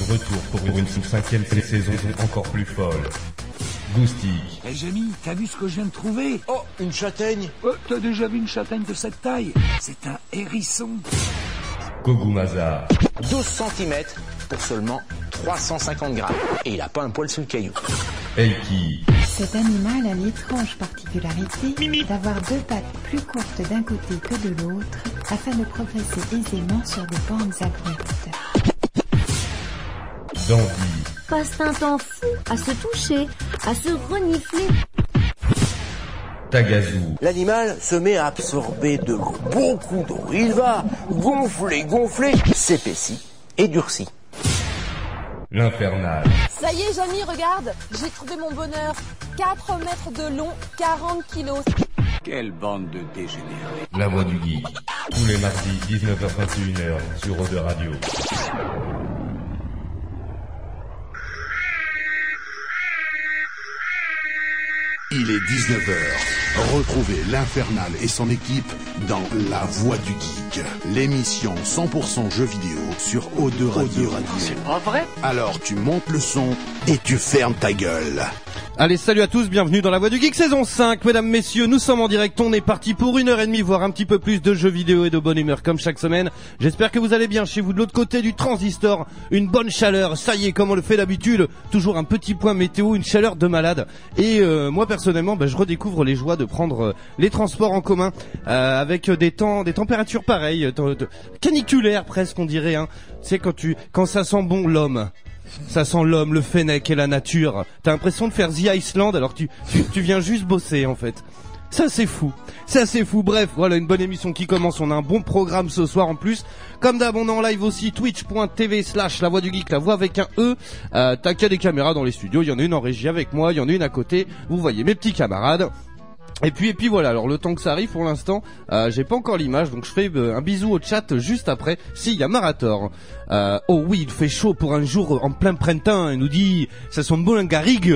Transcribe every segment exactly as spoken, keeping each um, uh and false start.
retour pour une, une cinquième saison encore plus folle. Goustic. Eh hey, Jamie, t'as vu ce que je viens de trouver? Oh, une châtaigne. Oh, t'as déjà vu une châtaigne de cette taille? C'est un hérisson. Kogumaza. douze centimètres pour seulement trois cent cinquante grammes. Et il a pas un poil sous le caillou. Eiki. Cet animal a l'étrange particularité d'avoir deux pattes plus courtes d'un côté que de l'autre afin de progresser aisément sur des pentes abruptes. Dandy. Passe un temps fou à se toucher, à se renifler. Tagazu. L'animal se met à absorber de l'eau, beaucoup d'eau. Il va gonfler, gonfler, s'épaissit et durcit. L'Infernal. Ça y est, Jamie, regarde, j'ai trouvé mon bonheur. quatre mètres de long, quarante kilos. Quelle bande de dégénérés. La Voix du Geek. Tous les mardis, dix-neuf heures vingt et une heures sur O deux Radio. Il est dix-neuf heures. Retrouvez l'Infernal et son équipe dans La Voix du Geek, l'émission cent pour cent jeux vidéo sur O deux Radio. C'est pas vrai? Alors tu montes le son et tu fermes ta gueule. Allez, salut à tous, bienvenue dans La Voix du Geek saison cinq, mesdames, messieurs, nous sommes en direct, on est parti pour une heure et demie, voire un petit peu plus de jeux vidéo et de bonne humeur comme chaque semaine. J'espère que vous allez bien chez vous de l'autre côté du transistor, une bonne chaleur, ça y est, comme on le fait d'habitude, toujours un petit point météo, une chaleur de malade. Et euh, moi personnellement, bah, je redécouvre les joies de prendre euh, les transports en commun, euh, avec des temps, des températures pareilles, euh, de, caniculaires presque on dirait, hein. Tu sais, quand tu, quand ça sent bon l'homme. Ça sent l'homme, le fennec et la nature. T'as l'impression de faire The Iceland alors que tu, tu, tu viens juste bosser en fait. Ça c'est fou, ça c'est fou. Bref, voilà une bonne émission qui commence. On a un bon programme ce soir en plus. Comme d'hab, on est en live aussi, twitch point t v slash la voix du geek, la voix avec un E. Euh, t'as qu'il y a des caméras dans les studios, il y en a une en régie avec moi, il y en a une à côté. Vous voyez mes petits camarades. Et puis et puis voilà, alors le temps que ça arrive pour l'instant, euh, j'ai pas encore l'image, donc je fais euh, un bisou au chat juste après. Si, il y a Marator. Euh, oh oui, il fait chaud pour un jour en plein printemps, il nous dit ça sent bon un garrigue.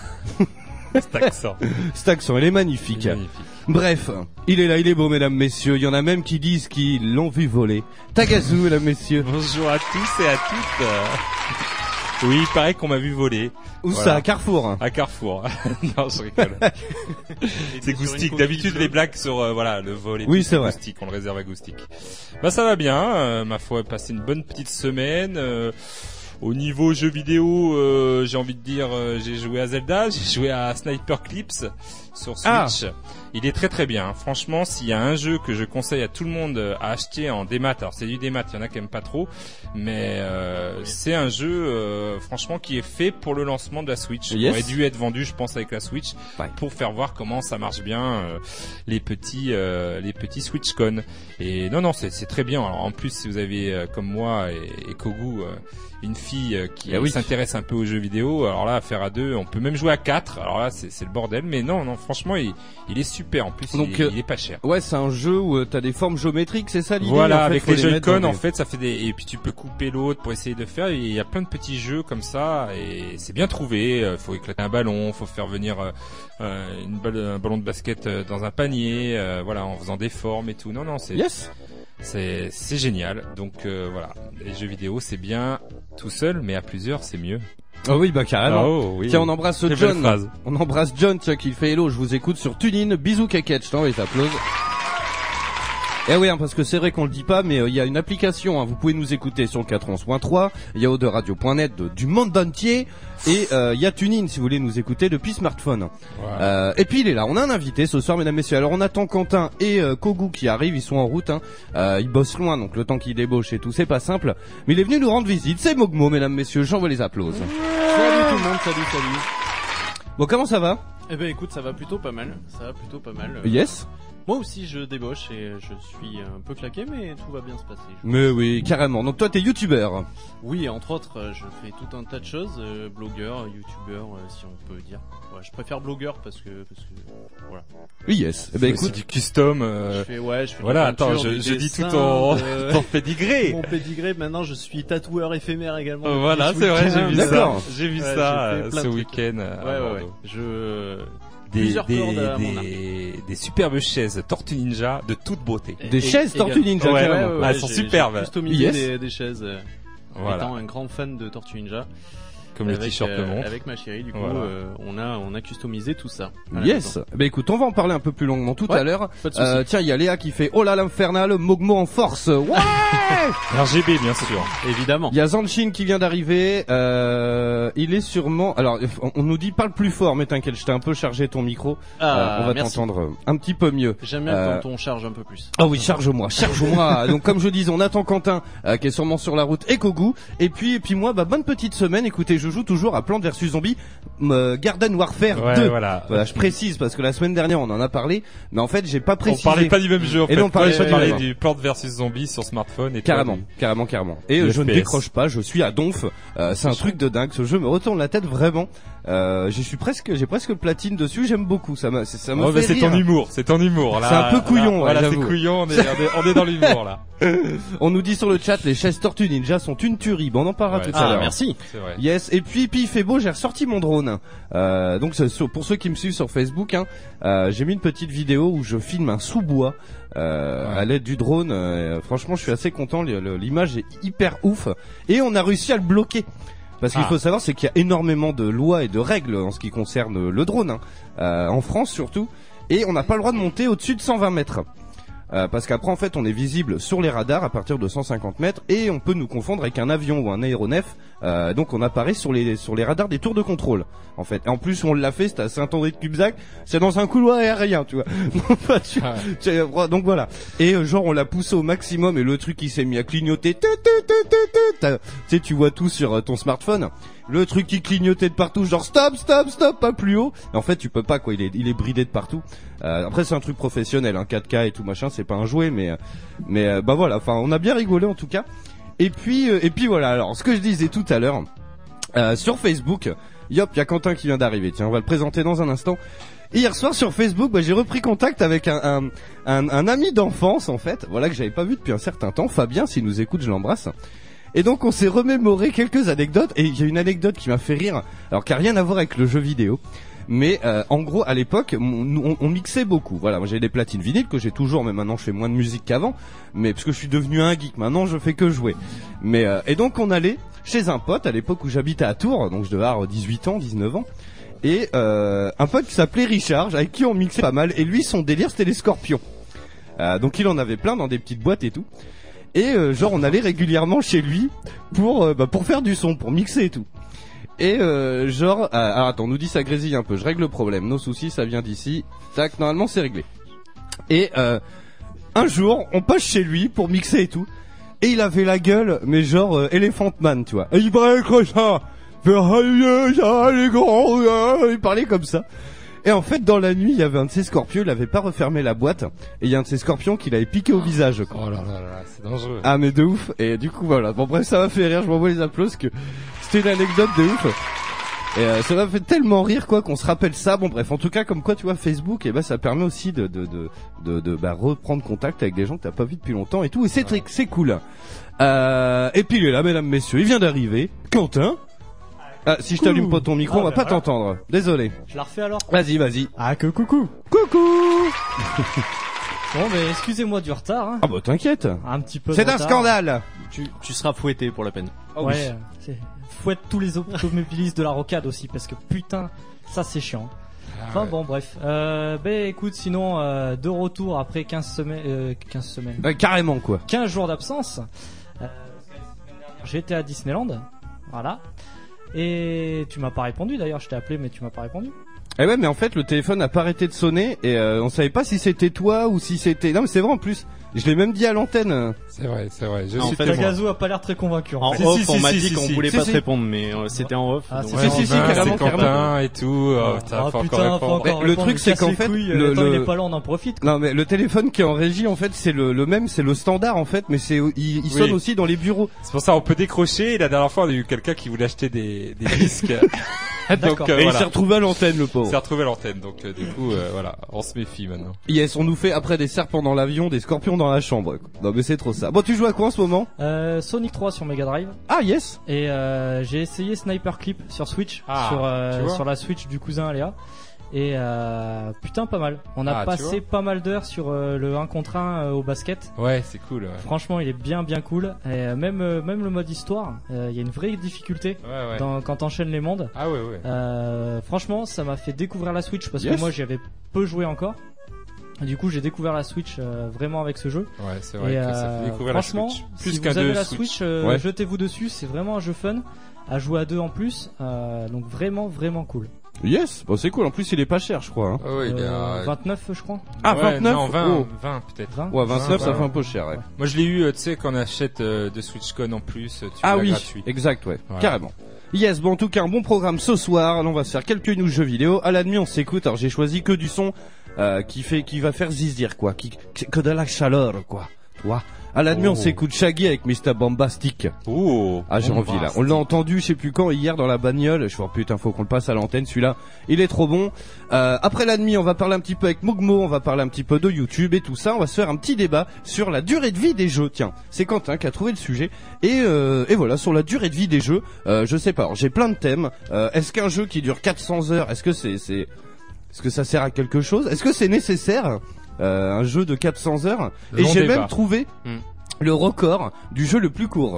Cet accent. Cet accent, il est magnifique. magnifique. Bref, il est là, il est beau, mesdames, messieurs. Il y en a même qui disent qu'ils l'ont vu voler. Tagazu, mesdames, messieurs. Bonjour à tous et à toutes. Oui, il paraît qu'on m'a vu voler. Où voilà. Ça, à Carrefour? À Carrefour. Non, je rigole. C'est Goustic. D'habitude, les blagues sur euh, voilà le vol et oui, tout, c'est vrai. Goustic, on le réserve à Goustic. Bah ça va bien. Euh, ma foi, passé une bonne petite semaine. Euh, Au niveau jeux vidéo, euh, j'ai envie de dire, euh, j'ai joué à Zelda, j'ai joué à Sniper Clips sur Switch. Ah. Il est très très bien. Franchement, s'il y a un jeu que je conseille à tout le monde à acheter en démat, alors c'est du démat, il y en a qui aiment pas trop, mais euh, oui. c'est un jeu euh, franchement qui est fait pour le lancement de la Switch. Il yes. aurait dû être vendu, je pense, avec la Switch ouais. pour faire voir comment ça marche bien euh, les petits euh, les petits SwitchCon. Et non non, c'est c'est très bien. Alors en plus, si vous avez euh, comme moi et, et Kogu euh, une fille euh, qui ah oui. s'intéresse un peu aux jeux vidéo, alors là, à faire à deux, on peut même jouer à quatre. Alors là, c'est c'est le bordel, mais non non, franchement, il il est super. En plus, donc, il, est, il est pas cher. Ouais, c'est un jeu où euh, t'as des formes géométriques, c'est ça l'idée? Voilà, en fait, avec les Joy-Con, les... en fait, ça fait des, et puis tu peux couper l'autre pour essayer de faire, il y a plein de petits jeux comme ça, et c'est bien trouvé, euh, faut éclater un ballon, faut faire venir, euh, une balle, un ballon de basket dans un panier, euh, voilà, en faisant des formes et tout. Non, non, c'est, yes. c'est, c'est génial. Donc, euh, voilà. Les jeux vidéo, c'est bien tout seul, mais à plusieurs, c'est mieux. Oh oui, bah carrément. Oh, oui. Tiens, on embrasse Très John. On embrasse John, tiens, qui fait hello, je vous écoute sur TuneIn. Bisous Keket, je t'envoie, t'applause. Eh oui, hein, parce que c'est vrai qu'on le dit pas, mais il euh, y a une application, hein, vous pouvez nous écouter sur le quatre-vingt-onze point trois, il y a O deux radio point net de, du monde entier, et il euh, y a TuneIn si vous voulez nous écouter depuis smartphone. Wow. Euh, et puis il est là, on a un invité ce soir, mesdames, messieurs. Alors on attend Quentin et euh, Kogu qui arrivent, ils sont en route, hein. euh, ils bossent loin, donc le temps qu'ils débauchent et tout, c'est pas simple, mais il est venu nous rendre visite, c'est Mogmo, mesdames, messieurs, j'envoie les applaudissements. Salut tout le monde, salut, salut. Bon, comment ça va? Eh ben écoute, ça va plutôt pas mal, ça va plutôt pas mal. Yes. Moi aussi je débauche et je suis un peu claqué, mais tout va bien se passer. Mais oui, carrément. Donc toi t'es youtubeur. Oui, entre autres, je fais tout un tas de choses, euh, blogueur, youtubeur, euh, si on peut dire. Ouais, je préfère blogueur parce que parce que voilà. Oui, yes. Eh ben écoute, du custom. Euh... Je fais ouais, je fais. Voilà, peinture, attends, je, je dis tout ton euh... ton pédigré. Mon pédigré. Maintenant, je suis tatoueur éphémère également. Euh, voilà, c'est vrai, j'ai vu ça. J'ai vu ouais, ça euh, ce week-end. Ouais, ouais, ouais. Je Des, des, des, des superbes chaises Tortue Ninja de toute beauté. Des et, chaises Tortue Ninja, ouais, carrément. ouais, ouais, ah, elles ouais, sont j'ai, superbes. J'ai customisé yes. des, des chaises. Voilà. Étant un grand fan de Tortue Ninja. Comme les avec, t-shirts euh, le montrent. Avec ma chérie, du coup, Voilà. euh, on a on a customisé tout ça. Yes. Bah écoute, on va en parler un peu plus longuement tout Ouais, à l'heure. pas de souci. Euh, tiens, il y a Léa qui fait oh là l'infernal, Mogmo en force. Ouais. R G B bien sûr. Évidemment. Il y a Zanchin qui vient d'arriver. Euh, il est sûrement. Alors, on, on nous dit parle plus fort, mais t'inquiète, je t'ai un peu chargé ton micro. Ah, Euh, on va merci. t'entendre un petit peu mieux. J'aime bien Euh, quand on charge un peu plus. Ah oui, charge-moi, charge-moi. Donc comme je disais, on attend Quentin euh, qui est sûrement sur la route et Kogu. Et puis et puis moi, bah bonne petite semaine. Écoutez, je joue toujours à Plants versus Zombies euh, Garden Warfare Ouais, deux. voilà. Voilà, je précise parce que la semaine dernière on en a parlé, mais en fait j'ai pas On précisé. parlait pas du même jeu en Et fait. non, on parlait Toi, pas je du parlais même. du Plants versus Zombies sur smartphone et toi, Carrément, du- carrément, carrément. Et du euh, je ne F P S. décroche pas, je suis à donf. Euh, c'est un truc de dingue. Ce jeu me retourne la tête vraiment. Euh, je suis presque, j'ai presque le platine dessus. J'aime beaucoup. Ça me, ça me Oh, fait bah, c'est rire. ton humour, c'est ton humour là. C'est un peu couillon, ouais, Voilà, c'est j'avoue. couillon, on est, on est, on est dans l'humour là. On nous dit sur le chat, les chaises Tortue Ninja sont une tuerie. Bon, on en parlera Ouais. tout à Ah, l'heure. merci. C'est vrai. Yes, et puis puis il fait beau, j'ai ressorti mon drone. Euh, donc c'est sur- pour ceux qui me suivent sur Facebook, hein, euh, j'ai mis une petite vidéo où je filme un sous-bois euh, Ouais. à l'aide du drone. Euh, franchement, je suis assez content. le- le- L'image est hyper ouf et on a réussi à le bloquer. Parce qu'il Ah. faut savoir, c'est qu'il y a énormément de lois et de règles en ce qui concerne le drone, hein, euh, en France surtout, et on n'a pas le droit de monter au-dessus de cent vingt mètres. Euh, parce qu'après en fait on est visible sur les radars à partir de cent cinquante mètres et on peut nous confondre avec un avion ou un aéronef, euh, donc on apparaît sur les sur les radars des tours de contrôle en fait. Et en plus on l'a fait, c'était à Saint-André de Cubzac, c'est dans un couloir aérien, tu vois. Enfin, tu- Ouais. tu- donc voilà. Et euh, genre on l'a poussé au maximum et le truc il s'est mis à clignoter. Tu sais, tu vois tout sur euh, ton smartphone. Le truc qui clignotait de partout, genre stop, stop, stop, pas plus haut. Et en fait, tu peux pas quoi, il est, il est bridé de partout. Euh, après, c'est un truc professionnel, hein, quatre K et tout machin, c'est pas un jouet, mais, euh, mais euh, bah voilà. Enfin, on a bien rigolé en tout cas. Et puis, euh, et puis voilà. Alors, ce que je disais tout à l'heure euh, sur Facebook, yop, il y a Quentin qui vient d'arriver. Tiens, on va le présenter dans un instant. Et hier soir sur Facebook, bah, j'ai repris contact avec un, un, un, un ami d'enfance en fait, voilà que j'avais pas vu depuis un certain temps. Fabien, s'il nous écoute, je l'embrasse. Et donc on s'est remémoré quelques anecdotes et il y a une anecdote qui m'a fait rire, alors qui a rien à voir avec le jeu vidéo, mais euh, en gros à l'époque on, on, on mixait beaucoup. Voilà, moi j'ai des platines vinyles que j'ai toujours, mais maintenant je fais moins de musique qu'avant, mais parce que je suis devenu un geek, maintenant je fais que jouer. Mais euh, et donc on allait chez un pote à l'époque où j'habitais à Tours, donc je devais avoir dix-huit ans, dix-neuf ans. Et euh, un pote qui s'appelait Richard, avec qui on mixait pas mal, et lui son délire c'était les scorpions. Euh, donc il en avait plein dans des petites boîtes et tout. Et euh, genre on allait régulièrement chez lui pour euh, bah, pour faire du son, pour mixer et tout. Et euh, genre euh, alors attends, on nous dit ça grésille un peu, je règle le problème, nos soucis ça vient d'ici. Tac, normalement c'est réglé. Et euh, un jour, on passe chez lui pour mixer et tout. Et il avait la gueule mais genre euh, Elephant Man, tu vois. Et il parlait comme ça. Il parlait comme ça. Et en fait, dans la nuit, il y avait un de ces scorpions, il avait pas refermé la boîte, et il y a un de ces scorpions qui l'avait piqué au visage, quoi. Oh là là là, c'est dangereux. Ah, mais de ouf. Et du coup, voilà. Bon, bref, ça m'a fait rire, je m'envoie les applaudissements, que c'était une anecdote de ouf. Et euh, ça m'a fait tellement rire, quoi, qu'on se rappelle ça. Bon, bref, en tout cas, comme quoi, tu vois, Facebook, et ben, ça permet aussi de, de, de, de, de bah, reprendre contact avec des gens que t'as pas vu depuis longtemps et tout, et c'est très, c'est cool. Euh, et puis il est là, mesdames, messieurs, il vient d'arriver. Quentin. Ah, si je t'allume pas ton micro, Ah, on va bah pas voilà. t'entendre. Désolé. Je la refais alors. Vas-y, vas-y. Ah que coucou. Coucou. Bon mais excusez-moi du retard. Hein. Ah bah t'inquiète. Un petit peu. C'est de un retard. scandale. Tu, tu seras fouetté pour la peine. Oh, Ouais. oui. euh, c'est- Fouette tous les automobilistes de la rocade aussi parce que putain, ça c'est chiant. Enfin ouais. bon bref. Euh, ben écoute, sinon euh, de retour après quinze semaines, euh, quinze semaines, Ouais, carrément, quoi. quinze jours d'absence. Euh, J'étais à Disneyland, voilà. Et tu m'as pas répondu d'ailleurs, je t'ai appelé mais tu m'as pas répondu. Eh ouais, mais en fait, le téléphone a pas arrêté de sonner et euh, on savait pas si c'était toi ou si c'était. Non, mais c'est vrai en plus. Je l'ai même dit à l'antenne. C'est vrai, c'est vrai. Je En suis fait, témoin. Tagazo a pas l'air très convaincu. En fait. off, Si, si, on si, m'a si, dit si, qu'on si. voulait Si, pas si. te répondre, mais euh, c'était en off. Ah, donc- si, Ouais, si, si, si, Enfin, carrément, c'est carrément. Quentin et tout. Oh, t'as Ah faut putain, encore faut répondre. encore Mais le répondre, truc, il c'est casse qu'en les fait, couilles, le- attends, il le- est pas là, on en profite. Quoi. Non, mais le téléphone qui est en régie, en fait, c'est le, le même, c'est le standard en fait, mais c'est il, il sonne Oui. aussi dans les bureaux. C'est pour ça on peut décrocher. Et la dernière fois, on a eu quelqu'un qui voulait acheter des, des disques. Donc D'accord. euh, Et il voilà. s'est retrouvé à l'antenne, le On pauvre. s'est retrouvé à l'antenne. Donc euh, du coup, euh, voilà, on se méfie maintenant. Yes, on nous fait après des serpents dans l'avion, des scorpions dans la chambre. Non, mais c'est trop ça. Bon, tu joues à quoi en ce moment? Euh, Sonic trois sur Mega Drive Ah yes. et euh, j'ai essayé Sniper Clip sur Switch, Ah, sur euh, tu vois. sur la Switch du cousin Léa. Et euh, putain, pas mal. On a Ah, tu passé vois. pas mal d'heures sur euh, le un contre un euh, au basket. Ouais, c'est cool. Ouais. Franchement, il est bien bien cool. Et euh, même euh, même le mode histoire, euh, il y a une vraie difficulté Ouais, ouais. dans, quand t'enchaînes les mondes. Ah ouais, ouais. Euh, franchement, ça m'a fait découvrir la Switch parce Yes. que moi j'y avais peu joué encore. Du coup, j'ai découvert la Switch euh, vraiment avec ce jeu. Ouais, c'est vrai Et, que ça euh, fait découvrir la franchement, Switch. Plus si qu'un vous avez deux la Switch. Switch, euh, Ouais. jetez-vous dessus. C'est vraiment un jeu fun à jouer à deux en plus. Euh, donc vraiment vraiment cool. Yes, bon c'est cool. En plus il est pas cher, je crois. Hein. Ah ouais, il est Euh, à- vingt-neuf, je crois. Ah, Ouais, vingt-neuf. non, vingt, Oh. vingt peut-être. vingt. Ouais, vingt-neuf, ça vingt, fait un peu cher. Ouais. Moi je l'ai eu, euh, tu sais, quand on achète euh, de SwitchCon en plus, tu Ah l'as oui, gratuit. exact, ouais, Voilà. carrément. Yes, bon en tout cas un bon programme ce soir. Là, on va se faire quelques news jeux vidéo. À la nuit on s'écoute. Alors j'ai choisi que du son euh, qui fait, qui va faire zizir quoi, qui, que de la chaleur quoi. Toi. À la nuit Oh. on s'écoute Shaggy avec mister Bombastic. Oh, Ah j'ai envie là. On l'a entendu, je sais plus quand, hier dans la bagnole. Je suis oh, putain, faut qu'on le passe à l'antenne. Celui-là, il est trop bon. Euh, après la nuit, on va parler un petit peu avec Mogmo, on va parler un petit peu de YouTube et tout ça. On va se faire un petit débat sur la durée de vie des jeux. Tiens, c'est Quentin qui a trouvé le sujet. Et, euh, et voilà, sur la durée de vie des jeux. Euh, je sais pas. Alors, j'ai plein de thèmes. Euh, est-ce qu'un jeu qui dure quatre cents heures, est-ce que c'est, c'est, est-ce que ça sert à quelque chose? Est-ce que c'est nécessaire euh, un jeu de quatre cents heures? Et Long j'ai débat. même trouvé Hmm. le record du jeu le plus court.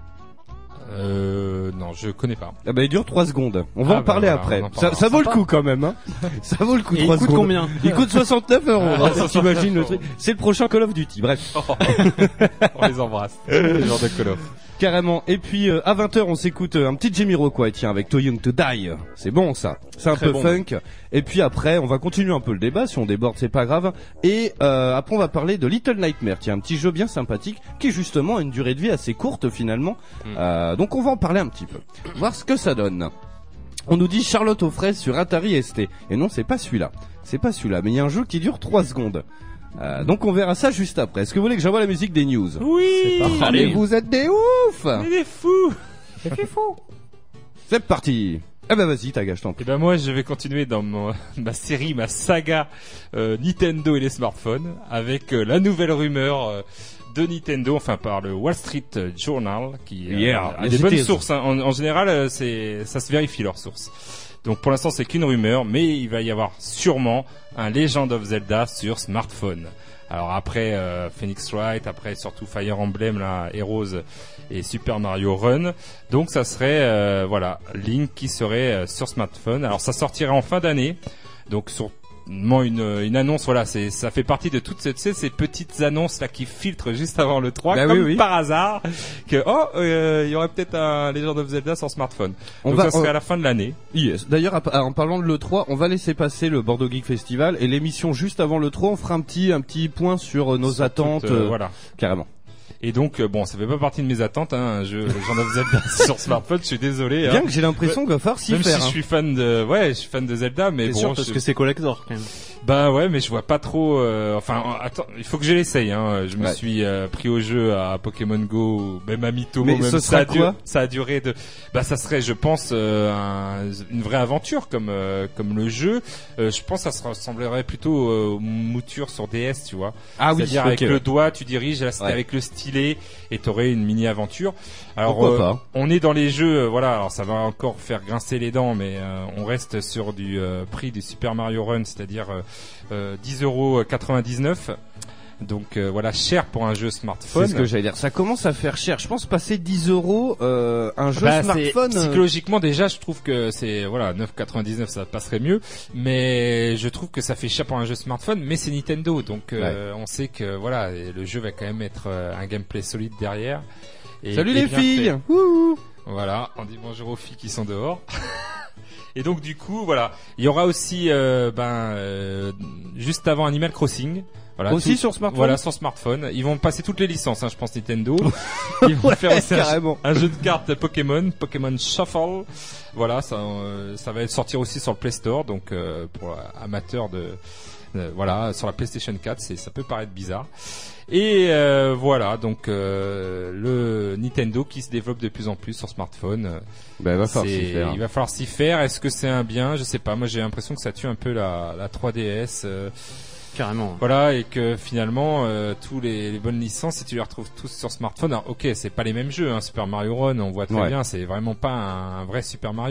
Euh, non, je connais pas. Ah bah il dure trois secondes. On va Ah en bah parler voilà, après. on en Ça, parlera. ça vaut le Sympa. coup quand même. Hein. Ça vaut le coup. Et il trois coûte secondes. combien? Il coûte soixante-neuf euros. Ah, hein, T'imagines le truc. C'est le prochain Call of Duty. Bref. On les embrasse. Les gens de Call of. Carrément. Et puis euh, à vingt heures on s'écoute euh, un petit Jamiroquai, tiens, avec Too Young to Die. C'est bon ça. C'est un Très peu bon. funk. Et puis après on va continuer un peu le débat. Si on déborde c'est pas grave. Et euh, après on va parler de Little Nightmare. Tiens, un petit jeu bien sympathique qui justement a une durée de vie assez courte finalement. Mm. Euh, donc on va en parler un petit peu. Voir ce que ça donne. On nous dit Charlotte aux fraises sur Atari S T. Et non, c'est pas celui-là. C'est pas celui-là. Mais il y a un jeu qui dure trois secondes. Euh, donc on verra ça juste après. Est-ce que vous voulez que j'envoie la musique des news? Oui. Allez, vous êtes des ouf! Il est fou. C'est parti. Eh ben vas-y, Taga, je t'en prie. Et ben moi je vais continuer dans mon, ma série, ma saga euh, Nintendo et les smartphones avec euh, la nouvelle rumeur euh, de Nintendo, enfin par le Wall Street Journal qui euh, Yeah, a les des bonnes États-Unis. sources. Hein. En, en général, euh, c'est ça se vérifie leurs sources. Donc pour l'instant c'est qu'une rumeur, mais il va y avoir sûrement un Legend of Zelda sur smartphone. Alors après euh, Phoenix Wright, après surtout Fire Emblem, là, Heroes et Super Mario Run. Donc ça serait euh, voilà Link qui serait euh, sur smartphone. Alors ça sortirait en fin d'année. Donc sur une, une annonce, voilà, c'est ça fait partie de toutes ces, tu sais, ces petites annonces là qui filtrent juste avant le trois, Bah comme oui, oui. par hasard, que oh euh, il y aurait peut-être un Legend of Zelda sur smartphone. On Donc va- ça serait on- à la fin de l'année. Yes. D'ailleurs, à- en parlant de l'E trois, on va laisser passer le Bordeaux Geek Festival et l'émission juste avant l'E trois, on fera un petit, un petit point sur euh, nos Sur attentes. toutes, euh, euh, voilà. Carrément. Et donc euh, bon, ça fait pas partie de mes attentes, hein, un jeu Legend of Zelda sur smartphone. Je suis désolé. Bien hein. que j'ai l'impression qu'il va falloir s'y Même faire. si je hein. suis fan de, ouais, je suis fan de Zelda, mais C'est bon, sûr parce je- que c'est collector quand même. Bah ouais, mais je vois pas trop. euh, Enfin, euh, attends, il faut que je l'essaye. Hein. Je me Ouais. suis euh, pris au jeu à Pokémon Go, même à Mythomo, Mais même ce ça sera a, du- quoi ça a duré de. Bah ça serait, je pense, euh, un- une vraie aventure comme euh, comme le jeu. Euh, je pense que ça se ressemblerait plutôt euh, aux moutures sur D S, tu vois. Ah oui, C'est-à-dire ok, avec ouais. le doigt, tu diriges, là c'était Ouais. avec le stylet, et t'aurais une mini aventure. Alors, Pourquoi euh, pas on est dans les jeux, euh, voilà. Alors ça va encore faire grincer les dents, mais euh, on reste sur du euh, prix du Super Mario Run, c'est-à-dire euh, euh, dix euros quatre-vingt-dix-neuf. Donc euh, voilà, cher pour un jeu smartphone. C'est ce que j'allais dire. Ça commence à faire cher. Je pense passer dix euros euh, un jeu Bah, c'est- smartphone. euh, Psychologiquement déjà, je trouve que c'est voilà neuf quatre-vingt-dix-neuf, ça passerait mieux. Mais je trouve que ça fait cher pour un jeu smartphone. Mais c'est Nintendo, donc euh, on sait que voilà, et le jeu va quand même être euh, un gameplay solide derrière. Et- Salut et les bien filles. fait. Wouhou. Voilà, on dit bonjour aux filles qui sont dehors. Et donc du coup, voilà, il y aura aussi, euh, ben, euh, juste avant Animal Crossing. Voilà, Aussi tout- sur smartphone. Voilà, sur smartphone. Ils vont passer toutes les licences, hein, je pense Nintendo. Ils vont Ouais, faire aussi un, carrément. un jeu de cartes Pokémon, Pokémon Shuffle. Voilà, ça, euh, ça va sortir aussi sur le Play Store, donc euh, pour euh, amateurs de, euh, voilà, sur la PlayStation quatre, c'est, ça peut paraître bizarre. Et euh, voilà, donc euh, le Nintendo qui se développe de plus en plus sur smartphone. euh, Bah, il va falloir c'est- s'y faire. Il va falloir s'y faire. Est-ce que c'est un bien? Je sais pas. Moi, j'ai l'impression que ça tue un peu la, la trois D S. euh, Carrément. voilà, et que finalement, euh, tous les, les bonnes licences, si tu les retrouves tous sur smartphone, alors ok, c'est pas les mêmes jeux. Hein, Super Mario Run, on voit très Ouais. bien, c'est vraiment pas un, un vrai Super Mario.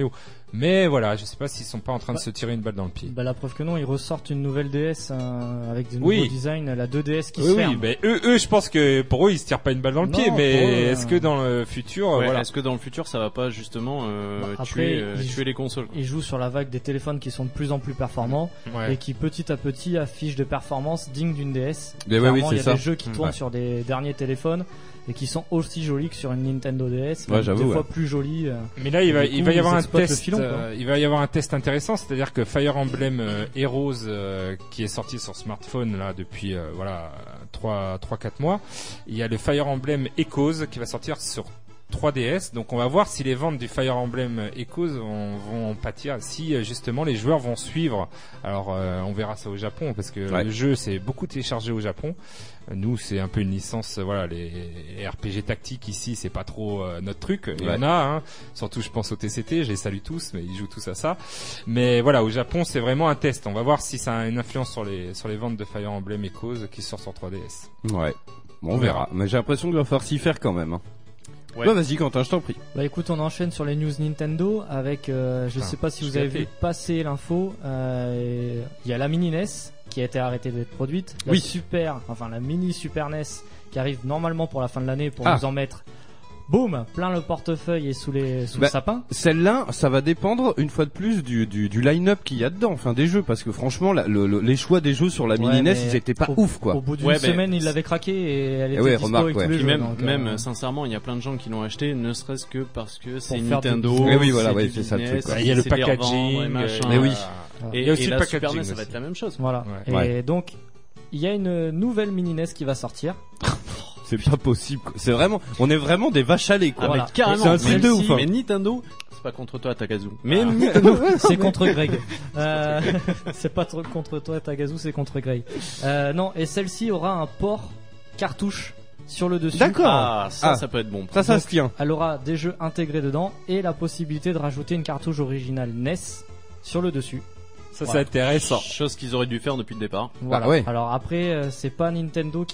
Mais voilà, je sais pas s'ils sont pas en train de Bah, se tirer une balle dans le pied. Bah la preuve que non, ils ressortent une nouvelle D S euh, avec des nouveaux Oui. designs, la deux D S qui Oui, se oui, ferme. mais eux, eux, je pense que pour eux, ils se tirent pas une balle dans le Non, pied, mais pour eux, euh, est-ce que dans le futur, Ouais, voilà. Est-ce que dans le futur ça va pas justement euh, Bah, après, tuer, euh, ils tuer jouent- les consoles quoi. Ils jouent sur la vague des téléphones qui sont de plus en plus performants Ouais. et qui petit à petit affichent des performances dignes d'une D S. Mais ouais, oui, Clairement, c'est il y a ça. des jeux qui Mmh. tournent Ouais. sur des derniers téléphones et qui sont aussi jolis que sur une Nintendo D S, Ouais, même j'avoue, des fois ouais. plus jolis. euh. Mais là, il va, Du coup, il va y ils avoir un exploitent le test. filon, quoi. euh, il va y avoir un test intéressant, c'est-à-dire que Fire Emblem euh, Heroes, euh, qui est sorti sur smartphone là depuis euh, voilà trois, trois, quatre mois, il y a le Fire Emblem Echoes qui va sortir sur trois D S. Donc on va voir si les ventes du Fire Emblem Echoes vont, vont en pâtir, si euh, justement les joueurs vont suivre. Alors euh, on verra ça au Japon parce que Ouais. le jeu c'est beaucoup téléchargé au Japon. Euh, Nous c'est un peu une licence, euh, voilà, les R P G tactiques ici c'est pas trop euh, notre truc. Il y Ouais. en a, hein. Surtout je pense au T C T, je les salue tous, mais ils jouent tous à ça. Mais voilà, au Japon c'est vraiment un test. On va voir si ça a une influence sur les sur les ventes de Fire Emblem Echoes qui sort sur trois D S. Ouais. Bon, on On verra. verra. Mais j'ai l'impression qu'il va falloir s'y faire quand même. Hein. Ouais. Bah vas-y Quentin, je t'en prie. Bah écoute, on enchaîne sur les news Nintendo avec, euh, je Ah, sais pas si je vous suis avez gâté. vu passer l'info, euh, il y a la mini N E S qui a été arrêtée d'être produite, la Oui. super, enfin la mini Super N E S qui arrive normalement pour la fin de l'année pour Ah. nous en mettre, boum, plein le portefeuille et sous les sous Bah, le sapin. Celle-là, ça va dépendre une fois de plus du, du, du line-up qu'il y a dedans, enfin des jeux, parce que franchement, la- le, le- les choix des jeux sur la Ouais, mini N E S, mais ils étaient pas au, ouf quoi. Au bout d'une Ouais, mais semaine, ils l'avaient craqué et elle Eh était ouais, dispo remarque, avec ouais. tous les Puis jeux. même, donc, euh, même sincèrement, il y a plein de gens qui l'ont acheté, ne serait-ce que parce que c'est faire du Nintendo. business. Eh oui, voilà, c'est ouais, du c'est ça le business, truc, quoi. Il y a le c'est des packaging, revends et machin. Mais oui. Et, Il y a aussi et le la packaging Super N E S, ça aussi. va être la même chose. voilà. Ouais. Et Ouais. donc, il y a une nouvelle mini N E S qui va sortir. C'est pas possible. quoi. C'est vraiment, on est vraiment des vaches à lait quoi. Ah, Voilà. mais carrément. C'est un truc de Même ouf, si- hein. Mais Nintendo, c'est pas contre toi, Takazu. Mais Ah. Nintendo, C'est contre Greg. Euh, c'est pas trop contre toi, Tagazu, c'est contre Greg. Euh, non, et celle-ci aura un port cartouche sur le dessus. D'accord. ah, ça, Ah. ça peut être bon. Ça, ça Donc, se tient. Elle aura des jeux intégrés dedans et la possibilité de rajouter une cartouche originale N E S sur le dessus. Ça, c'est Ouais. intéressant. Chose qu'ils auraient dû faire depuis le départ. Voilà. Bah ouais. Alors après, euh, c'est pas Nintendo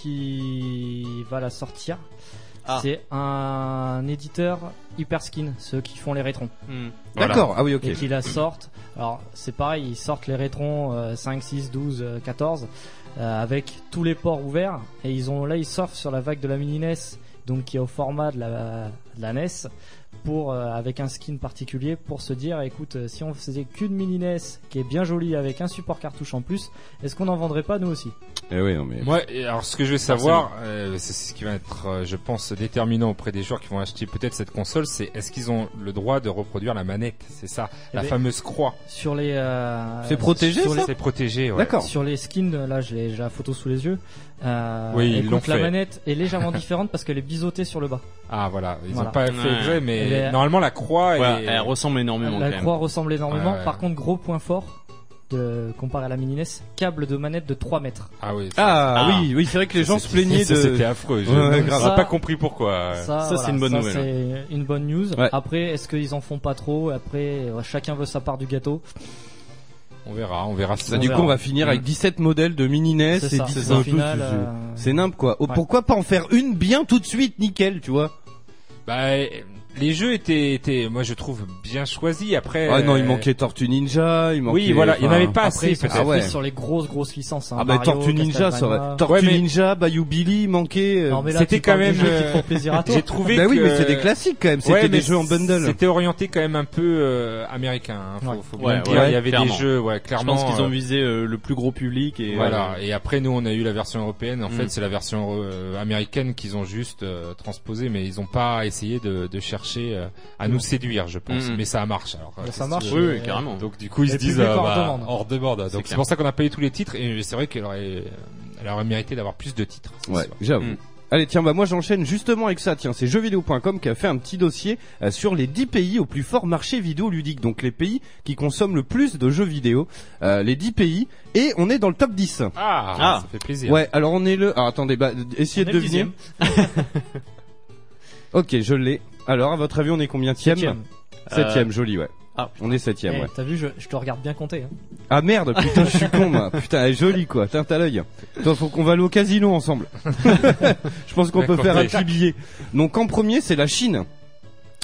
qui va la sortir. Ah. C'est un éditeur Hyperskin, ceux qui font les rétrons. Voilà. D'accord. Ah oui, ok. Et qui la sortent. Alors c'est pareil, ils sortent les rétrons euh, cinq, six, douze, euh, quatorze euh, avec tous les ports ouverts et ils ont là ils surfent sur la vague de la mini N E S donc qui est au format de la, de la N E S pour euh, avec un skin particulier pour se dire écoute euh, si on faisait qu'une mini N E S qui est bien jolie avec un support cartouche en plus, est-ce qu'on n'en vendrait pas nous aussi? Eh oui, non mais. Moi, et alors ce que je veux savoir, euh, c'est ce qui va être, euh, je pense, déterminant auprès des joueurs qui vont acheter peut-être cette console, c'est est-ce qu'ils ont le droit de reproduire la manette? C'est ça, Eh la ben, fameuse croix. Sur les euh, C'est protégé, sur ça les- C'est protégé, ouais. D'accord. Sur les skins, là, je l'ai- j'ai la photo sous les yeux. Euh, Oui, ils écoute, l'ont la fait. manette est légèrement différente parce qu'elle est biseautée sur le bas. Ah voilà, ils Voilà. ont pas fait Ouais. exprès, mais Elle est- normalement la croix Ouais, est. elle ressemble énormément La quand même. croix ressemble énormément. Ouais, ouais. Par contre, gros point fort, de, comparé à la mini N E S, câble de manette de trois mètres. Ah oui. Ah, Ah. oui, oui, c'est vrai que les gens se c'était- plaignaient ça, de. C'était affreux. Je Ouais, ouais, n'ai grave. pas compris pourquoi. Ça, Ça, c'est une bonne ça, nouvelle, C'est une bonne news. Ouais. Après, est-ce qu'ils en font pas trop? Après, euh, chacun veut sa part du gâteau. On verra, on verra. si Bah, on du verra. coup, on va finir avec dix-sept modèles de mini N E S C'est et ça, dix c'est ça. Au tous, final, c'est- euh, c'est nimp quoi. Oh, ouais. Pourquoi pas en faire une bien tout de suite, nickel, tu vois? Bah, les jeux étaient, étaient, moi je trouve bien choisis. Après. Ah non, il euh, manquait Tortue Ninja, il manquait. Oui, voilà, il y en enfin, avait pas Après, assez ils sont peut-être. Ah ouais. surpris sur les grosses, grosses licences. Hein. Ah bah Mario, Tortue Ninja, ça aurait. Castlevania. Tortue Ouais, mais- Ninja, Bayou Billy, il manquait. euh, Non, mais là, C'était tu parles quand des même, jeux qui te euh, font plaisir à toi. J'ai trouvé Bah oui, que- mais c'est des classiques quand même. C'était Ouais, des mais jeux en bundle. C'était orienté quand même un peu euh, américain. Hein, faut, Ouais. faut bien Ouais, le dire. ouais, il y avait clairement. des jeux, ouais, Je clairement. pense qu'ils ont euh, visé euh, le plus gros public et Voilà. euh, Et après, nous, on a eu la version européenne. En Mm. fait, c'est la version euh, américaine qu'ils ont juste euh, transposée, mais ils ont pas essayé de, de chercher euh, à nous séduire, je pense. Mm. Mais ça marche. Alors, Bah, qu'est-ce ça que marche. tu veux. oui, oui, euh, carrément. Donc du coup ils Et se le disent public euh, hors bah, demande. hors demande. Donc c'est clair. pour ça qu'on n'a pas eu tous les titres et c'est vrai qu'elle aurait, elle aurait mérité d'avoir plus de titres. c'est Ouais, sûr. j'avoue. Mm. Allez, tiens, bah moi j'enchaîne justement avec ça. Tiens, c'est jeuxvideo point com qui a fait un petit dossier euh, sur les dix pays au plus fort marché vidéoludique. Donc les pays qui consomment le plus de jeux vidéo, euh, les dix pays, et on est dans le top dix. Ah, Ah. ça fait plaisir. Ouais, alors on est le. Alors attendez, bah essayez On de est le deviner. Ok, je l'ai. Alors, à votre avis, on est combien tième? Septième. Septième, joli, ouais. Ah, On est septième, Eh, ouais. T'as vu, je, je te regarde bien compter. Hein. Ah merde, putain, je suis con, moi. Putain, elle est jolie, quoi. Tiens, t'as l'œil. Attends, faut qu'on va aller au casino ensemble. Je pense qu'on peut D'accord, faire un mais- petit billet. Donc, en premier, c'est la Chine.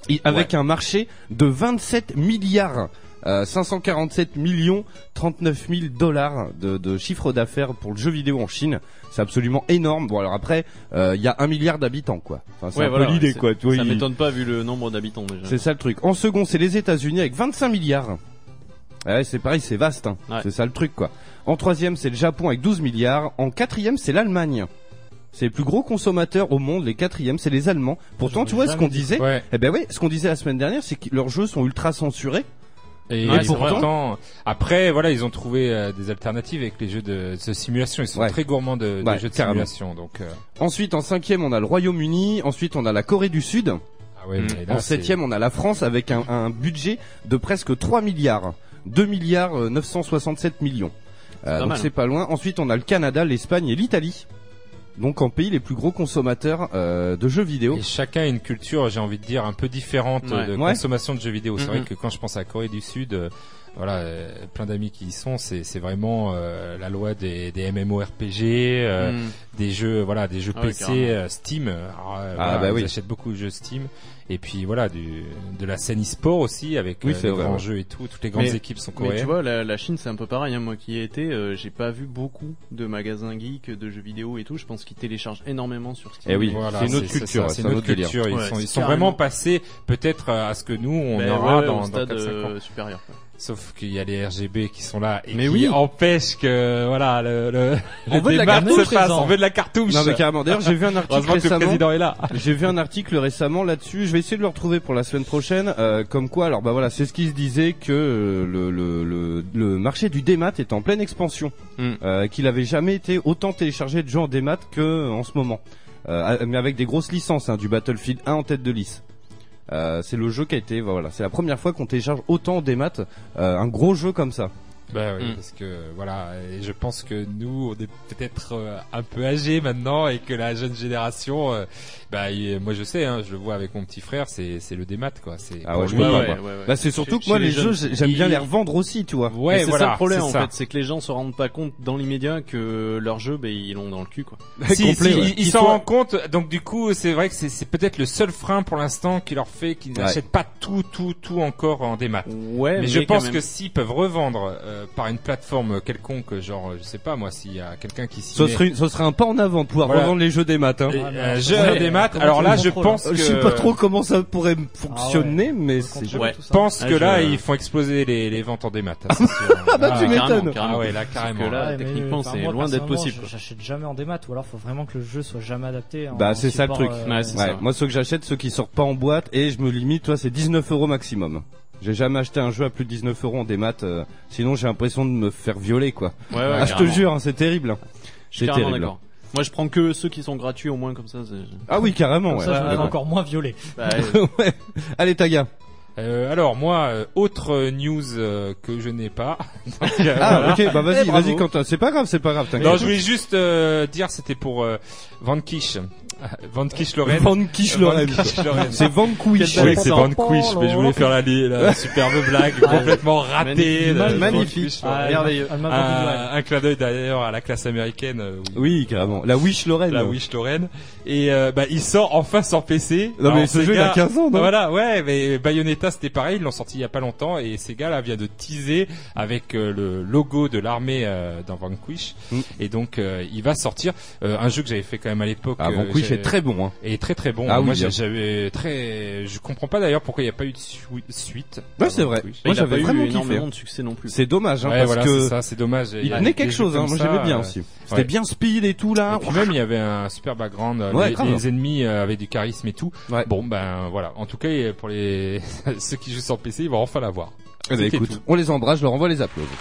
Et avec Ouais. un marché de vingt-sept milliards. Euh, cinq cent quarante-sept millions trente-neuf mille dollars de, de chiffre d'affaires pour le jeu vidéo en Chine. C'est absolument énorme. Bon alors après, il euh, y a un milliard d'habitants quoi. Enfin, c'est Ouais, un voilà, peu l'idée c'est- quoi. Tu vois, ça il- m'étonne pas vu le nombre d'habitants déjà. C'est ça le truc. En second, c'est les États-Unis avec vingt-cinq milliards. Ouais, c'est pareil, c'est vaste. Hein. Ouais. C'est ça le truc quoi. En troisième, c'est le Japon avec douze milliards. En quatrième, c'est l'Allemagne. C'est les plus gros consommateurs au monde. Les quatrièmes, c'est les Allemands. Pourtant, tu vois ce qu'on disait. Ouais. Eh ben oui, ce qu'on disait la semaine dernière, c'est que leurs jeux sont ultra censurés. Et, Ouais, et c'est vrai. pourtant, après, voilà, ils ont trouvé euh, des alternatives avec les jeux de, de simulation. Ils sont Ouais. très gourmands de, de Ouais, jeux de carrément. simulation. Donc, euh, Ensuite, en cinquième, on a le Royaume-Uni. Ensuite, on a la Corée du Sud. ah ouais, mais là, En c'est- septième, on a la France avec un, un budget de presque trois milliards. deux milliards euh, neuf cent soixante-sept millions. Euh, pas donc mal, c'est hein. pas loin. Ensuite, on a le Canada, l'Espagne et l'Italie. Donc en pays les plus gros consommateurs euh, de jeux vidéo. Et chacun a une culture, j'ai envie de dire, un peu différente Ouais. de Ouais. consommation de jeux vidéo. C'est Mhm. vrai que quand je pense à la Corée du Sud, euh, voilà, euh, plein d'amis qui y sont, c'est c'est vraiment euh, la loi des, des MMORPG, euh, Mm. des jeux, voilà, des jeux Ah ouais, P C, carrément. euh, Steam. Alors, euh, Ah, voilà, bah ils oui. achètent beaucoup de jeux Steam. Et puis voilà, du, de la scène e-sport aussi, avec Oui, euh, c'est les vrai, grands ouais. jeux et tout. Toutes les grandes Mais- équipes sont Mais coréennes. tu vois, la, la Chine c'est un peu pareil. Hein. Moi qui y ai été, euh, j'ai pas vu beaucoup de magasins geeks, de jeux vidéo et tout. Je pense qu'ils téléchargent énormément sur Steam. Eh oui, Voilà, c'est une autre c'est culture, ça, c'est c'est un une autre autre délire. culture. Ils Ouais, sont, ils c'est sont carrément. vraiment passés peut-être à ce que nous on Ben aura ouais, dans, au dans stade quatre cinq ans. euh, supérieur. Quoi. Sauf qu'il y a les R G B qui sont là et Mais qui oui. empêchent que voilà le, le, On le veut de la débat cartouche, se passe. présent. On veut de la cartouche. Non mais carrément. D'ailleurs, j'ai vu un article Heureusement que le récemment. président est là. J'ai vu un article récemment là-dessus. Je vais essayer de le retrouver pour la semaine prochaine. Euh, comme quoi, alors bah voilà, c'est ce qui se disait que euh, le, le, le, le marché du démat est en pleine expansion. Mm. Euh, qu'il avait jamais été autant téléchargé de jeux en démat que euh, en ce moment. Euh, mais avec des grosses licences, hein, du Battlefield un en tête de liste. Euh, c'est le jeu qui a été, voilà, c'est la première fois qu'on télécharge autant en démat euh, un gros jeu comme ça. Bah oui, Mm. parce que voilà, et je pense que nous, on est peut-être euh, un peu âgés maintenant et que la jeune génération, euh, bah il- moi je sais, hein, je le vois avec mon petit frère, c'est c'est le démat quoi. C'est Ah ouais, je pour me lui, bats, ouais, quoi. ouais, ouais. Bah c'est surtout Chez- que moi chez les les jeux, jeunes, j'aime bien ils- les revendre aussi, tu vois. Ouais, Et c'est voilà, ça le problème c'est en ça. fait, c'est que les gens se rendent pas compte dans l'immédiat que leur jeu, ben ils l'ont dans le cul quoi. Si, Complet, si, ouais. ils- ils Il s'en faut- rendent compte. Donc du coup, c'est vrai que c'est c'est peut-être le seul frein pour l'instant qui leur fait qu'ils Ouais. n'achètent pas tout, tout, tout encore en démat. Ouais, Mais, je quand pense même. que s'ils peuvent revendre euh, par une plateforme quelconque, genre je sais pas moi, s'il y a quelqu'un qui s'y Ce met- serait, ce serait un pas en avant de pouvoir Voilà. revendre les jeux des maths. Hein. Et, Ah, mais euh, alors, jeu ouais, des maths. comment Alors tu là, le je contrôles, pense hein. que Je sais pas trop comment ça pourrait fonctionner, mais c'est. Contrôle Ouais. tout ça. Je pense Ah, que je- là, ils font exploser les, les ventes en démat. ça, c'est sûr. Ah bah, tu Ah, m'étonnes. carrément, Ah carrément. ouais, là Parce carrément. que là, Ouais, mais, techniquement, enfin, c'est moi, loin d'être personnellement, possible, je- quoi. J'achète jamais en démat, ou alors faut vraiment que le jeu soit jamais adapté. En, Bah en c'est ça le support, truc. euh, Ouais, c'est Ouais, ça. moi ceux que j'achète, ceux qui sortent pas en boîte, et je me limite, toi c'est dix-neuf euros maximum. J'ai jamais acheté un jeu à plus de dix-neuf euros en démat, euh, sinon j'ai l'impression de me faire violer quoi. Ouais, ouais, Ah, je te carrément. jure, hein, c'est terrible. hein. Je suis C'est carrément terrible. d'accord. Moi, je prends que ceux qui sont gratuits au moins comme ça. c'est- Ah oui, carrément. Comme Ouais. ça, je me fais Ouais. encore moins violer. Bah, ouais. Ouais. Allez Taga. Euh, alors moi, euh, autre euh, news euh, que je n'ai pas. Donc, euh, Ah voilà. ok, bah vas-y, Eh, bravo. vas-y Quentin. C'est pas grave, c'est pas grave. t'inquiète. Non, je voulais juste euh, dire, c'était pour euh, Van Kish. Van Kish Lorraine. Van Kish Lorraine. Van Kish Lorraine. C'est Vanquish. Oui, c'est Van Pan, Quish, mais je voulais faire la, la superbe blague complètement ratée. de Van Magnifique. Quish, Ah, ouais. merveilleux. elle m'a vendu du rêve. Un, un clin d'œil d'ailleurs à la classe américaine. euh, où- Oui, carrément. La Wish Lorraine. La Wish Lorraine. Et euh, bah il sort enfin sur P C. Non mais Alors, ce jeu il a Sega- quinze ans, non? Voilà, ouais, mais Bayonetta c'était pareil, ils l'ont sorti il y a pas longtemps et Sega là vient de teaser avec euh, le logo de l'armée euh, dans Vanquish Mm. et donc euh, il va sortir euh, un jeu que j'avais fait quand même à l'époque. Ah, euh, Vanquish j'avais- est très bon. Hein. Et très très bon. Ah Moi oui, j'ai- hein. j'avais très, je comprends pas d'ailleurs pourquoi il n'y a pas eu de su- suite. Ouais, à c'est vrai. Vanquish. Mais Moi, il a j'avais pas vraiment eu kiffé. énormément de succès non plus. C'est dommage, hein, Ouais, parce voilà, que c'est ça, c'est dommage. il y a tenait des quelque jeux chose. Hein. comme Moi, j'aimais ça, bien euh, aussi. C'était ouais. bien speed et tout là. Et puis même il y avait un super background, euh, Ouais, les, grave. les ennemis euh, avaient du charisme et tout. Ouais. Bon ben voilà, en tout cas pour les ceux qui jouent sur P C, ils vont enfin l'avoir. Eh ben, C'était écoute, tout. on les embrasse, je leur envoie les applaudissements.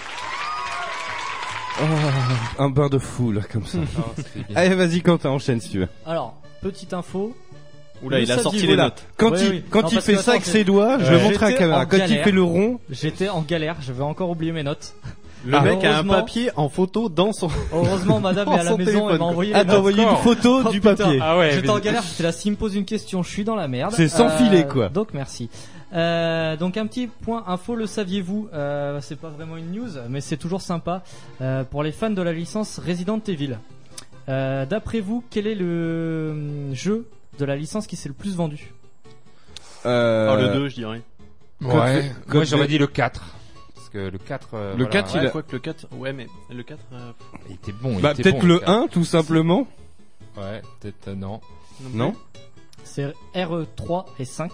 Oh, un bain de fou là comme ça. Ah, c'était bien. Allez, vas-y Quentin, enchaîne si tu veux. Alors, petite info. Oula, Le il a sorti saviez-vous les là notes. Quand Ouais, il oui. quand Non, il parce fait que, ça attends, avec j'ai- ses doigts, je le Euh, montre à la j'étais caméra. en Quand il galère. fait le rond, J'étais en galère, je vais encore oublier mes notes. Le Ah, mec a un heureusement- papier en photo dans son. Heureusement, madame est à la Son maison et téléphone, m'a envoyé ah les t'as notes. envoyé une photo Oh, du putain. papier. Ah ouais. J'étais mais- en galère, j'étais là, s'il me pose une question, je suis dans la merde. C'est sans filet, quoi. Donc merci. Euh, donc un petit point info, le saviez-vous euh, C'est pas vraiment une news, mais c'est toujours sympa euh, pour les fans de la licence Resident Evil. Euh, D'après vous, quel est le hum, jeu de la licence qui s'est le plus vendu? Euh... Ah, le deux, je dirais. Ouais. Code- Moi Code j'aurais V- dit le quatre. Parce que le quatre. Euh, Le voilà, quatre, ouais, il Ouais, a- quoi que le quatre, ouais, mais le quatre, euh... il était bon. il Bah était peut-être bon, le quatre. un tout simplement. Ouais, peut-être euh, non. Non. C'est R E trois et cinq.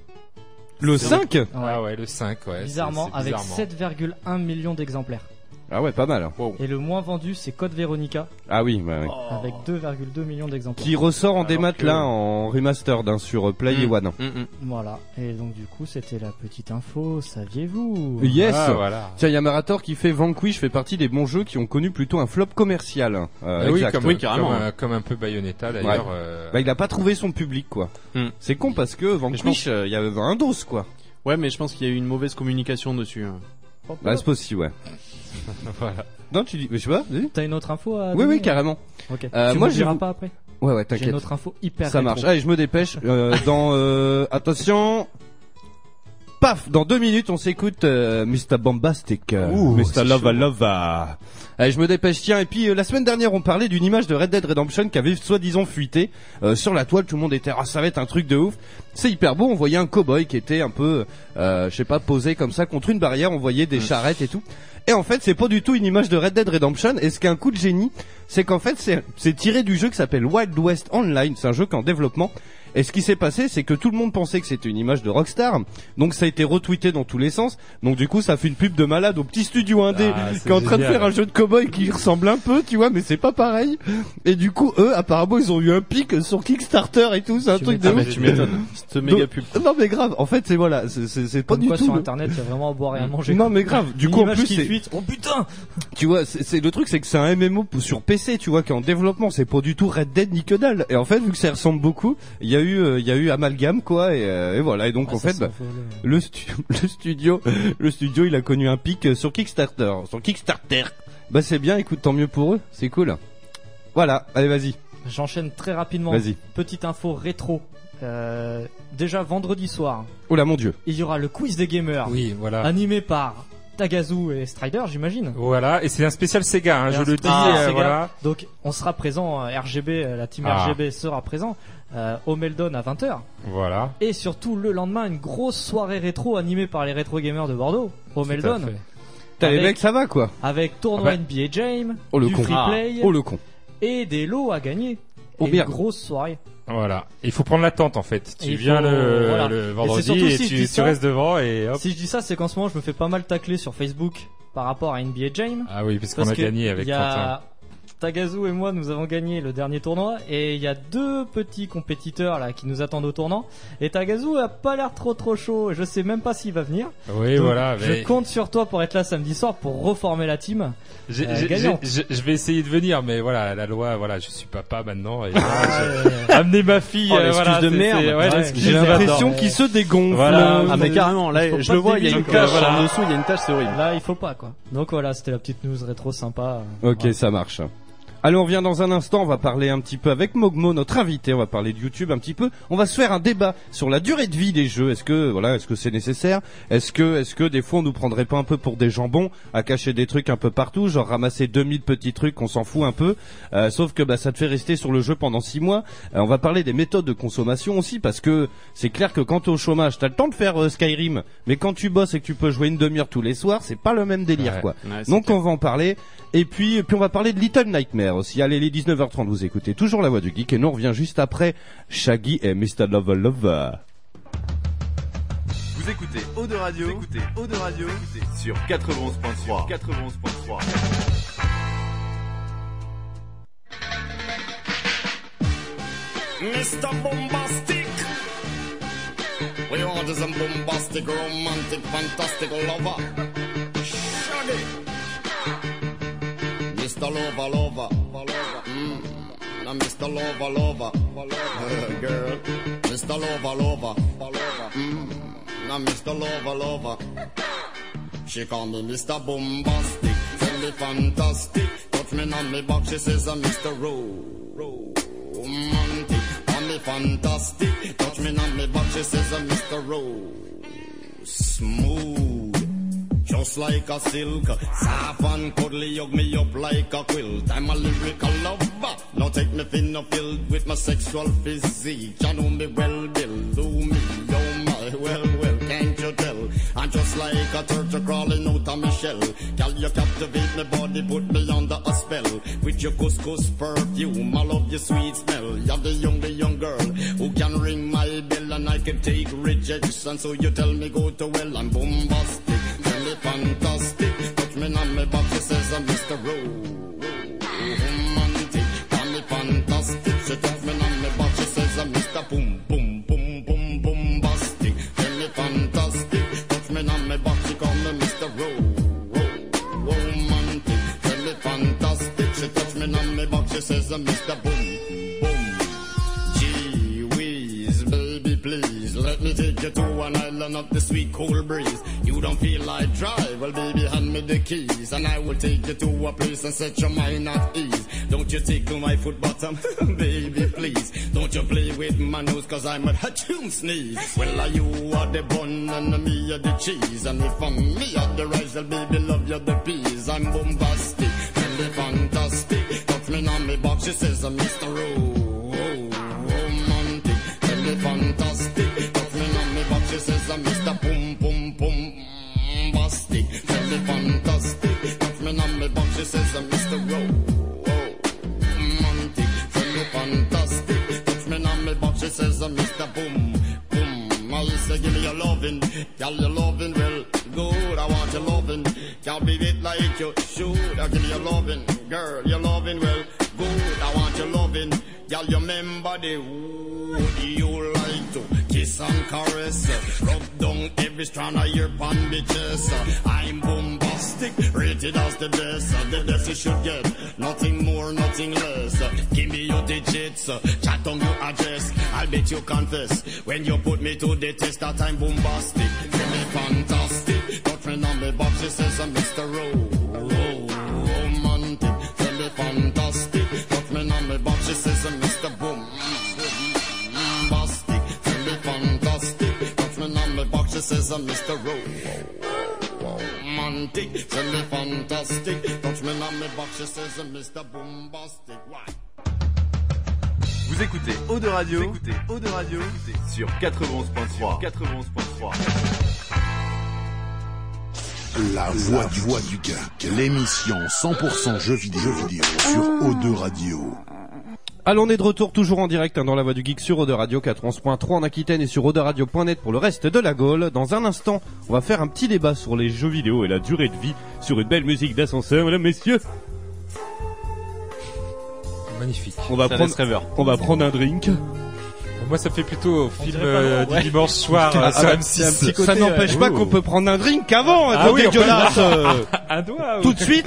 Le cinq. Ouais. Ah ouais, le cinq, ouais. Bizarrement, c'est- c'est avec bizarrement. sept virgule un millions d'exemplaires. Ah ouais, pas mal. Et le moins vendu, c'est Code Veronica, Ah oui, ouais, ouais. avec deux virgule deux millions d'exemplaires. Qui ressort en Alors démat que- là en remastered hein, sur Play et Mm. One. Mm, mm. Voilà. Et donc du coup, c'était la petite info. Saviez-vous? Yes. Ah, voilà. Tiens, il y a Marator qui fait Vanquish fait partie des bons jeux qui ont connu plutôt un flop commercial. Euh, Ah oui, exact. comme, Oui, carrément. Comme, euh, comme un peu Bayonetta d'ailleurs. Ouais. euh, Bah il a pas trouvé son public quoi. Mm. C'est con parce que Vanquish, euh, il y avait un dos quoi. Ouais, mais je pense qu'il y a eu une mauvaise communication dessus. hein. Bah c'est possible ouais. voilà. Non tu dis, mais je sais pas. Vas-y. T'as une autre info à Oui donner oui carrément. Ok. Euh, tu moi, me je diras vous- pas après. Ouais ouais J'ai t'inquiète. une autre info hyper Ça rétro. marche. Allez je me dépêche. Euh, dans euh, attention. Paf, dans deux minutes, on s'écoute euh, mister Bombastic, euh, Ouh, mister c'est Lova chaud. Lova. Allez, je me dépêche. Tiens, et puis euh, la semaine dernière, on parlait d'une image de Red Dead Redemption qui avait soi-disant fuité euh, sur la toile. Tout le monde était, ah, ça va être un truc de ouf. C'est hyper beau. On voyait un cow-boy qui était un peu, euh, je sais pas, posé comme ça contre une barrière. On voyait des charrettes et tout. Et en fait, c'est pas du tout une image de Red Dead Redemption. Et ce qui est un coup de génie, c'est qu'en fait, c'est c'est tiré du jeu qui s'appelle Wild West Online. C'est un jeu qui est en développement. Et ce qui s'est passé, c'est que tout le monde pensait que c'était une image de Rockstar. Donc ça a été retweeté dans tous les sens. Donc du coup, ça fait une pub de malade au petit studio indé Ah, qui c'est est en train de génial. faire un jeu de cowboy qui ressemble un peu, tu vois, mais c'est pas pareil. Et du coup, eux, apparemment, ils ont eu un pic sur Kickstarter et tout. C'est un Tu truc de m'étonnes. ouf. Ah, mais tu m'étonnes. Cette méga Donc- pub. Non mais grave. En fait, c'est voilà, c'est c'est c'est pas Comme du quoi tout. sur le- internet, il y a vraiment à boire et à manger. Non mais grave. Du Une coup, en image plus, qui c'est fuite. Oh putain. tu vois, c'est c'est- le truc, c'est que c'est un M M O sur P C, tu vois, qui est en développement. C'est pas du tout Red Dead ni que dalle. Et en fait, vu que ça ressemble beaucoup, il y a eu, euh, il y a eu amalgame quoi, et, euh, et voilà. Et donc Ah, en ça fait, bah, s'envole. le, stu- le studio, le studio, il a connu un pic sur Kickstarter, sur Kickstarter. Bah c'est bien. Écoute, tant mieux pour eux. C'est cool. Voilà. Allez, vas-y, J'enchaîne très rapidement. vas-y. Petite info rétro. Euh, déjà vendredi soir, Oh là, mon Dieu. il y aura le quiz des gamers, Oui, voilà. animé par Tagazu et Strider, j'imagine. Voilà, et c'est un spécial Sega, hein, Et je un le dis. spécial euh, Sega. voilà. Donc on sera présent, euh, R G B, euh, la team Ah. R G B sera présent euh, au Meldon à vingt heures. Voilà. Et surtout le lendemain, une grosse soirée rétro animée par les rétro gamers de Bordeaux au Tout à Meldon. fait. T'as les Avec- mecs, ça va quoi. Avec tournoi Ah bah. N B A Jam, Oh le du con. free play Oh le con. et des lots à gagner. Oh, et merde. une grosse soirée. Voilà. Il faut prendre la tente en fait. Et Tu il viens faut- le, voilà. le Et vendredi c'est surtout et, si je tu, dis tu ça- restes devant et hop. Si je dis ça, c'est qu'en ce moment, je me fais pas mal tacler sur Facebook par rapport à N B A Jam. Ah oui, parce qu'on Parce a que gagné avec il y Quentin. a Tagazu et moi, nous avons gagné le dernier tournoi et il y a deux petits compétiteurs là qui nous attendent au tournant. Et Tagazu a pas l'air trop trop chaud. Je sais même pas s'il va venir. Oui, Donc, voilà. mais- Je compte sur toi pour être là samedi soir pour reformer la team. J'ai- euh, j'ai- gagnante. j'ai- Je je vais essayer de venir, mais voilà, la loi, voilà, je suis papa maintenant. Et Ah, voilà, euh, j'ai- Amener ma fille, Oh, euh, l'excuse voilà, de c'est- merde. c'est- ouais, Ouais, l'excuse J'ai de l'impression merde. qu'il se dégonfle. Voilà. Ah mais carrément, là faut je pas le te vois, il y a une dévier, tache quoi. en dessous, il y a une tache, c'est horrible. Là, il faut pas quoi. Donc voilà, c'était la petite news rétro sympa. Ok, Voilà. ça marche. Allez, on revient dans un instant, on va parler un petit peu avec Mogmo, notre invité, on va parler de YouTube un petit peu. On va se faire un débat sur la durée de vie des jeux. Est-ce que voilà, est-ce que c'est nécessaire? Est-ce que est-ce que des fois on nous prendrait pas un peu pour des jambons à cacher des trucs un peu partout, genre ramasser deux mille petits trucs, on s'en fout un peu. Euh, sauf que bah ça te fait rester sur le jeu pendant six mois. Euh, on va parler des méthodes de consommation aussi parce que c'est clair que quand t'es au chômage, t'as le temps de faire euh, Skyrim, mais quand tu bosses et que tu peux jouer une demi-heure tous les soirs, c'est pas le même délire Ouais. quoi. Ouais, c'est Donc clair. on va en parler. Et puis, et puis on va parler de Little Nightmare aussi. Allez, les dix-neuf heures trente, vous écoutez toujours La Voix du Geek et nous on revient juste après Shaggy et mister Lover Lover. Vous écoutez Eau de Radio, vous écoutez Eau de Radio écoutez sur quatre-vingt-onze point trois. quatre-vingt-onze point trois. mister Bombastic. We want is a bombastic, romantic, fantastic lover. Shaggy. mister Lover, lover. Mm. Now mister Lover, lover. Girl. mister Lover, lover. Mm. Now mister Lover, lover. She call me Mister Bombastic, tell me fantastic. Touch me on me back, she says I'm Mister Romantic. Call me fantastic, touch me on me back, she says I'm Mister Smooth, just like a silk. Soft and cuddly, hug me up like a quilt. I'm a lyrical lover, now take me thin or filled with my sexual physique. You know me well, Bill, do me, oh my like a turtle crawling out of my shell. Girl, you captivate my body, put me under a spell. With your couscous perfume, I love your sweet smell. You're the young, the young girl who can ring my bell and I can take rejection. So you tell me go to well, I'm bombastic, tell me fantastic. Touch me on my back, she says I'm Mister Romantic, tell me fantastic. She touch me on my back, she says I'm Mister Boom, boom, boom, boom, bombastic. Tell me fantastic, touch me on my back, she call me Mister Romantic, tell me fantastic. She touch me on my back, she says I'm Mister Boom, boom. Gee whiz, baby please, let me take you to an island of the sweet cool breeze. You don't feel like drive, well baby hand me the keys and I will take you to a place and set your mind at ease. Don't you tickle my foot bottom, baby please. Don't you play with my nose cause I'm a hatchoon sneeze. Well are you are the bun and me are the cheese. And if I'm me are the rice, well baby love you the peas. I'm bombastic, tell me fantastic. Touch me on me box, she says I'm Mister Romantic. Tell me fantastic, touch me on me box, she says I'm Mister Boom Boom Boom Bastic. Tell me fantastic, touch me on me box, she says I'm Mister Romantic. Tell me fantastic, touch me on me box, she says I'm Mister Boom Boom. I say give me your lovin', girl your lovin' well good. I want your lovin', can't beat it like you should. I give me your lovin', girl your lovin' well good. I want your lovin', girl you remember the wood you like to kiss and caress, rub down every strand of your bandages. I'm bombastic, rated as the best, the best you should get, nothing more, nothing less. Give me your digits, chat on your address, I'll bet you confess when you put me to the test that I'm bombastic. Tell me fantastic, touch me on me box, she says I'm Mister Romantic. Tell me fantastic, touch me on me box, she says I'm Mister Boom. She says I'm Mister Romantic. Tell me fantastic. Touch me on me box. She says I'm Mister Bombastic. Why? Vous écoutez Eau de Radio, Vous écoutez Eau de Radio sur quatre-vingt-onze point trois. quatre-vingt-onze point trois. La voix du, voix du geek, l'émission cent pour cent jeux vidéo, jeux vidéo sur O deux Radio. Alors on est de retour toujours en direct hein, dans la voix du geek sur O deux Radio quatre-vingt-onze point trois en Aquitaine et sur O deux radio point net pour le reste de la Gaule. Dans un instant, on va faire un petit débat sur les jeux vidéo et la durée de vie sur une belle musique d'ascenseur, mesdames, messieurs. Magnifique. On va prendre, on va prendre un drink. Moi, ça fait plutôt film euh, du ouais. dimanche soir ah, sur M six. Côté, ça n'empêche ouais. pas qu'on peut prendre un drink avant. Ah oui, dégueulasse. Euh, un doigt. Tout de suite.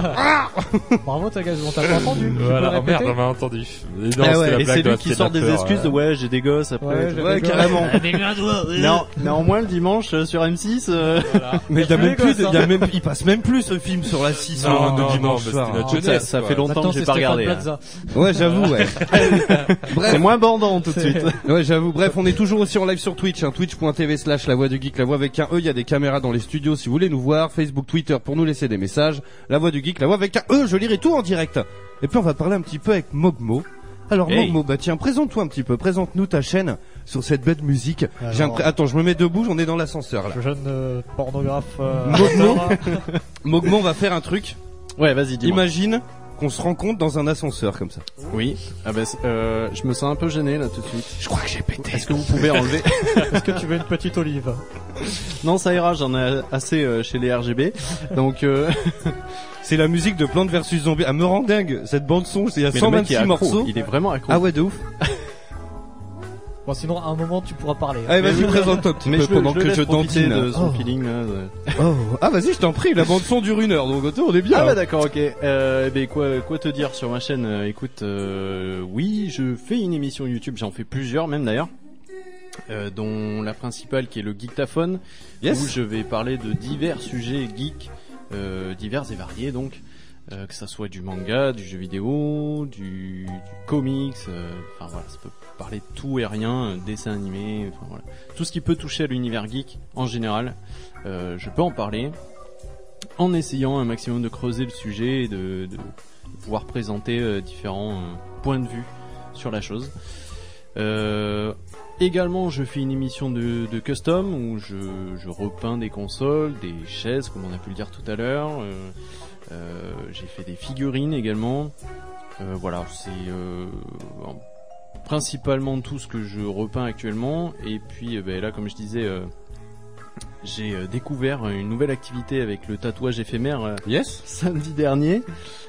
Bravo, t'as quasiment pas entendu. Voilà, oh merde, on m'a entendu. Et, non, ah ouais, et c'est lui qui sort des excuses. Euh... Ouais, j'ai des gosses après. Ouais, ouais carrément. Non, néanmoins le dimanche euh, sur M six. Euh... Voilà. Mais il y a même plus, il y a même, il passe même plus ce film sur la six le dimanche soir. Ça fait longtemps que j'ai pas regardé. Ouais, j'avoue. Ouais. C'est moins bandant tout de suite. Ouais, j'avoue. Bref, on est toujours aussi en live sur Twitch, hein, twitch point t v slash la voix du geek, la voix avec un E. Il y a des caméras dans les studios si vous voulez nous voir. Facebook, Twitter pour nous laisser des messages. La voix du geek, la voix avec un E. Je lirai tout en direct. Et puis on va parler un petit peu avec Mogmo. Alors hey. Mogmo, bah tiens, présente-toi un petit peu. Présente-nous ta chaîne sur cette belle musique. Alors... J'ai un... Attends, je me mets debout. J'en ai dans l'ascenseur là. Je jeune euh, pornographe. Euh... Mogmo. Mogmo, on va faire un truc. Ouais, vas-y. Dis-moi. Imagine qu'on se rencontre dans un ascenseur comme ça. Oui. Ah bah, euh, je me sens un peu gêné là tout de suite. Je crois que j'ai pété. Est-ce que vous pouvez enlever? Est-ce que tu veux une petite olive? Non, ça ira. J'en ai assez euh, chez les R G B. Donc. Euh... C'est la musique de Plants versus Zombies. Ah, me rend dingue cette bande son. Il y a cent vingt-six morceaux. Il est vraiment accro. Ah ouais, de ouf. Bon, sinon, à un moment, tu pourras parler. Allez, vas-y, présente-toi un petit peu pendant que je tantine de son oh. feeling. Là, de... oh. Ah, vas-y, je t'en prie. La bande son dure une heure, donc on est bien. Ah bah d'accord, ok. Euh, ben quoi, quoi te dire sur ma chaîne euh, Écoute, euh, oui, je fais une émission YouTube. J'en fais plusieurs, même d'ailleurs. Euh, dont la principale qui est le Geektaphone, yes. où je vais parler de divers sujets geeks, euh, divers et variés donc. Euh, que ça soit du manga, du jeu vidéo, du, du comics, euh, enfin voilà, ça peut parler de tout et rien, euh, dessin animé, enfin voilà, tout ce qui peut toucher à l'univers geek en général, euh, je peux en parler en essayant un maximum de creuser le sujet et de, de pouvoir présenter euh, différents euh, points de vue sur la chose. Euh, également, je fais une émission de, de custom où je, je repeins des consoles, des chaises, comme on a pu le dire tout à l'heure. Euh, euh, j'ai fait des figurines également. Euh, voilà, c'est euh, principalement tout ce que je repeins actuellement. Et puis, euh, ben, là, comme je disais, euh, j'ai euh, découvert une nouvelle activité avec le tatouage éphémère. Euh, yes. Samedi dernier.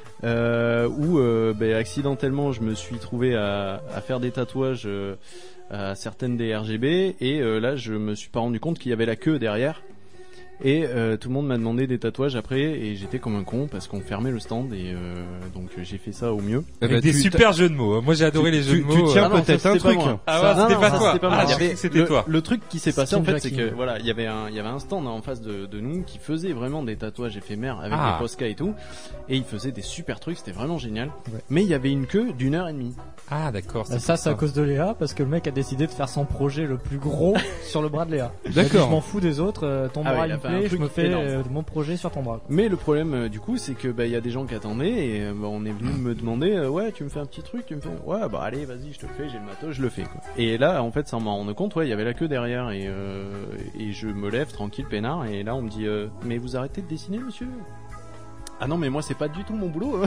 Euh, où euh, ben, accidentellement je me suis trouvé à, à faire des tatouages euh, à certaines des R G B et euh, là je me suis pas rendu compte qu'il y avait la queue derrière et euh, tout le monde m'a demandé des tatouages après et j'étais comme un con parce qu'on fermait le stand et euh, donc j'ai fait ça au mieux. Avec bah, des super jeux de mots. Moi j'ai adoré tu, les jeux tu, de mots. Tu tiens ah non, peut-être ça, un truc. Ah ouais, c'était pas toi. Pas ah, il y avait, c'était le, toi. Le truc qui s'est passé en fait, c'est Jacking. que voilà, il y avait un, il y avait un stand en face de, de nous qui faisait vraiment des tatouages éphémères avec ah. des Posca et tout, et il faisait des super trucs, c'était vraiment génial. Ouais. Mais il y avait une queue d'une heure et demie. Ah d'accord. Ça, ça c'est à cause de Léa parce que le mec a décidé de faire son projet le plus gros sur le bras de Léa. D'accord. Je m'en fous des autres. euh, Ton Ah bras ouais, il il a me fait un plaît, je truc me fais énorme. euh, mon projet sur ton bras. Mais le problème euh, du coup c'est que bah il y a des gens qui attendaient et euh, bah, on est venu me demander euh, ouais tu me fais un petit truc, tu me fais ouais bah allez vas-y je te le fais, j'ai le matos, je le fais quoi. Et là en fait sans m'en rendre compte ouais il y avait la queue derrière et euh, et je me lève tranquille peinard et là on me dit euh, mais vous arrêtez de dessiner monsieur? Ah non mais moi c'est pas du tout mon boulot.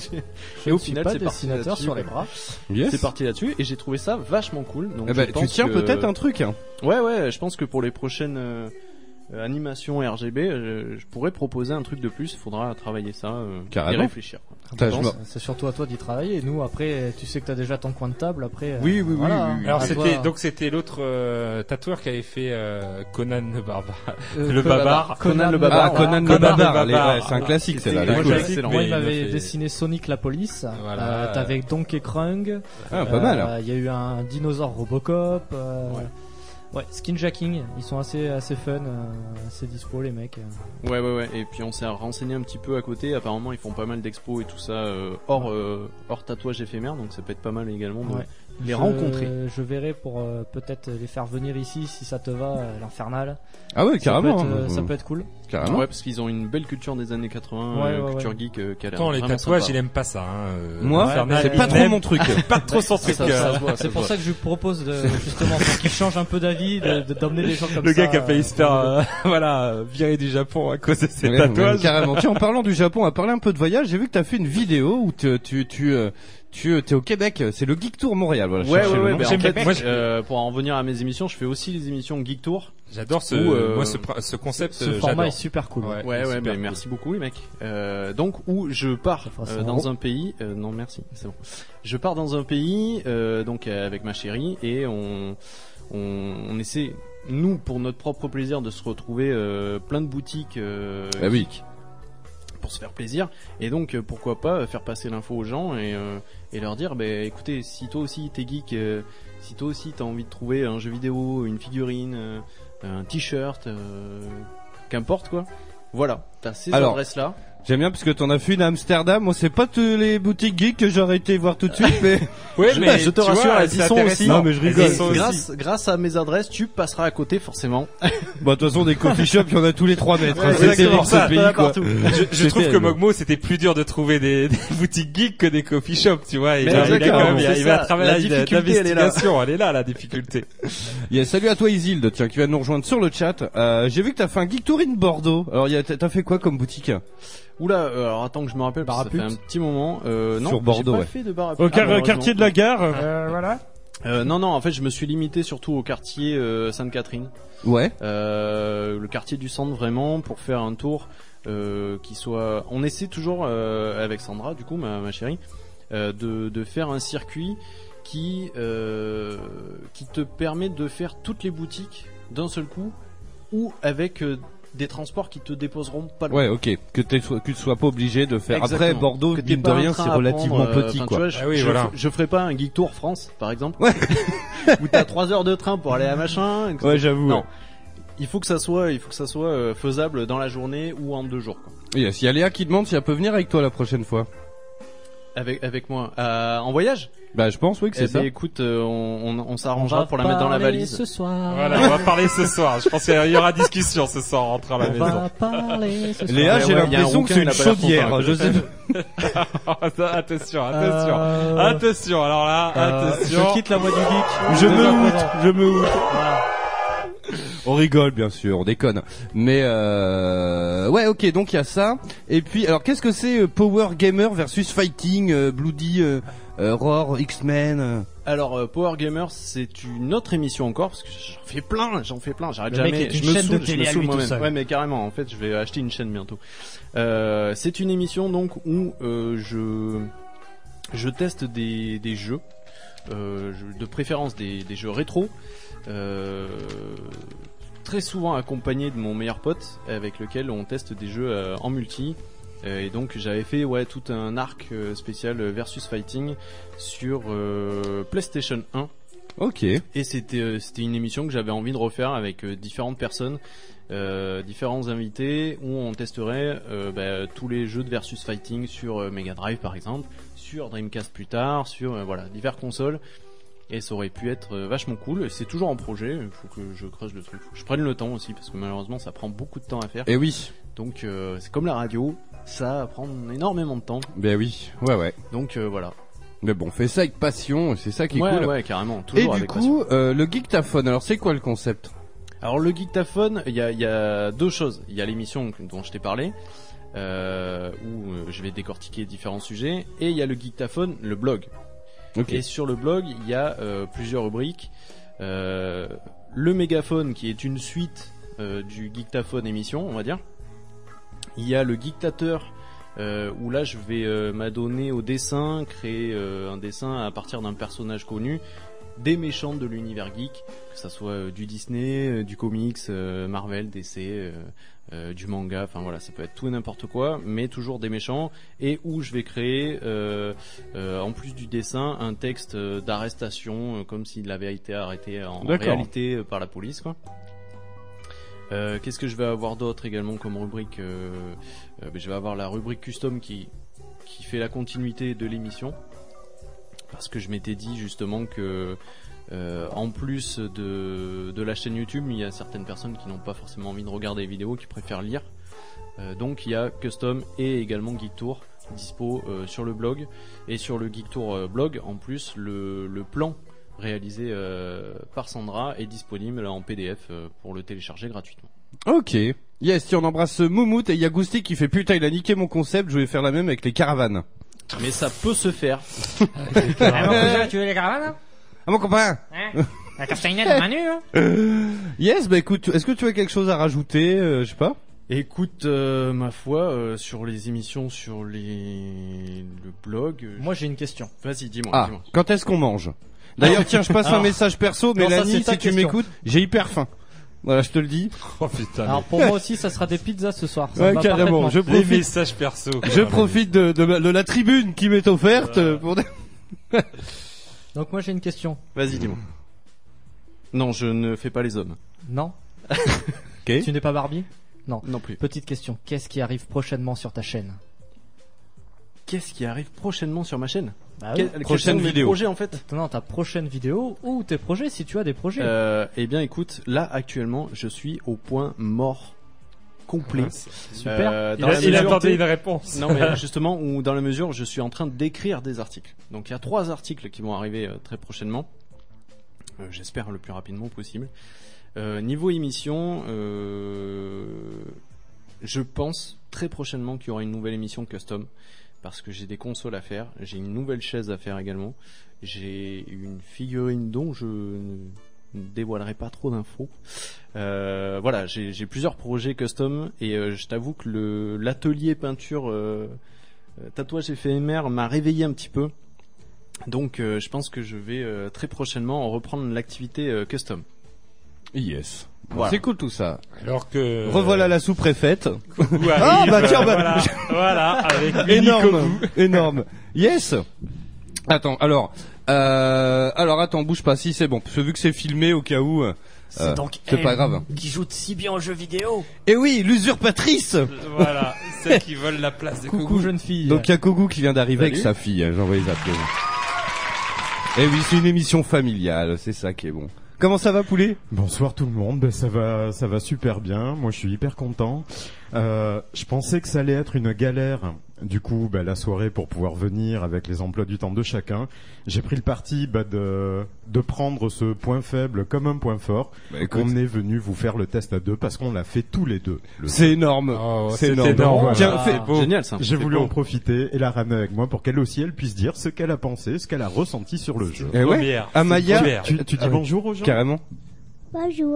Et au final c'est c'est dessinateur sur les bras. Yes. C'est parti là-dessus et j'ai trouvé ça vachement cool. Donc Eh ben, je pense tu tiens que... peut-être un truc. Hein. Ouais ouais, je pense que pour les prochaines euh, euh, animations R G B, euh, je pourrais proposer un truc de plus. Il faudra travailler ça euh, et réfléchir. Quoi. Putain, je pense, c'est surtout à toi d'y travailler. Nous après, tu sais que t'as déjà ton coin de table. Après, oui oui voilà, oui, oui, oui. Alors à c'était toi. donc c'était l'autre euh, tatoueur qui avait fait euh, Conan le barbare. Euh, le babar. Conan le Ah, babar. Conan le Conan le babar. babar. les- ouais, c'est un classique, c'est là. Moi, les j'avais- cool. excellent. Moi, Mais il il m'avait m'a fait- dessiné Sonic la police. Voilà. Euh, T'avais Donkey Krung. Ah, pas mal. Euh, Il y a eu un dinosaure Robocop. Euh, ouais. ouais, skinjacking. Ils sont assez assez fun, euh, assez dispo les mecs. Ouais ouais ouais. Et puis on s'est renseigné un petit peu à côté. Apparemment ils font pas mal d'expos et tout ça euh, hors euh, hors tatouage éphémère. Donc ça peut être pas mal également de Ouais. les je, rencontrer. Je verrai pour euh, peut-être les faire venir ici si ça te va, euh, l'Infernal. Ah ouais, carrément. Ça peut être, euh, hein. ça peut être cool. Carrément. Ouais parce qu'ils ont une belle culture des années quatre-vingts, Ouais, euh, ouais, culture ouais. geek euh, qui a l'air Pourtant les vraiment tatouages sympa. il aime pas ça. Hein. euh, Moi, Infernal, c'est il pas trop aime- mon truc. pas trop son truc. Ça, ça euh. se voit, c'est pour ça que je lui propose de, justement pour qu'il change un peu d'avis, de- de- d'emmener des gens comme Le ça. gars qui a failli euh, se faire euh, voilà virer du Japon à cause de ses Ouais, tatouages. ouais, carrément. Tiens, en parlant du Japon, on va parler un peu de voyage. J'ai vu que t'as fait une vidéo où tu tu tu euh, tu t'es au Québec. C'est le Geek Tour Montréal. Voilà. Ouais cherchez ouais le ouais. nom. bah, en J'aime fait, bien. Moi, je- euh, pour en revenir à mes émissions, je fais aussi les émissions Geek Tour. J'adore ce Ou, euh, moi ce pr- ce concept. Ce euh, format j'adore. est super cool. Ouais, Ouais, ouais, super bah, cool. merci beaucoup les mecs. Euh, donc où je pars Ça fera euh, cent dans euros. un pays, euh, non merci, c'est bon. Je pars dans un pays, euh, donc euh, avec ma chérie et on, on, on essaie, nous pour notre propre plaisir, de se retrouver euh, plein de boutiques euh, Ah oui. geeks pour se faire plaisir et donc euh, pourquoi pas euh, faire passer l'info aux gens et, euh, et leur dire, bah écoutez, si toi aussi t'es geek, euh, si toi aussi t'as envie de trouver un jeu vidéo, une figurine, euh, un t-shirt, euh, qu'importe quoi. Voilà, t'as ces Alors, adresses là. J'aime bien parce que t'en as fait une à Amsterdam. Moi, c'est pas toutes les boutiques geeks que j'aurais été voir tout de suite, mais Ouais, je, mais je te tu rassure, vois, elles y c'est sont intéressant. aussi. Non, mais je Elles y rigole. sont aussi. Grâce, grâce à mes adresses, tu passeras à côté forcément. bah de toute façon des coffee shops, il y en a tous les trois mètres. Ouais, hein. C'est exactement, terrible ça, ce pays t'en as quoi. partout. Je, je C'est trouve que terrible. Mogmo c'était plus dur de trouver des, des boutiques geeks que des coffee shops, tu vois. Il Mais a, il a exactement, quand même, il a, c'est il a ça. un travail La de- difficulté, elle est là. d'investigation, elle est là la difficulté. Yeah, salut à toi Isilde, tiens, qui va nous rejoindre sur le chat. Euh, j'ai vu que t'as fait un Geek Tour in Bordeaux. Alors, y a- t'as t'as fait quoi comme boutique? Oula, euh, alors attends que je me rappelle, parce que ça fait un petit moment. Euh, non, Sur Bordeaux, j'ai pas ouais. fait de bar à Au pute, car- malheureusement. quartier de la gare. Euh, voilà. Euh, non, non, en fait, je me suis limité surtout au quartier euh, Sainte-Catherine. Ouais. Euh, le quartier du centre vraiment pour faire un tour euh, qui soit. On essaie toujours euh, avec Sandra, du coup, ma, ma chérie, euh, de, de faire un circuit qui euh, qui te permet de faire toutes les boutiques d'un seul coup ou avec euh, des transports qui te déposeront pas loin. Ouais, ok. Que, t'es, que tu sois pas obligé de faire. Exactement. Après, Bordeaux, Que t'aies mine de pas un rien, train c'est à relativement prendre, euh, petit, enfin, quoi. tu vois, je, Ah oui, je, voilà. je ferai pas un Geek Tour France, par exemple, où t'as trois heures de train pour aller à machin. et que- Ouais, j'avoue. Non. Ouais. Il faut que ça soit, il faut que ça soit euh, faisable dans la journée ou en deux jours. Quoi. Yes, il y a Léa qui demande si elle peut venir avec toi la prochaine fois. Avec avec moi euh, en voyage. Bah je pense oui que c'est eh ça. Ben, écoute, euh, on, on, on s'arrangera pour la mettre dans la valise. Ce soir. Voilà, on va parler ce soir. Je pense qu'il y aura discussion ce soir entre à la on maison. va parler ce soir. Léa, j'ai ouais, l'impression que c'est une chaudière. Je sais. attention, attention, Euh... attention. Alors là, Euh, attention. je quitte la voie du geek. Je Deux me heures houte, présent. je me houte. Voilà. On rigole bien sûr, on déconne. Mais euh... ouais, ok, donc il y a ça. Et puis, alors qu'est-ce que c'est euh, Power Gamer versus Fighting, euh, Bloody, euh, euh, Roar, X-Men euh... Alors euh, Power Gamer, c'est une autre émission encore parce que j'en fais plein, j'en fais plein, j'arrête Le jamais. mec est une je me chaîne de saoule, je télé me à saoule lui tout moi-même. seul. Ouais, mais carrément. En fait, je vais acheter une chaîne bientôt. Euh, c'est une émission donc où euh, je je teste des des jeux, euh, je- de préférence des des jeux rétro. Euh, très souvent accompagné de mon meilleur pote avec lequel on teste des jeux euh, en multi. Euh, et donc j'avais fait ouais tout un arc euh, spécial euh, versus fighting sur euh, PlayStation un. Ok. Et c'était euh, c'était une émission que j'avais envie de refaire avec euh, différentes personnes, euh, différents invités où on testerait euh, bah, tous les jeux de versus fighting sur euh, Mega Drive par exemple, sur Dreamcast plus tard, sur euh, voilà diverses consoles. Et ça aurait pu être euh, vachement cool. C'est toujours en projet. Il faut que je creuse le truc. Faut que je prenne le temps aussi parce que malheureusement ça prend beaucoup de temps à faire. Et oui. Donc euh, c'est comme la radio, ça va prendre énormément de temps. Ben oui, ouais ouais. Donc euh, voilà. Mais bon, fais ça avec passion, c'est ça qui est Ouais, cool. ouais, carrément. Et Toujours du avec coup, passion. euh, le Geektaphone, alors c'est quoi le concept? Alors le Geektaphone, il y a, il y a deux choses. Il y a l'émission dont je t'ai parlé, euh, où euh, je vais décortiquer différents sujets, et il y a le Geektaphone, le blog. Ok. Et sur le blog, il y a euh, plusieurs rubriques. Euh, le Mégaphone, qui est une suite euh, du Geektaphone émission, on va dire. Il y a le Geektateur, euh, où là je vais euh, m'adonner au dessin, créer euh, un dessin à partir d'un personnage connu, des méchants de l'univers geek, que ça soit euh, du Disney, euh, du comics, euh, Marvel, D C, euh, euh, du manga, enfin voilà, ça peut être tout et n'importe quoi, mais toujours des méchants, et où je vais créer, euh, euh, en plus du dessin, un texte euh, d'arrestation, euh, comme s'il avait été arrêté en, en D'accord. réalité euh, par la police, quoi. Euh, Qu'est-ce que je vais avoir d'autre également comme rubrique euh, euh, ben, je vais avoir la rubrique custom qui qui fait la continuité de l'émission, parce que je m'étais dit justement que euh, en plus de de la chaîne YouTube, il y a certaines personnes qui n'ont pas forcément envie de regarder les vidéos, qui préfèrent lire. Euh, donc il y a custom et également Geek Tour dispo euh, sur le blog, et sur le Geek Tour euh, blog en plus le le plan réalisé euh, par Sandra est disponible en P D F euh, pour le télécharger gratuitement. Ok. Yes, si on embrasse Moumout, et il y a Gousti qui fait putain, il a niqué mon concept, je vais faire la même avec les caravanes. Mais ça peut se faire. Ah, mon cousin, tu veux les caravanes? Ah mon copain. Hein? La castagnette de Manu, hein? Yes, bah écoute, est-ce que tu as quelque chose à rajouter, euh, je sais pas? Écoute, euh, ma foi, euh, sur les émissions, sur les le blog. euh, Moi, j'ai une question. Vas-y, dis-moi. Ah, dis-moi. quand est-ce qu'on mange? D'ailleurs, tiens, je passe Alors- un message perso, Non, ça, Mélanie, c'est si ta tu question. m'écoutes, j'ai hyper faim. Voilà, je te le dis. Oh putain. Alors pour moi aussi, ça sera des pizzas ce soir. Ça Ouais, me va carrément. parfaitement. Je Les profite, messages perso. quoi. je profite de, de, ma- de la tribune qui m'est offerte euh, pour des... Donc moi, j'ai une question. Vas-y, dis-moi. Non, je ne fais pas les hommes. Non? Ok. Tu n'es pas Barbie? Non. Non plus. Petite question. Qu'est-ce qui arrive prochainement sur ta chaîne? Qu'est-ce qui arrive prochainement sur ma chaîne? Bah Quel- oui. quels prochaine sont mes vidéo. projets en fait? Non, ta prochaine vidéo ou tes projets, si tu as des projets. Euh, eh bien, écoute, là actuellement, je suis au point mort complet. Super. Euh, Il, dans a, la il mesure- attendait une réponse. Non, mais justement, où dans la mesure, je suis en train d'écrire des articles. Donc, il y a trois articles qui vont arriver euh, très prochainement. Euh, J'espère le plus rapidement possible. Euh, niveau émission, euh, je pense très prochainement qu'il y aura une nouvelle émission custom, parce que j'ai des consoles à faire, j'ai une nouvelle chaise à faire également, j'ai une figurine dont je ne dévoilerai pas trop d'infos. Euh, voilà, j'ai j'ai plusieurs projets custom, et euh, je t'avoue que le l'atelier peinture euh, euh, tatouage éphémère m'a réveillé un petit peu. Donc euh, je pense que je vais euh, très prochainement reprendre l'activité euh, custom. Yes. Voilà. C'est cool tout ça. Alors que. Revoilà la sous-préfète. Coucou Ah arrive, bah tiens, bah, voilà, voilà, avec Mini énorme, Kobu. énorme. Yes. Attends, alors, euh, alors attends, bouge pas. Si c'est bon, parce que vu que c'est filmé, au cas où, euh, C'est Euh, donc c'est elle pas grave. qui joue si bien aux jeux vidéo. Et oui, l'usurpatrice. Voilà, celle qui vole la place de Coucou Kougou. jeune fille. Donc il y a Kougou qui vient d'arriver avec Salut. sa fille. J'envoie les applaudissements. Et oui, c'est une émission familiale, c'est ça qui est bon. Comment ça va, poulet? Bonsoir tout le monde, ben, ça va, ça va super bien. Moi, je suis hyper content. Euh, je pensais que ça allait être une galère. Du coup, ben, la soirée pour pouvoir venir avec les emplois du temps de chacun. J'ai pris le parti ben, de de prendre ce point faible comme un point fort. Bah, écoute. On est venu vous faire le test à deux parce qu'on l'a fait tous les deux. le C'est jeu. énorme. Oh, c'est c'est énorme. énorme. Voilà. Tiens, Ah, fais- beau. Génial ça. J'ai C'est voulu beau. en profiter et la ramener avec moi pour qu'elle aussi elle puisse dire ce qu'elle a pensé, ce qu'elle a ressenti sur le jeu. Eh ouais. Première. Amaya, Première. Tu, tu dis Ah oui. bonjour aux gens? carrément. Bonjour.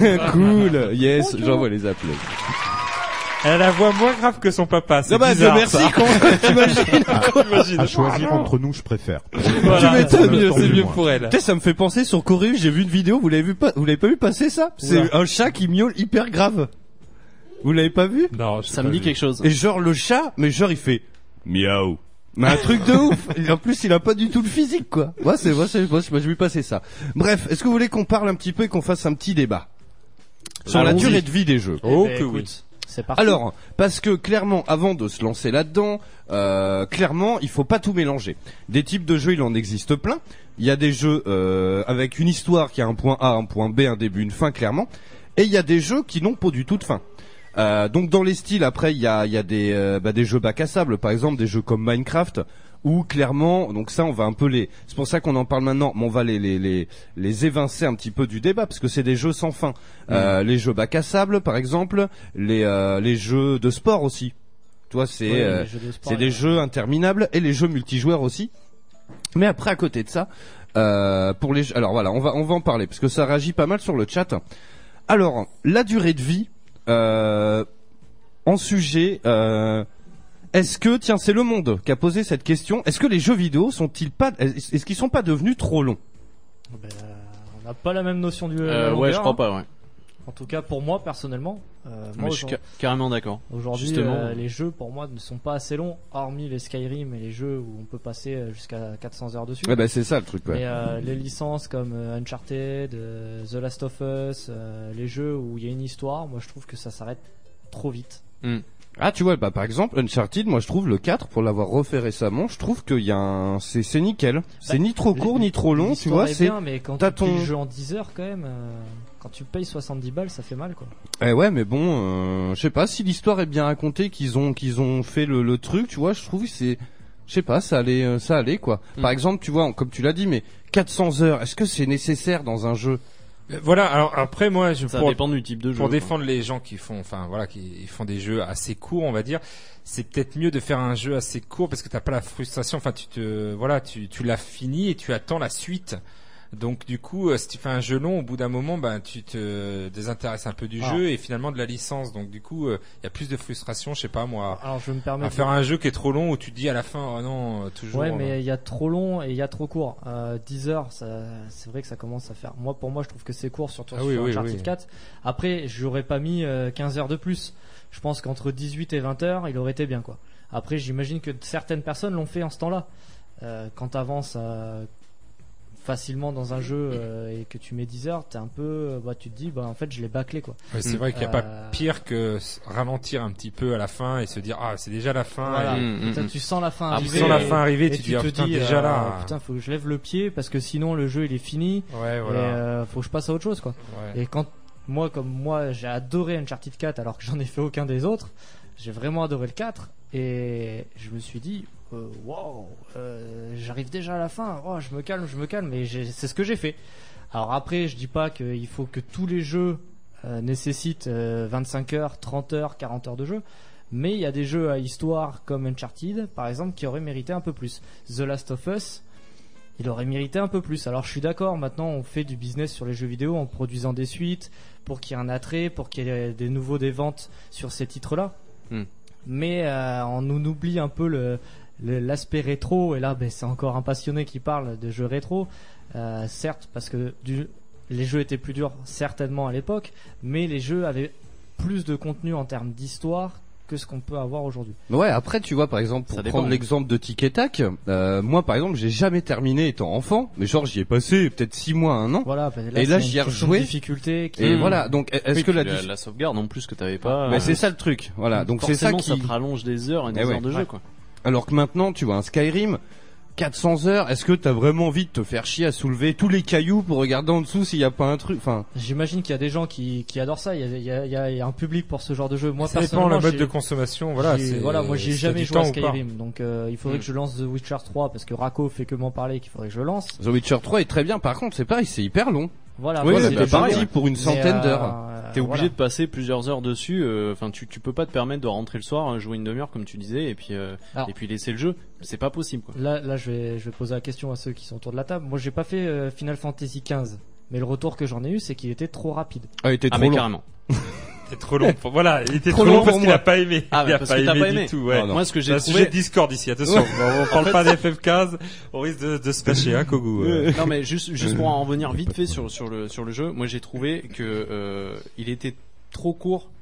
Cool. Yes, Bonjour. j'envoie les applaudissements. Elle a la voix moins grave que son papa. C'est Ah bah, bizarre, Dieu merci, ça. quand t'imagines. T'imagines. À choisir entre nous, je préfère. Voilà. Tu m'étonnes, C'est tant mieux, c'est mieux, mieux moi. pour elle. Tu sais, ça me fait penser sur Corée, j'ai vu une vidéo, vous l'avez vu pas, vous l'avez pas vu passer ça? C'est Oula. un chat qui miaule hyper grave. Vous l'avez pas vu? Non, Ça me dit quelque chose. Et genre le chat, mais genre il fait miaou. Mais un truc de ouf. Et en plus, il a pas du tout le physique, quoi. Moi, c'est, moi, c'est, moi, je vais passer ça. Bref, est-ce que vous voulez qu'on parle un petit peu et qu'on fasse un petit débat sur la Allons-y. durée de vie des jeux? Oh, Eh ben, que écoute, oui. C'est parti. Alors, parce que clairement, avant de se lancer là-dedans, euh, clairement, il faut pas tout mélanger. Des types de jeux, il en existe plein. Il y a des jeux euh, avec une histoire qui a un point A, un point B, un début, une fin, clairement. Et il y a des jeux qui n'ont pas du tout de fin. Euh, donc dans les styles, après, il y a, il y a des, euh, bah, des jeux bac à sable, par exemple, des jeux comme Minecraft, où clairement, donc ça, on va un peu les, c'est pour ça qu'on en parle maintenant, mais on va les, les, les, les évincer un petit peu du débat, parce que c'est des jeux sans fin. Euh, les jeux bac à sable, par exemple, les, euh, les jeux de sport aussi. Toi, c'est, Ouais, euh, les jeux de sport, c'est des ouais. jeux interminables et les jeux multijoueurs aussi. Mais après, à côté de ça, euh, pour les, alors voilà, on va, on va en parler, parce que ça réagit pas mal sur le chat. Alors, la durée de vie, euh, en sujet, euh, est-ce que, tiens, c'est Le Monde qui a posé cette question. Est-ce que les jeux vidéo sont-ils pas, est-ce qu'ils sont pas devenus trop longs? Ben, on n'a pas la même notion du. Euh, la ouais, je longueur, crois hein. pas, ouais. En tout cas, pour moi personnellement, euh, moi, Mais je suis aujourd'hui- ca- carrément d'accord. Aujourd'hui, Justement. euh, les jeux pour moi ne sont pas assez longs, hormis les Skyrim et les jeux où on peut passer euh, jusqu'à quatre cents heures dessus. Ouais, bah, c'est ça le truc, ouais. Mais euh, les licences comme euh, Uncharted, euh, The Last of Us, euh, les jeux où il y a une histoire, moi je trouve que ça s'arrête trop vite. Mm. Ah, tu vois, bah, par exemple, Uncharted, moi, je trouve le quatre, pour l'avoir refait récemment, je trouve qu'il y a un, c'est, c'est nickel. C'est ni trop court, ni trop long, tu L'histoire vois, est c'est, bien, mais quand t'as tu payes ton- le jeu en dix heures quand même, euh, quand tu payes soixante-dix balles, ça fait mal quoi. eh ouais, mais bon, euh, je sais pas, si l'histoire est bien racontée, qu'ils ont, qu'ils ont fait le, le truc, tu vois, je trouve que c'est, je sais pas, ça allait, euh, ça allait, quoi. Mm. Par exemple, tu vois, comme tu l'as dit, mais quatre cents heures, est-ce que c'est nécessaire dans un jeu? Voilà. Alors après, moi, je, Ça pour, dépend du type de jeu. pour quoi. défendre les gens qui font, enfin voilà, qui font des jeux assez courts, on va dire, c'est peut-être mieux de faire un jeu assez court parce que t'as pas la frustration. Enfin, tu te, voilà, tu, tu l'as fini et tu attends la suite. Donc du coup, euh, si tu fais un jeu long, au bout d'un moment, ben tu te désintéresses un peu du Alors. jeu et finalement de la licence. Donc du coup, il y a plus de frustration, je sais pas moi, Alors je me permets à de- faire un jeu qui est trop long où tu te dis à la fin, oh non, euh, toujours. Ouais, euh, mais il y a trop long et il y a trop court. Euh, dix heures, ça, c'est vrai que ça commence à faire. Moi, pour moi, je trouve que c'est court, surtout Ah oui, sur oui, Uncharted oui. quatre. Après, j'aurais pas mis euh, quinze heures de plus. Je pense qu'entre dix-huit et vingt heures, il aurait été bien, quoi. Après, j'imagine que certaines personnes l'ont fait en ce temps-là. Euh, quand t'avances euh, facilement dans un jeu euh, et que tu mets dix heures, t'es un peu, bah, tu te dis, bah, en fait, je l'ai bâclé, quoi. Ouais, c'est vrai qu'il n'y a Euh, pas pire que s- ralentir un petit peu à la fin et se dire ah c'est déjà la fin. Voilà. et- Mm, Putain, mm, tu sens la fin Ah, arriver. tu sens la et- fin arriver, et tu te dis, ah, putain, déjà euh, là. Putain, faut que je lève le pied parce que sinon le jeu il est fini. Ouais, voilà. Et euh, faut que je passe à autre chose, quoi. Ouais. Et quand moi, comme moi, j'ai adoré Uncharted quatre alors que j'en ai fait aucun des autres, j'ai vraiment adoré le quatre et je me suis dit, euh, wow, euh, j'arrive déjà à la fin. Oh, je me calme, je me calme. Et j'ai- c'est ce que j'ai fait. Alors après, je dis pas qu'il faut que tous les jeux euh, nécessitent euh, vingt-cinq heures, trente heures, quarante heures de jeu. Mais il y a des jeux à histoire comme Uncharted, par exemple, qui auraient mérité un peu plus. The Last of Us, il aurait mérité un peu plus. Alors je suis d'accord, maintenant on fait du business sur les jeux vidéo en produisant des suites pour qu'il y ait un attrait, pour qu'il y ait des nouveaux des ventes sur ces titres-là. Hmm. Mais euh, on nous oublie un peu le, le- l'aspect rétro. Et là, ben, c'est encore un passionné qui parle de jeux rétro. Euh, certes, parce que du, les jeux étaient plus durs certainement à l'époque, mais les jeux avaient plus de contenu en termes d'histoire que ce qu'on peut avoir aujourd'hui. Ouais, après tu vois par exemple pour Ça prendre dépend. l'exemple de Tic et Tac, euh, moi par exemple j'ai jamais terminé étant enfant, mais genre j'y ai passé peut-être six mois, un an. Voilà, bah, là, et là c'est j'y ai une question de rejoué. difficulté qui- Et Mmh. voilà, donc est-ce Oui, que puis la, la, diff- la sauvegarde en plus que t'avais pas. Mais euh, c'est ça le truc, voilà. Donc c'est ça forcément, qui ça te rallonge des heures et des Eh ouais. heures de jeu, Ouais. quoi. Alors que maintenant, tu vois, un Skyrim, quatre cents heures, est-ce que t'as vraiment envie de te faire chier à soulever tous les cailloux pour regarder en dessous s'il y a pas un truc, enfin. J'imagine qu'il y a des gens qui, qui adorent ça. Il y a, il y, a, il y a- il y a un public pour ce genre de jeu. Moi, Ça dépend personnellement, le mode j'ai- de consommation, voilà, j'ai- c'est- voilà, moi, j'ai si t'as jamais du joué à temps ou pas. Skyrim, donc euh, il faudrait Mm. que je lance The Witcher trois parce que Rako fait que m'en parler, qu'il faudrait que je lance. The Witcher trois est très bien, par contre, c'est pareil, c'est hyper long. Voilà, oui, moi, c'est c'est bah, des pareil, jeux, pour une mais, centaine euh, d'heures. euh, T'es obligé voilà. de passer plusieurs heures dessus. Enfin, tu tu peux pas te permettre de rentrer le soir, jouer une demi-heure comme tu disais, et puis euh, Alors- et puis laisser le jeu. C'est pas possible, quoi. Là, là, je vais, je vais poser la question à ceux qui sont autour de la table. Moi, j'ai pas fait euh, Final Fantasy quinze, mais le retour que j'en ai eu, c'est qu'il était trop rapide. Ah, il était Ah, trop mais long. carrément. C'était trop long. pour- Voilà, il était Trop trop, long long pour parce qu'il moi. a pas aimé. Ah, il a parce pas que t'as aimé pas du aimé. tout. Ouais. Non, non. Moi, ce que j'ai C'est un trouvé- sujet de Discord ici. Attention, on, on parle pas d'F F quinze. On risque de, de se fâcher, hein, Kogu. euh. Non, mais juste juste pour en revenir vite fait sur sur le sur le jeu, moi j'ai trouvé que euh, il était trop court,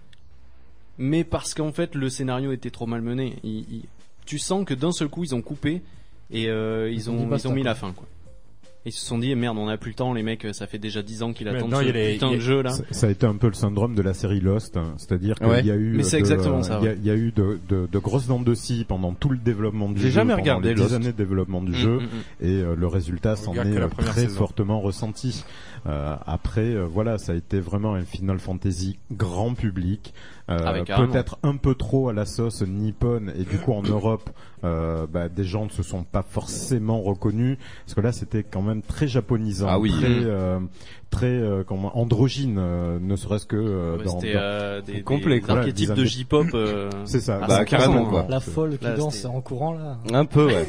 mais parce qu'en fait le scénario était trop mal mené. Il- il- tu sens que d'un seul coup ils ont coupé et euh, ils ont dit ont basta, ils ont mis quoi. la fin, quoi. Ils se sont dit merde, on a plus le temps, les mecs, ça fait déjà dix ans qu'ils Mais attendent non, ce il y a les- putain il y a- de jeu là. Ça, ça a été un peu le syndrome de la série Lost, hein. C'est-à-dire qu'il Ouais. y a eu, Mais c'est de- exactement ça, il y a- ouais. il y a eu de, de, de grosses dents de scie pendant tout le développement du J'ai jeu, jamais pendant regardé les dix Lost. années de développement du Mm, jeu, mm, mm. et euh, le résultat s'en regarde est que la euh, première très saison. fortement ressenti. Euh, après, euh, voilà, ça a été vraiment un Final Fantasy grand public, euh, Ah ouais, carrément. peut-être un peu trop à la sauce nippone, et du coup en Europe, euh, bah, des gens ne se sont pas forcément reconnus, parce que là c'était quand même très japonisant, Ah oui. très, euh, très euh, comment, androgyne, euh, ne serait-ce que euh, Ouais, dans, C'était dans- euh, des, complet, des quoi. archétypes Voilà, de des J-pop. euh, C'est ça, à bah, cent pour cent, carrément, quoi. La folle qui Là, danse c'était- en courant là. Un peu, ouais.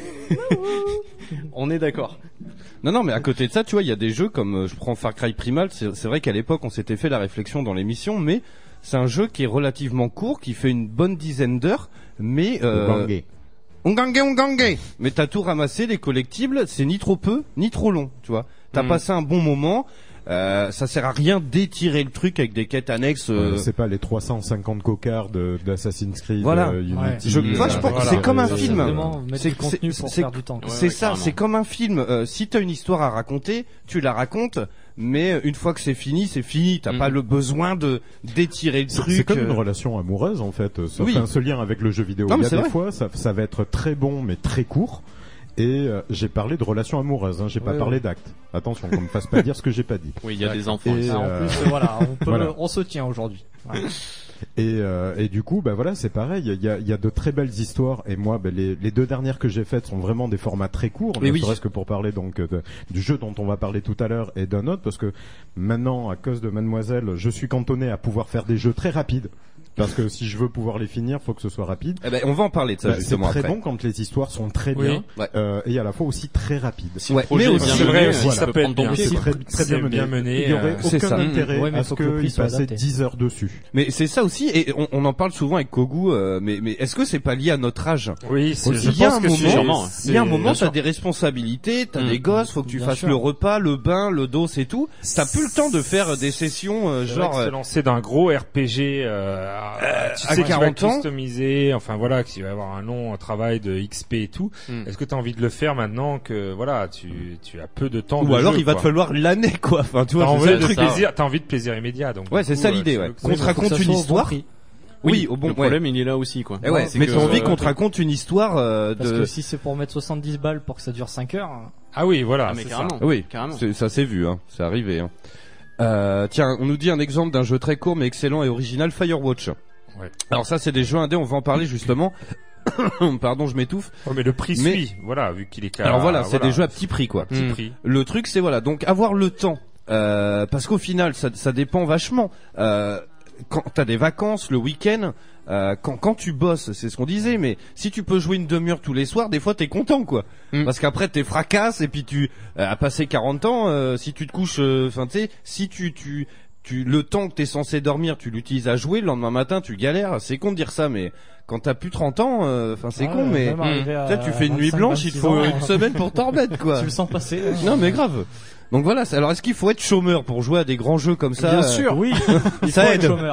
On est d'accord. Non, non, mais à côté de ça, tu vois, il y a des jeux comme, euh, je prends Far Cry Primal, c'est c'est vrai qu'à l'époque, on s'était fait la réflexion dans l'émission, mais c'est un jeu qui est relativement court, qui fait une bonne dizaine d'heures, mais... Euh, Gangue. on gangue, on gangue. Mais t'as tout ramassé, les collectibles, c'est ni trop peu, ni trop long, tu vois. T'as Mm. passé un bon moment, euh, ça sert à rien d'étirer le truc avec des quêtes annexes. Euh, euh, c'est pas les trois cent cinquante cocards de- d'Assassin's Creed, Voilà. euh, Unity. Je, tu vois, je euh, pense que voilà. c'est comme un Ça, c'est film. vraiment mettre C'est du contenu pour c'est- faire du temps. Ouais, c'est ouais, ça, carrément. c'est comme un film. Euh, si t'as une histoire à raconter, tu la racontes, mais une fois que c'est fini, c'est fini. T'as Mhm. pas le besoin de d'étirer le C'est- truc. C'est comme une euh. relation amoureuse en fait, ce, Oui. enfin, ce lien avec le jeu vidéo. Non, mais Il y a c'est des vrai. fois, ça, ça va être très bon mais très court. Et euh, j'ai parlé de relation amoureuse, hein, j'ai pas Ouais, parlé ouais. d'acte. Attention, qu'on me fasse pas dire ce que j'ai pas dit. Oui, il y a des enfants. Et, ici. Ah, en euh, plus, euh, voilà, on, peut, voilà. on se tient aujourd'hui. Ouais. Et, euh, et du coup, bah voilà, c'est pareil. Il y a, il y a de très belles histoires. Et moi, bah, les, les deux dernières que j'ai faites sont vraiment des formats très courts. Mais Ne oui. serait-ce que pour parler donc de- du jeu dont on va parler tout à l'heure et d'un autre, parce que maintenant, à cause de Mademoiselle, je suis cantonné à pouvoir faire des jeux très rapides. Parce que si je veux pouvoir les finir, faut que ce soit rapide. Eh ben, on va en parler de ça Bah, c'est justement très après. bon quand les histoires sont très Oui. bien Ouais. euh, et à la fois aussi très rapides. Si Ouais, le projet mais est aussi- bien C'est mené, vrai aussi, voilà, ça peut peut être prendre ton bien. pied, C'est quoi. très, très C'est bien mené. bien mené, Il y aurait euh, c'est aucun ça. intérêt Ouais, mais à faut ce que le prix qu'il soit passait adapté. dix heures dessus. Mais c'est ça aussi, et on, on en parle souvent avec Kogu. euh, mais mais est-ce que c'est pas lié à notre âge? Oui, c'est- Aussi, je il y a pense un que moment, c'est- sûrement, c'est- Il y a un moment, bien t'as sûr. des responsabilités, t'as Mm. des gosses, faut que tu Bien fasses sûr. le repas, le bain, le dos et tout. T'as plus le temps de faire des sessions euh, C'est vrai genre. que se euh, lancer dans un gros R P G, euh, à- tu à sais que tu vas quarante ans. customiser, enfin voilà, qu'il va y avoir un long travail de X P et tout. Mm. Est-ce que tu as envie de le faire maintenant que voilà, tu tu as peu de temps Ou de alors jeu, il va quoi. te falloir l'année quoi. Enfin tu T'as vois, c'est envie ça le de truc. plaisir, t'as envie de plaisir immédiat, donc. Ouais, du c'est coup, ça euh, l'idée, tu ouais. veux que Qu'on ça- te mais faut que raconte ça une soit au bon histoire. prix. Oui, au bon. Le ouais. problème, il est là aussi, quoi. Eh ouais, C'est mais que, t'as envie euh, qu'on te raconte une histoire euh, Parce de. que si c'est pour mettre soixante-dix balles pour que ça dure cinq heures, Ah oui, voilà, Ah, mais c'est carrément. ça. Oui, Carrément. c'est- ça s'est vu, hein. C'est arrivé. Hein. Euh, tiens, on nous dit un exemple d'un jeu très court mais excellent et original, Firewatch. Ouais. Alors ça, c'est des jeux indés, on va en parler justement. Pardon, je m'étouffe. Oh, mais le prix Mais- suit, voilà, vu qu'il est qu'à- Alors voilà, c'est voilà, des jeux à petit prix quoi. petit Mm. prix. Le truc, c'est voilà, donc avoir le temps, euh, parce qu'au final, ça, ça dépend vachement. Euh, quand t'as des vacances, le week-end, euh, quand quand tu bosses, c'est ce qu'on disait, mais si tu peux jouer une demi-heure tous les soirs, des fois t'es content quoi, Mm. parce qu'après t'es fracasse et puis tu euh, à passer quarante ans, euh, si tu te couches, enfin tu sais, si tu tu tu le temps que t'es censé dormir, tu l'utilises à jouer, le lendemain matin tu galères. C'est con de dire ça, mais quand t'as plus trente ans, enfin c'est Ah con, ouais, mais même arrivé à tu sais, tu fais une nuit vingt-cinq, blanche, il te faut vingt-six ans. une semaine pour t'en remettre quoi. Tu le sens passer. hein. Non mais grave. Donc voilà, c'est- alors est-ce qu'il faut être chômeur pour jouer à des grands jeux comme ça Bien euh, sûr. Oui, il Ça faut aide. être chômeur.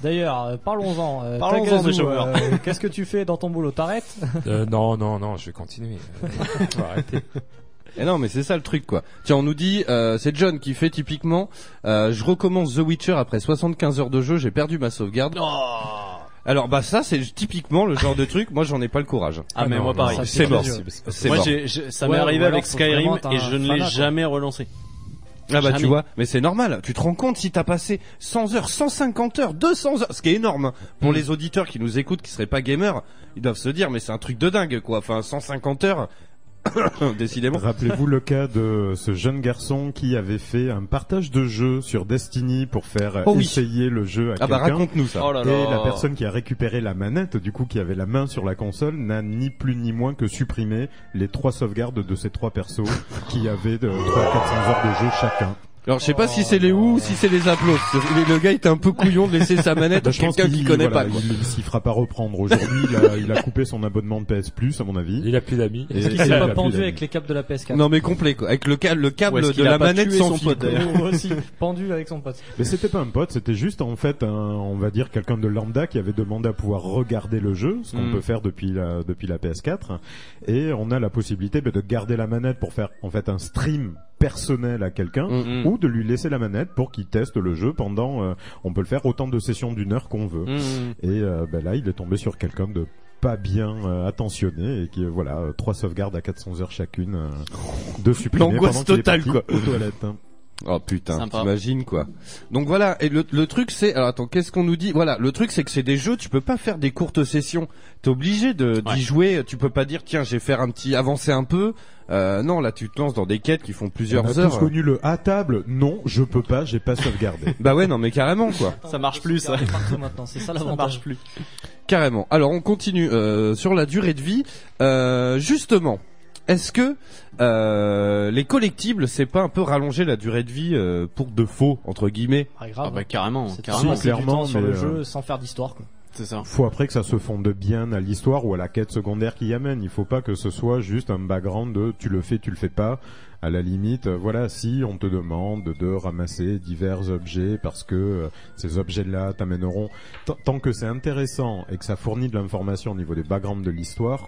D'ailleurs, euh, parlons-en. Euh, Parlons-en Tagazu, de chômeurs. euh, qu'est-ce que tu fais dans ton boulot? T'arrêtes? euh, Non, non, non, je vais continuer. Euh, faut arrêter. Et non, mais c'est ça le truc, quoi. Tiens, on nous dit, euh, c'est John qui fait typiquement, euh, je recommence The Witcher après soixante-quinze heures de jeu, j'ai perdu ma sauvegarde. Alors bah ça c'est typiquement le genre de truc, moi j'en ai pas le courage. Ah, mais non, moi non, pareil. ça, c'est mort. C'est moi j'ai, j'ai, ça m'est arrivé avec Skyrim et je ne l'ai jamais relancé. Ah bah Jamais. tu vois, mais c'est normal. Tu te rends compte si t'as passé cent heures, cent cinquante heures, deux cents heures, ce qui est énorme hein. Pour Mm. les auditeurs qui nous écoutent, qui seraient pas gamers, ils doivent se dire mais c'est un truc de dingue quoi. Enfin cent cinquante heures. Décidément. Rappelez-vous le cas de ce jeune garçon qui avait fait un partage de jeu sur Destiny pour faire Oh oui. essayer le jeu à Ah bah, quelqu'un. raconte-nous ça. Oh là Et là. la personne qui a récupéré la manette, du coup qui avait la main sur la console, n'a ni plus ni moins que supprimé les trois sauvegardes de ces trois persos qui avaient de trois à quatre cents heures de jeu chacun. Alors je sais pas si c'est les ou si c'est les applauds. Le gars était un peu couillon de laisser sa manette à Je pense quelqu'un qui qu'il connaît voilà, pas quoi. il s'y fera pas reprendre aujourd'hui. Il a, il a coupé son abonnement de P S Plus à mon avis. Il a plus d'amis. Est-ce qu'il Et- s'est il a pas plus pendu d'amis. avec les câbles de la P S quatre? Non mais complet quoi, avec le câble, le câble Ou est-ce de qu'il a la pas manette tué sans son fil. pote, d'ailleurs Moi aussi, pendu avec son pote. Mais c'était pas un pote, c'était juste en fait un, on va dire quelqu'un de lambda qui avait demandé à pouvoir regarder le jeu, ce qu'on Mm. peut faire depuis la depuis la P S quatre, et on a la possibilité bah, de garder la manette pour faire en fait un stream personnel à quelqu'un, Mm. ou de lui laisser la manette pour qu'il teste le jeu pendant, euh, on peut le faire autant de sessions d'une heure qu'on veut. Mm. Et euh, bah, là, il est tombé sur quelqu'un de pas bien euh, attentionné et qui euh, voilà euh, trois sauvegardes à quatre cents heures chacune euh, de supprimer L'angoisse pendant qu'il est totale, parti quoi. aux toilettes. hein. Oh putain, Sympa. t'imagines quoi. Donc voilà, et le, le truc c'est, alors attends, qu'est-ce qu'on nous dit? Voilà, le truc c'est que c'est des jeux, tu peux pas faire des courtes sessions. T'es obligé de d'y Ouais. jouer. Tu peux pas dire tiens, je vais faire un petit avancer un peu. Euh, non, là tu te lances dans des quêtes qui font plusieurs On a heures. tous connu le à table. Non, je peux pas, j'ai pas sauvegardé. Bah ouais, non mais carrément quoi. Ça marche plus ça. Partout maintenant, c'est ça Ça l'avantage. marche plus. Carrément. Alors on continue euh, sur la durée de vie. Euh, justement, est-ce que euh, les collectibles, c'est pas un peu rallonger la durée de vie euh, pour de faux entre guillemets? Ah, grave. Ah bah carrément, C'est carrément. passer du clairement, temps sur mais, le euh, jeu sans faire d'histoire quoi. C'est ça. Faut après que ça se fonde bien à l'histoire ou à la quête secondaire qui y amène. Il faut pas que ce soit juste un background de tu le fais, tu le fais pas. À la limite, euh, voilà, si on te demande de ramasser divers objets parce que euh, ces objets-là t'amèneront, Tant- tant que c'est intéressant et que ça fournit de l'information au niveau des backgrounds de l'histoire,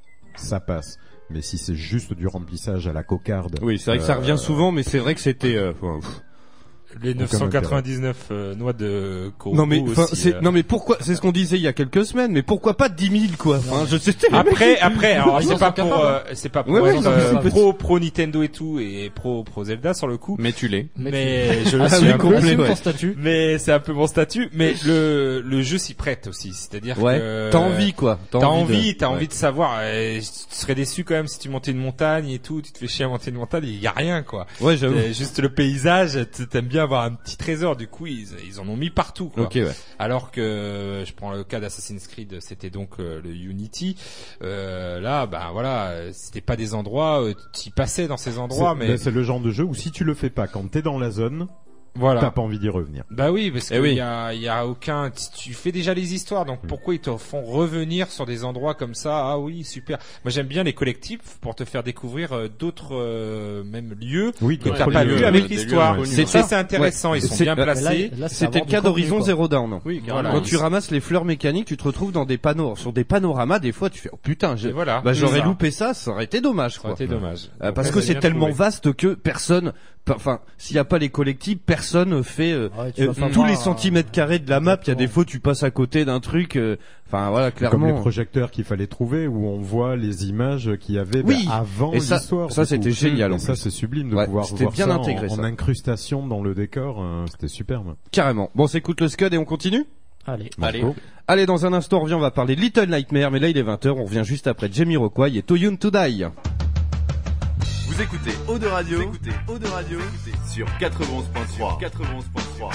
ça passe. Mais si c'est juste du remplissage à la cocarde, Oui, c'est vrai que ça euh, revient souvent, mais c'est vrai que c'était. Euh, enfin, pff. Les Aucun neuf cent quatre-vingt-dix-neuf euh, noix de Korobu Non mais enfin, aussi, c'est euh. non mais pourquoi c'est ce qu'on disait il y a quelques semaines mais pourquoi pas dix mille quoi enfin je sais Après, après, alors Ils c'est sont pas pour, capables, euh, c'est pas pour Ouais, ouais, être non, mais euh, c'est pro, pro Nintendo et tout et pro, pro Zelda sur le coup. Mais tu l'es. Mais je le Ah suis oui, un peu. complet, Assume ouais. ton statut. Mais c'est un peu mon statut. Mais le, le jeu s'y prête aussi. C'est-à-dire ouais que t'as envie quoi T'as envie, de- t'as ouais. envie de savoir. euh, tu serais déçu quand même si tu montais une montagne et tout. Tu te fais chier à monter une montagne, il y a rien quoi. Ouais j'avoue. Euh, Juste le paysage. t- T'aimes bien avoir un petit trésor. Du coup, ils, ils en ont mis partout. Quoi. Ok ouais. Alors que je prends le cas d'Assassin's Creed, c'était donc euh, le Unity. Euh, là, bah voilà, euh, c'était pas des endroits. Euh, tu y passais dans ces endroits, c'est, mais ben, c'est le genre de jeu où si tu le fais pas quand t'es dans la zone, voilà. t'as pas envie d'y revenir. Bah oui, parce Eh qu'il oui. y a, il y a aucun. Tu tu fais déjà les histoires, donc pourquoi ils te font revenir sur des endroits comme ça? Ah oui, super. Moi j'aime bien les collectifs pour te faire découvrir euh, d'autres euh, même lieux Oui, que d'autres t'as pas lieux, vu euh, avec des lieux l'histoire. inconnus, C'est ouais. ça, c'est intéressant. Ouais. Ils sont C'est- bien là- placés. Là, c'est C'était avoir le cas du contenu, d'Horizon quoi. Zero Dawn. Oui, Voilà. Quand tu ramasses les fleurs mécaniques, tu te retrouves dans des panneaux, sur des panoramas. Des fois, tu fais oh putain, j'ai- Et voilà. bah j'aurais C'est ça. loupé ça, ça aurait été dommage Ça quoi. aurait été dommage. Euh, Donc, parce ouais, que c'est c'est bien tellement trouvé. vaste que personne, enfin, s'il y a pas les collectifs, personne fait euh, Ouais, tu euh, vas pas tous voir, les euh, centimètres carrés de la map. Il y a des exactement. fois, tu passes à côté d'un truc. euh, Enfin voilà, Comme les clairement. projecteurs qu'il fallait trouver où on voit les images qu'il y avait Oui. ben, avant Et ça- l'histoire. ça, du c'était coup. génial, en Et ça plus. c'est sublime de Ouais, pouvoir c'était voir bien ça intégré, en, en ça. incrustation dans le décor. euh, c'était superbe. Carrément. Bon, on s'écoute le Scud et on continue. Allez. Allez. Allez, dans un instant, on revient, on va parler de Little Nightmare, mais là il est vingt heures, on revient juste après Jamiroquai et Too Young to Die. Vous écoutez Eau de Radio, vous écoutez Eau de Radio sur quatre-vingt-onze point trois. quatre-vingt-onze point trois.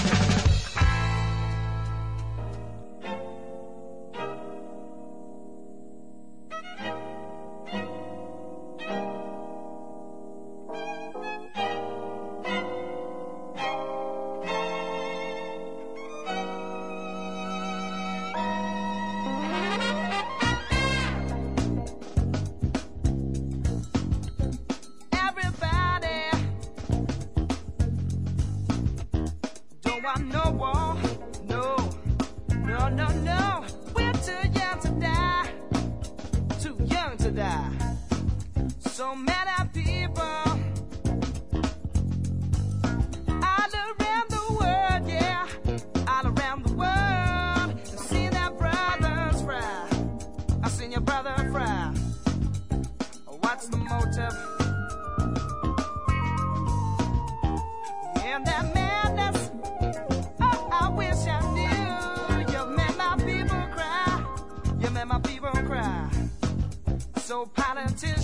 Everybody, don't want no war, no.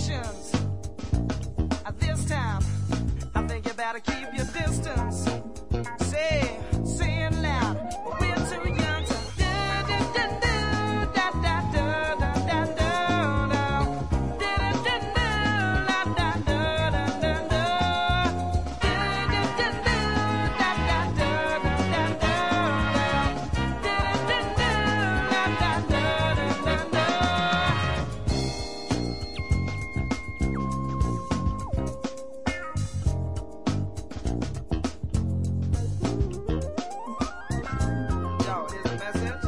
actions. At this time, I think you better keep your distance. Say, say it loud, we're too young to do, do, do, do, da, da, da, da, da, da, da. Do, do, do, do, da, da, da, da, da, da. Do, do, do, do, da, da, da, da, da, da. Do, do, do, da, da, da, da, da, da. Yo, here's a message.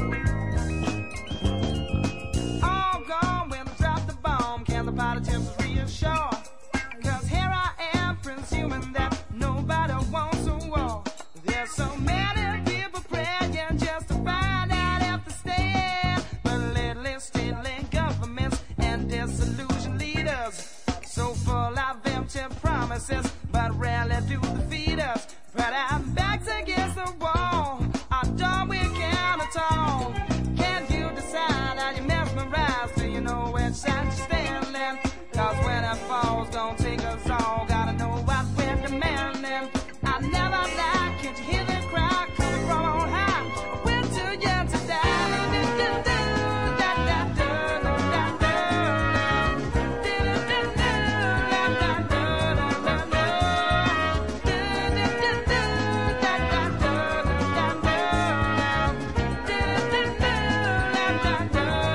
All gone when I drop the bomb. Can the body temps reassure? Cause here I am, presuming that nobody wants a war. There's so many people praying just to find out if they stand. But lately, stealing governments and disillusioned leaders. So full of empty promises, but rarely do they feed us. But our backs against the wall, our door we can't at all. Can you decide how you mesmerize? Do you know which side you're standing? Cause when it falls, gonna take us all. Gotta know what we're demanding. I never lie, can't you hear the crowd coming from on high? We're too young to die. Do, do, do, da, da, do, do, da, do, do. Do, do, do, da, da, do, do, da, do. Do, do, do, do, da, da, do, do, da, do. Do, do, do, da, da, do, do, da, do. Do, do, do, da, da, do, do, da, do.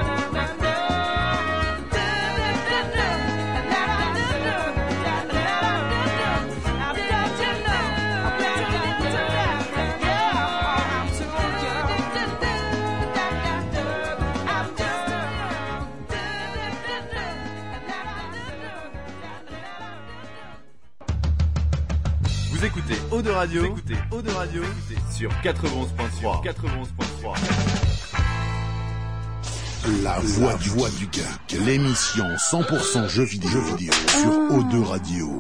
I've got to know, I've got to know, yeah, I'm too young. Do, do, do, da, da, do. I'm just too young. Do, do, do, do. Vous écoutez Eau de Radio, vous écoutez Eau de Radio sur quatre-vingt-onze point trois. quatre-vingt-onze point trois. La voix du, voix du geek, l'émission cent pour cent jeux vidéo, jeux vidéo sur O deux Radio.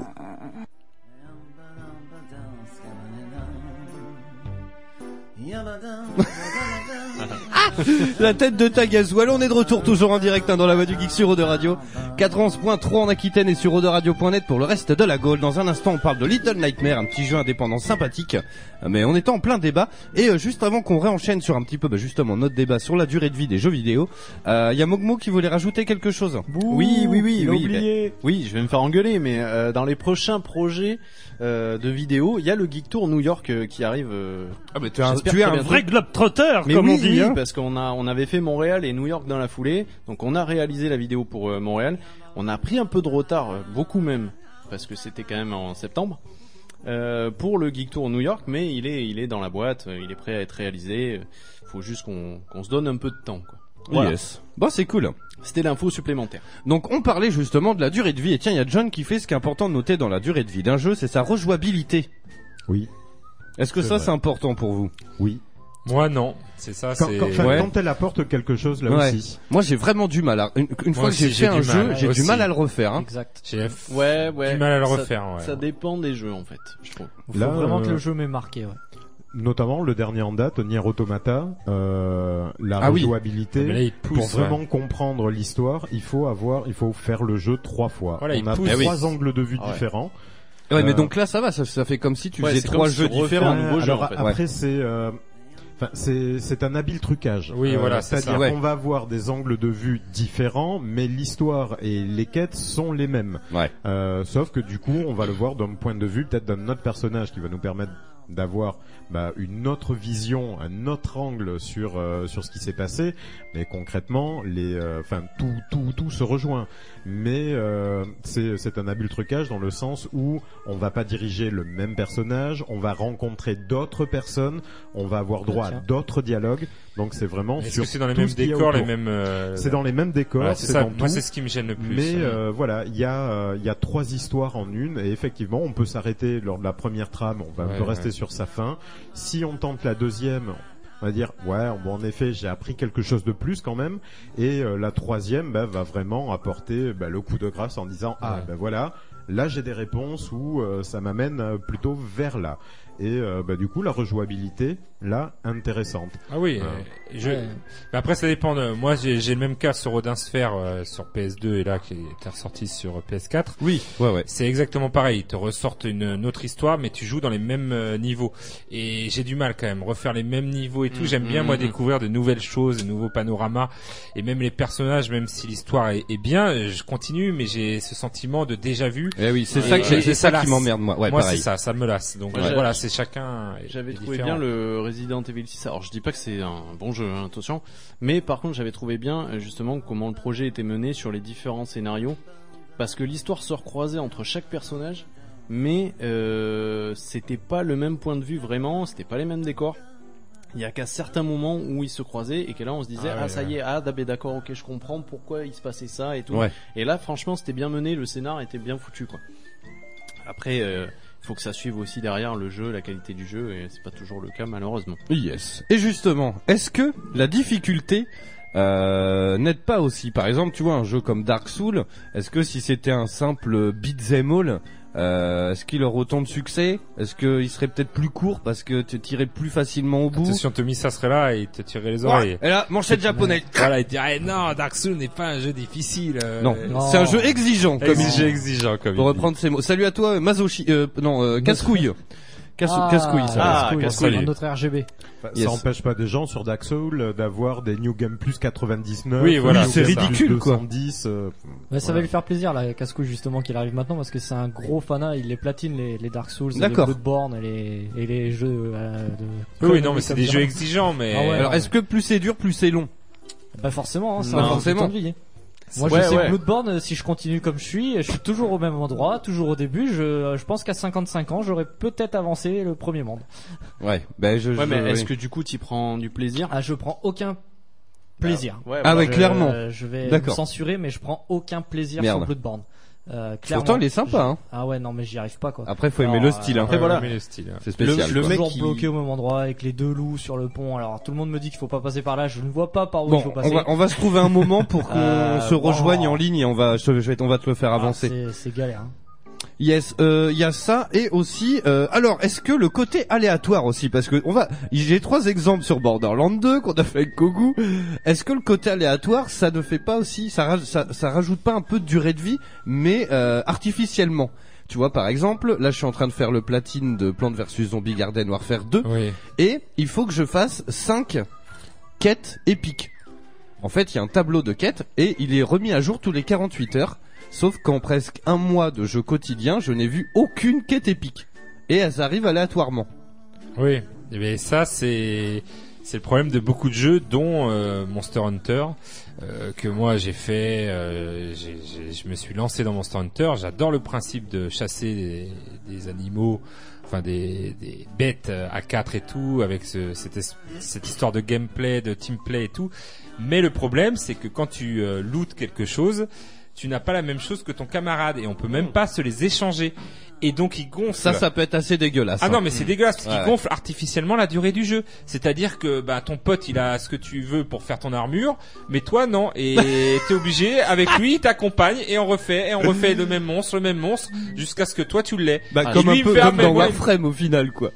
La tête de Tagazuel, on est de retour toujours en direct hein, dans la voix du geek sur O deux Radio quatre-vingt-onze point trois en Aquitaine et sur O deux radio point net pour le reste de la Gaule. Dans un instant on parle de Little Nightmare, un petit jeu indépendant sympathique, mais on est en plein débat. Et euh, juste avant qu'on réenchaîne sur un petit peu bah, justement notre débat sur la durée de vie des jeux vidéo, il euh, y a Mogmo qui voulait rajouter quelque chose. Oui, oui, oui, il a oui, oublié. bah, oui, je vais me faire engueuler, mais euh, dans les prochains projets euh, de vidéos, il y a le Geek Tour New York euh, qui arrive. Euh, ah mais tu es un, tu es un vrai globetrotter, mais comme oui, on dit. Oui, hein. parce qu'on a on avait fait Montréal et New York dans la foulée, donc on a réalisé la vidéo pour euh, Montréal. On a pris un peu de retard, euh, beaucoup même, parce que c'était quand même en septembre. Euh, pour le Geek Tour New York, mais il est il est dans la boîte, euh, il est prêt à être réalisé. Il faut juste qu'on qu'on se donne un peu de temps, quoi. Voilà. Yes. Bon, c'est cool. C'était l'info supplémentaire. Donc on parlait justement de la durée de vie et tiens, il y a John qui fait ce qui est important de noter dans la durée de vie d'un jeu, c'est sa rejouabilité. Oui. Est-ce que c'est ça vrai. c'est important pour vous? Oui. Moi non, c'est ça. Quand, c'est... quand, enfin, Ouais. quand elle apporte quelque chose là Ouais. aussi. Moi j'ai vraiment du mal à une, une Moi fois que j'ai aussi, fait j'ai un du jeu, mal, j'ai aussi. du mal à le refaire. Hein. Exact. J'ai Ouais, ouais. du mal à le ça- refaire. Ouais. Ça dépend des jeux en fait, je trouve. Faut Là, vraiment euh, que le jeu m'ait marqué, ouais. Notamment le dernier en date, Nier Automata, euh, la Ah oui. rejouabilité. Ah, mais là, il pousse, pour ouais. vraiment comprendre l'histoire, il faut avoir, il faut faire le jeu trois fois. Voilà, il On a pousse. trois Eh oui. angles de vue Ah ouais. différents. Ouais, mais Euh, donc là ça va, ça, ça fait comme si tu Ouais, faisais c'est trois comme si jeux tu refais différents. un nouveau jeu, Alors, en fait. après c'est, euh, enfin c'est c'est un habile trucage. Oui, voilà, c'est c'est-à-dire ça. Ouais. qu'on va avoir des angles de vue différents, mais l'histoire et les quêtes sont les mêmes. Ouais. Euh, sauf que du coup, on va le voir d'un point de vue peut-être d'un autre personnage qui va nous permettre d'avoir bah, une autre vision, un autre angle sur euh, sur ce qui s'est passé. Mais concrètement, les, enfin tout tout tout se rejoint. Mais euh, c'est c'est un habile trucage dans le sens où on va pas diriger le même personnage, on va rencontrer d'autres personnes, on va avoir droit Tiens. à d'autres dialogues. Donc c'est vraiment Est-ce sur que c'est dans les tout mêmes ce qu'il y a décors, les autour. mêmes euh, C'est dans les mêmes décors, Voilà, c'est c'est ça. dans Moi, tout. c'est ce qui me gêne le plus. Mais euh. euh, voilà, il y a euh, il y a trois histoires en une et effectivement, on peut s'arrêter lors de la première trame, on va Ouais, peut rester ouais. sur sa fin. Si on tente la deuxième, on va dire ouais, bon en effet, j'ai appris quelque chose de plus quand même et euh, la troisième bah, va vraiment apporter bah, le coup de grâce en disant ah Ouais. ben voilà, là j'ai des réponses où euh, ça m'amène euh, plutôt vers là. et euh, bah, du coup la rejouabilité là intéressante. Ah oui, euh, je... ouais. mais après ça dépend de... moi j'ai, j'ai le même cas sur Odin Sphere euh, sur P S deux et là qui était ressorti sur P S quatre. Oui, ouais ouais. C'est exactement pareil, ils te ressortent une, une autre histoire mais tu joues dans les mêmes euh, niveaux et j'ai du mal quand même refaire les mêmes niveaux et tout, mmh, j'aime bien mmh, moi mmh. découvrir de nouvelles choses, de nouveaux panoramas et même les personnages, même si l'histoire est, est bien, je continue mais j'ai ce sentiment de déjà vu. Eh oui, c'est et, ça que j'ai, c'est ça, ça qui m'emmerde moi. Ouais, moi pareil. c'est ça, ça me lasse. Donc ouais, voilà, c'est chacun. J'avais est trouvé différent. bien le Resident Evil six. Alors je dis pas que c'est un bon jeu, hein, attention, mais par contre j'avais trouvé bien justement comment le projet était mené sur les différents scénarios, parce que l'histoire se recroisait entre chaque personnage, mais euh, c'était pas le même point de vue vraiment, c'était pas les mêmes décors. Il y a qu'à certains moments où ils se croisaient et que là on se disait ah, ah ouais, ça y est, ah d'accord, ok, je comprends pourquoi il se passait ça et tout. Ouais. Et là franchement c'était bien mené, le scénar était bien foutu quoi. Après euh, faut que ça suive aussi derrière le jeu, la qualité du jeu, et c'est pas toujours le cas malheureusement. Yes. Et justement, est-ce que la difficulté euh, n'aide pas aussi, par exemple, tu vois, un jeu comme Dark Souls, est-ce que si c'était un simple beat'em all, euh, est-ce qu'il aurait autant de succès? Est-ce qu'il serait peut-être plus court parce que tu tirais plus facilement au bout? Si on te mis ça serait là et il te tirait les oreilles. Ouais. Et là, manchette japonaise. Voilà, il dirait non, Dark Souls n'est pas un jeu difficile. Euh... Non, non, c'est un jeu exigeant. Comme Exigé, il... exigeant, comme pour reprendre ces mots. Salut à toi, Mazochi. Euh, non, euh, casse-couille. Casse, ah, casse-couille, ça. Ah, casse-couille, casse-couille. Un autre R G B. Enfin, yes. Ça empêche pas des gens sur Dark Souls d'avoir des New Game Plus quatre-vingt-dix-neuf. Oui, voilà, c'est ridicule, quoi. deux cent dix, euh, ouais, voilà. Ça va lui faire plaisir, là, casse-couille, justement, qu'il arrive maintenant, parce que c'est un gros fanat, il les platine, les, les Dark Souls, les Bloodborne, et les, et les jeux, euh, de... Oui, non, mais c'est des jeux exigeants, mais... Ah ouais, alors, est-ce que plus c'est dur, plus c'est long? Bah, forcément, hein, ça non, forcément. Moi, ouais, je sais ouais. que Bloodborne, si je continue comme je suis, je suis toujours au même endroit, toujours au début. Je, je pense qu'à cinquante-cinq ans, j'aurais peut-être avancé le premier monde. Ouais. Ben je. Ouais, je, mais oui. est-ce que du coup, tu prends du plaisir? Ah, je prends aucun plaisir. Ah ouais, ah ouais je, clairement. Euh, je vais me censurer, mais je prends aucun plaisir Merde. sur Bloodborne. Euh, Pourtant, il est sympa, hein. Ah ouais, non, mais j'y arrive pas, quoi. Après, faut aimer alors, le style, hein. Après, voilà. Le style, hein. C'est spécial. Le, le mec toujours qui... bloqué au même endroit avec les deux loups sur le pont. Alors, tout le monde me dit qu'il faut pas passer par là. Je ne vois pas par où bon, il faut passer. On va, on va se trouver un moment pour qu'on euh, se rejoigne wow. en ligne et on va, je, je vais, on va te le faire avancer. Ah, c'est, c'est galère, hein. Yes, il euh, y a ça et aussi. Euh, alors, est-ce que le côté aléatoire aussi, parce que on va, j'ai trois exemples sur Borderlands deux qu'on a fait avec Kogu. Est-ce que le côté aléatoire, ça ne fait pas aussi, ça, ça, ça rajoute pas un peu de durée de vie, mais euh, artificiellement. Tu vois, par exemple, là, je suis en train de faire le platine de Plants versus. Zombie Garden Warfare deux, oui. et il faut que je fasse cinq quêtes épiques. En fait, il y a un tableau de quêtes et il est remis à jour tous les quarante-huit heures. Sauf qu'en presque un mois de jeu quotidien, je n'ai vu aucune quête épique. Et elles arrivent aléatoirement. Oui, mais ça c'est c'est le problème de beaucoup de jeux, dont euh, Monster Hunter, euh, que moi j'ai fait. Euh, j'ai, j'ai, je me suis lancé dans Monster Hunter. J'adore le principe de chasser des, des animaux, enfin des, des bêtes à quatre et tout, avec ce, cette, cette histoire de gameplay, de teamplay et tout. Mais le problème, c'est que quand tu euh, lootes quelque chose, tu n'as pas la même chose que ton camarade et on peut même pas se les échanger. Et donc il gonfle. Ça, ça peut être assez dégueulasse. Ah hein. non, mais c'est mmh. dégueulasse parce ouais. qu'il gonfle artificiellement la durée du jeu. C'est-à-dire que bah ton pote il a ce que tu veux pour faire ton armure, mais toi non. Et t'es obligé avec lui, il t'accompagne et on refait et on refait le même monstre, le même monstre jusqu'à ce que toi tu l'aies. Bah, comme un peu comme dans Warframe au final quoi.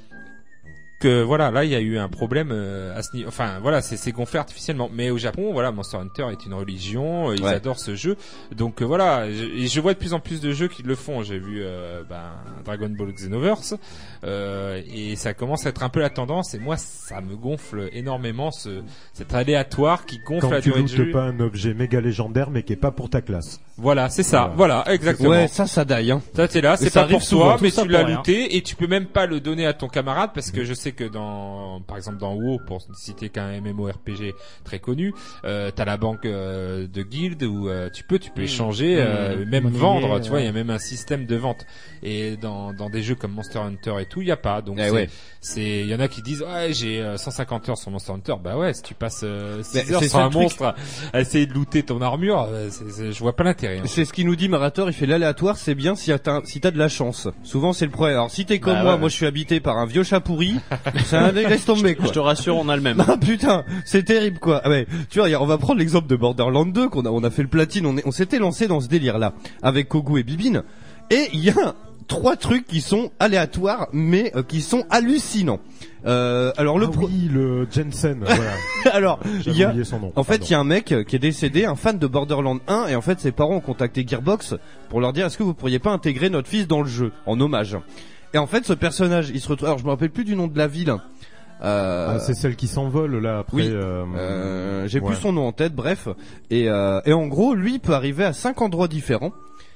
Que voilà, là il y a eu un problème euh, à ce niveau. Enfin voilà, c'est, c'est gonflé artificiellement. Mais au Japon, voilà, Monster Hunter est une religion, ils ouais. adorent ce jeu. Donc euh, voilà, je, et je vois de plus en plus de jeux qui le font. J'ai vu euh, ben, Dragon Ball Xenoverse euh, et ça commence à être un peu la tendance. Et moi, ça me gonfle énormément ce cet aléatoire qui gonfle Quand la durée du jeu. Quand tu lootes pas un objet méga légendaire, mais qui est pas pour ta classe. Voilà, c'est ça. Voilà, voilà exactement. Ouais, ça, ça daille. Hein. Ça t'es là, c'est ça pas pour toi, mais tu l'as rien. looté et tu peux même pas le donner à ton camarade parce que je sais que dans, par exemple dans WoW, pour citer qu'un M M O R P G très connu, euh, t'as la banque euh, de guild où euh, tu peux, tu peux mmh. échanger, euh, mmh. même Monnaie, vendre. Ouais. Tu vois, il y a même un système de vente. Et dans dans des jeux comme Monster Hunter et tout, il y a pas. Donc eh c'est, ouais. c'est, il y en a qui disent ouais j'ai euh, cent cinquante heures sur Monster Hunter. Bah ouais, si tu passes euh, six mais heures sur un truc. monstre à, à essayer de looter ton armure, euh, c'est, c'est, je vois pas l'intérêt. Hein. C'est ce qu'il nous dit Marator. Il fait l'aléatoire, c'est bien si t'as si t'as de la chance. Souvent c'est le problème. Alors si t'es comme bah, moi, ouais. moi je suis habité par un vieux chat pourri, c'est un laisse tomber quoi. Je te rassure, on a le même. Ah putain, c'est terrible quoi. Ah ouais, tu vois, on va prendre l'exemple de Borderlands deux qu'on a on a fait le platine, on est, on s'était lancé dans ce délire là avec Kogu et Bibine et il y a trois trucs qui sont aléatoires, mais euh, qui sont hallucinants. Euh, alors le ah pro... oui, le Jensen. Voilà. alors il y a, son nom. en fait, Pardon. il y a un mec qui est décédé, un fan de Borderlands un, et en fait, ses parents ont contacté Gearbox pour leur dire est-ce que vous pourriez pas intégrer notre fils dans le jeu en hommage. Et en fait, ce personnage, il se retrouve. Alors, je me rappelle plus du nom de la ville. Euh... Ah, c'est celle qui s'envole là après. Oui. Euh... Euh, j'ai ouais. plus son nom en tête. Bref. Et, euh, et en gros, lui il peut arriver à cinq endroits différents.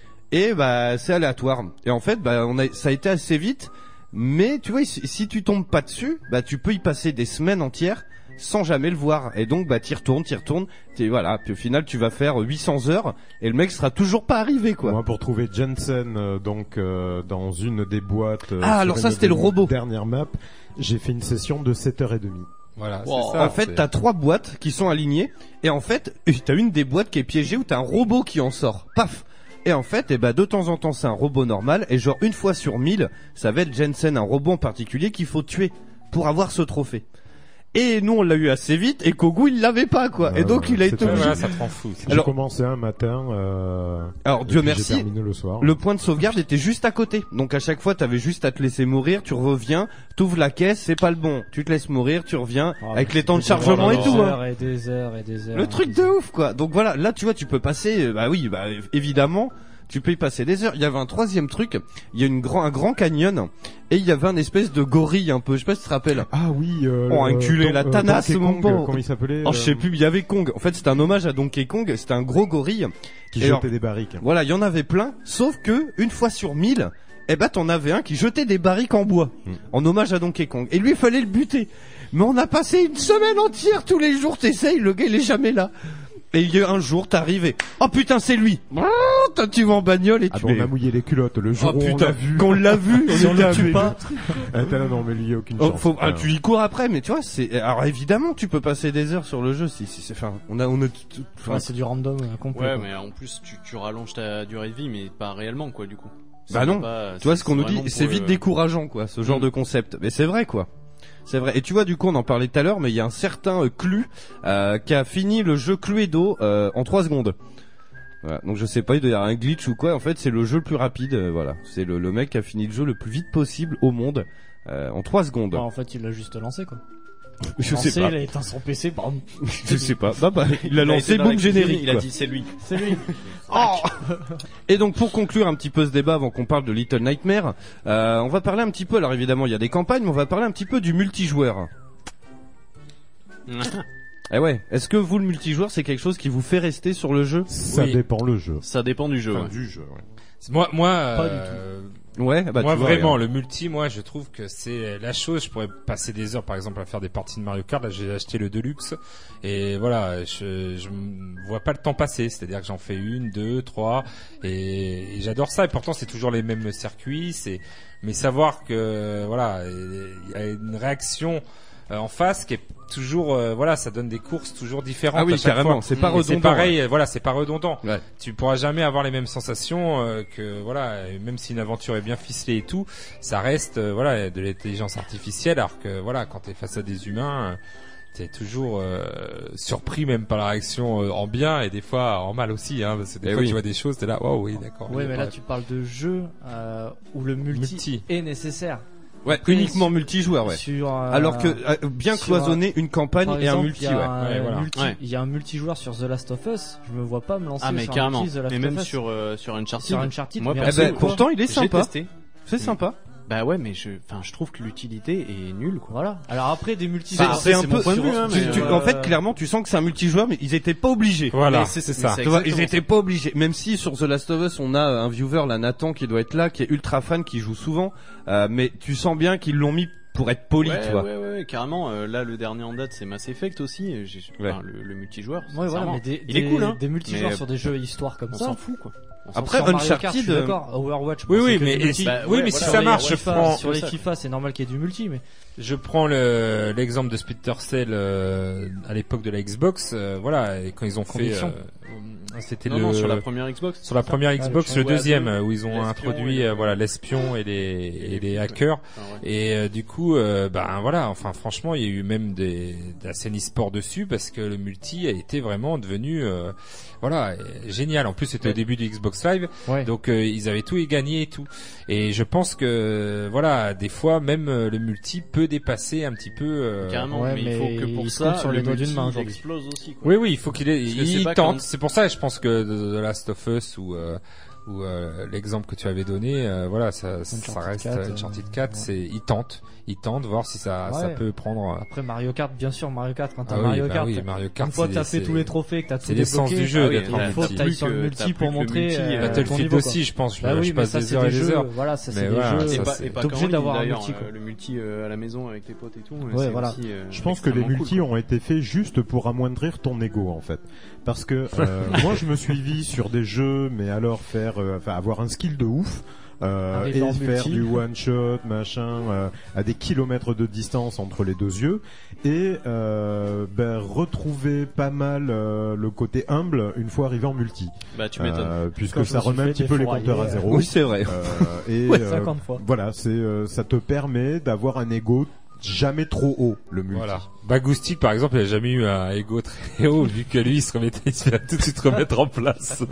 Et bah, c'est aléatoire. Et en fait, bah, on a, ça a été assez vite. Mais tu vois, si, si tu tombes pas dessus, bah, tu peux y passer des semaines entières sans jamais le voir. Et donc, bah, t'y retournes, t'y retournes. T'y, voilà. Puis au final, tu vas faire huit cents heures et le mec sera toujours pas arrivé, quoi. Moi, pour trouver Jensen, euh, donc euh, dans une des boîtes. Euh, ah, alors ça, c'était le robot. Dernière map. J'ai fait une session de sept heures trente. Voilà, wow. c'est ça. En fait, c'est... t'as trois boîtes qui sont alignées et en fait, t'as une des boîtes qui est piégée où t'as un robot qui en sort. Paf. Et en fait, eh ben, de temps en temps, c'est un robot normal et genre une fois sur mille, ça va être Jensen, un robot en particulier qu'il faut tuer pour avoir ce trophée. Et nous, on l'a eu assez vite et Kogu, il l'avait pas, quoi. Euh, et donc, il a été obligé. Voilà, ça te rend fou. J'ai commencé un matin. Euh, alors, Dieu merci. Le, soir. Le point de sauvegarde était juste à côté. Donc, à chaque fois, t'avais juste à te laisser mourir. Tu reviens, t'ouvres la caisse, c'est pas le bon. Tu te laisses mourir, tu reviens oh, avec les temps de chargement et tout. Des heures et des heures et des heures. Le truc de ouf, quoi. Donc voilà, là, tu vois, tu peux passer. Bah oui, bah évidemment. Tu peux y passer des heures. Il y avait un troisième truc. Il y a une grand, un grand canyon et il y avait un espèce de gorille un peu. Je sais pas si tu te rappelles. Ah oui. Euh, oh, enculé, le, la tanasse, euh, mon pauvre. Comment il s'appelait Oh, je sais plus. Il y avait Kong. En fait, c'était un hommage à Donkey Kong. C'était un gros gorille qui et jetait alors, des barriques. Voilà, il y en avait plein. Sauf que une fois sur mille, eh ben, t'en avais un qui jetait des barriques en bois hmm. en hommage à Donkey Kong. Et lui, il fallait le buter. Mais on a passé une semaine entière tous les jours. T'essayes, le gars, il est jamais là. Et il y a un jour, t'arrives et oh putain, c'est lui. Oh, tu vas en bagnole et ah tu. Bon, on a mouillé les culottes le jour oh, où putain, on l'a vu. Qu'on l'a vu, si on le tue pas. Attends, non, mais lui, il y a aucune oh, chance. Faut, ah, tu y cours après, mais tu vois, c'est. Alors évidemment, tu peux passer des heures sur le jeu si, si c'est. Enfin, on a, on a. Enfin, ouais, c'est du random euh, complet. Ouais, quoi. mais en plus, tu, tu rallonges ta durée de vie, mais pas réellement, quoi, du coup. Bah non. Pas, tu vois ce qu'on nous dit, c'est vite le... décourageant, quoi, ce genre mmh. de concept. Mais c'est vrai, quoi. C'est vrai. Et tu vois, du coup, on en parlait tout à l'heure, mais il y a un certain euh, Clu euh, qui a fini le jeu Cluedo euh, en trois secondes. Voilà. Donc je sais pas, il doit y avoir un glitch ou quoi. En fait, c'est le jeu le plus rapide. Euh, voilà, c'est le, le mec qui a fini le jeu le plus vite possible au monde euh, en trois secondes. Bah, en fait, il l'a juste lancé, quoi. Je lancé, sais pas. Il a éteint son P C, bam. Je sais pas. Bah, bah, il a lancé, boum, générique. Il a dit c'est lui. C'est lui. Oh. Et donc pour conclure un petit peu ce débat avant qu'on parle de Little Nightmare, euh, on va parler un petit peu. Alors évidemment, il y a des campagnes, mais on va parler un petit peu du multijoueur. Eh ouais. Est-ce que vous, le multijoueur, c'est quelque chose qui vous fait rester sur le jeu? Ça oui. dépend le jeu. Ça dépend du jeu. Enfin, ouais. du jeu. Ouais. Moi, moi. Pas euh... du tout. Ouais, bah moi tu vois, vraiment regarde. Le multi, moi je trouve que c'est la chose. Je pourrais passer des heures par exemple à faire des parties de Mario Kart. Là j'ai acheté le Deluxe et voilà, je je vois pas le temps passer. C'est-à-dire que j'en fais une, deux, trois et, et j'adore ça. Et pourtant c'est toujours les mêmes circuits. C'est mais savoir que voilà, il y a une réaction euh, en face qui est toujours euh, voilà, ça donne des courses toujours différentes. Ah oui, à chaque carrément, fois. c'est pas Et redondant. C'est pareil, ouais. voilà, c'est pas redondant. Ouais. Tu pourras jamais avoir les mêmes sensations euh, que voilà, et même si une aventure est bien ficelée et tout, ça reste euh, voilà de l'intelligence artificielle. Alors que voilà, quand t'es face à des humains, euh, t'es toujours euh, surpris même par la réaction euh, en bien et des fois en mal aussi. Hein, parce que des et fois oui. tu vois des choses, t'es là, waouh, oui, d'accord. Ouais, mais là bref. tu parles de jeux euh, où le multi, Multi. est nécessaire. Ouais, Après, uniquement sur, multijoueur, ouais. Sur, euh, Alors que euh, bien cloisonner une campagne par et un exemple, multi, il y a ouais. un Ouais, voilà. multi, Ouais. il y a un multijoueur sur The Last of Us. Je me vois pas me lancer Ah mais sur carrément. un multi The Last Mais of même Us. sur euh, sur Uncharted. Sur Uncharted. Moi, bien Eh perso, ben, sûr. pourtant, il est j'ai sympa. testé. C'est sympa. Bah ouais, mais je, enfin, je trouve que l'utilité est nulle, quoi. Voilà. Alors après des multi. C'est, alors, c'est un c'est peu. mon point de vue, hein, tu- mais, tu- euh, En fait, clairement, tu sens que c'est un multijoueur, mais ils étaient pas obligés. Voilà, Mais c'est, c'est- ça. mais Tu vois, ils exactement étaient pas obligés. Même si sur The Last of Us, on a un viewer, là, Nathan, qui doit être là, qui est ultra fan, qui joue souvent, euh, mais tu sens bien qu'ils l'ont mis pour être poli, ouais, tu vois. Ouais, ouais, ouais, carrément. Euh, là, le dernier en date, c'est Mass Effect aussi. J'ai, Ouais. enfin, le, le multijoueur. Ouais, voilà, sincèrement. mais des, il des, est cool, hein. Des multijoueurs Mais sur des jeux histoire comme on ça. s'en fout, quoi. On s'en Après, Sur Mario Kart, Uncharted, je suis d'accord. Overwatch. Oui, bon, oui, c'est que mais, du multi. bah, Bah, oui, ouais, mais voilà. si ça les marche, je FIFA, prends, sur les FIFA, c'est normal qu'il y ait du multi, mais je prends le, l'exemple de Splinter Cell euh, à l'époque de la Xbox. Euh, voilà, et quand ils ont Conviction. fait C'était Non, le non, sur la première Xbox. Sur la première Ah, Xbox, le le champ- deuxième, ouais, où ils ont l'espion introduit et- euh, voilà l'espion et les et les hackers. Ah, ouais. Et euh, du coup, euh, ben voilà, enfin franchement, il y a eu même des de la scène e-sport dessus parce que le multi a été vraiment devenu euh, voilà génial. En plus, c'était au début du Xbox Live, Ouais. donc euh, ils avaient tout gagné et tout. Et je pense que voilà, des fois même euh, le multi peut dépasser un petit peu. Euh... Carrément, Ouais, mais, il mais faut que pour il se ça, compte sur le les doigts d'une multi, main il aujourd'hui. explose aussi. Quoi. Oui, oui, il faut qu'il ait, Parce que c'est il pas tente. quand- C'est pour ça, je pense que The Last of Us ou euh, ou euh, l'exemple que tu avais donné, euh, voilà, ça, ça Uncharted reste quatre, Uncharted euh, quatre, ouais. c'est, il tente, il tente, voir si ça, ça Ouais. peut prendre. Après Mario Kart, bien sûr, Mario Kart, quand t'as Ah oui, Mario bah Kart, oui, Mario Kart, une fois que t'as c'est- fait tous les trophées, que t'as tout c'est l'essence débloqué, du jeu ah oui, d'être en il faut que multi. t'ailles sur le T'as multi plus pour que le montrer multi, euh, euh, ton Battlefield niveau, aussi, quoi. je pense, je- Bah je oui, mais passe ça, des c'est heures et des des jeux, heures. voilà, ça c'est Mais des voilà, jeux, ça, Et pas, c'est- et pas t'es qu'en obligé ligne, d'avoir un d'ailleurs, multi, quoi. euh, le multi euh, à la maison avec tes potes et tout. Ouais, c'est voilà. aussi, euh, Je pense que les extrêmement multis cool, ont été faits juste pour amoindrir ton ego en fait. Parce que euh, moi je me suis vu sur des jeux, mais alors faire, euh, enfin avoir un skill de ouf. Euh, Arriver et en faire multi. du one shot machin euh, à des kilomètres de distance entre les deux yeux et euh, ben, retrouver pas mal euh, le côté humble une fois arrivé en multi. Bah, tu m'étonnes. Euh, puisque Quand je ça me suis remet un fait petit peu les défourailler, compteurs à euh, zéro. Oui, c'est vrai. Euh, et Ouais, euh, cinquante fois. voilà, c'est euh, ça te permet d'avoir un ego jamais trop haut, le multi. Voilà. Bagoustic, par exemple, il a jamais eu un ego très haut, vu que lui, il se remettait, il se fait tout de suite remettre en place.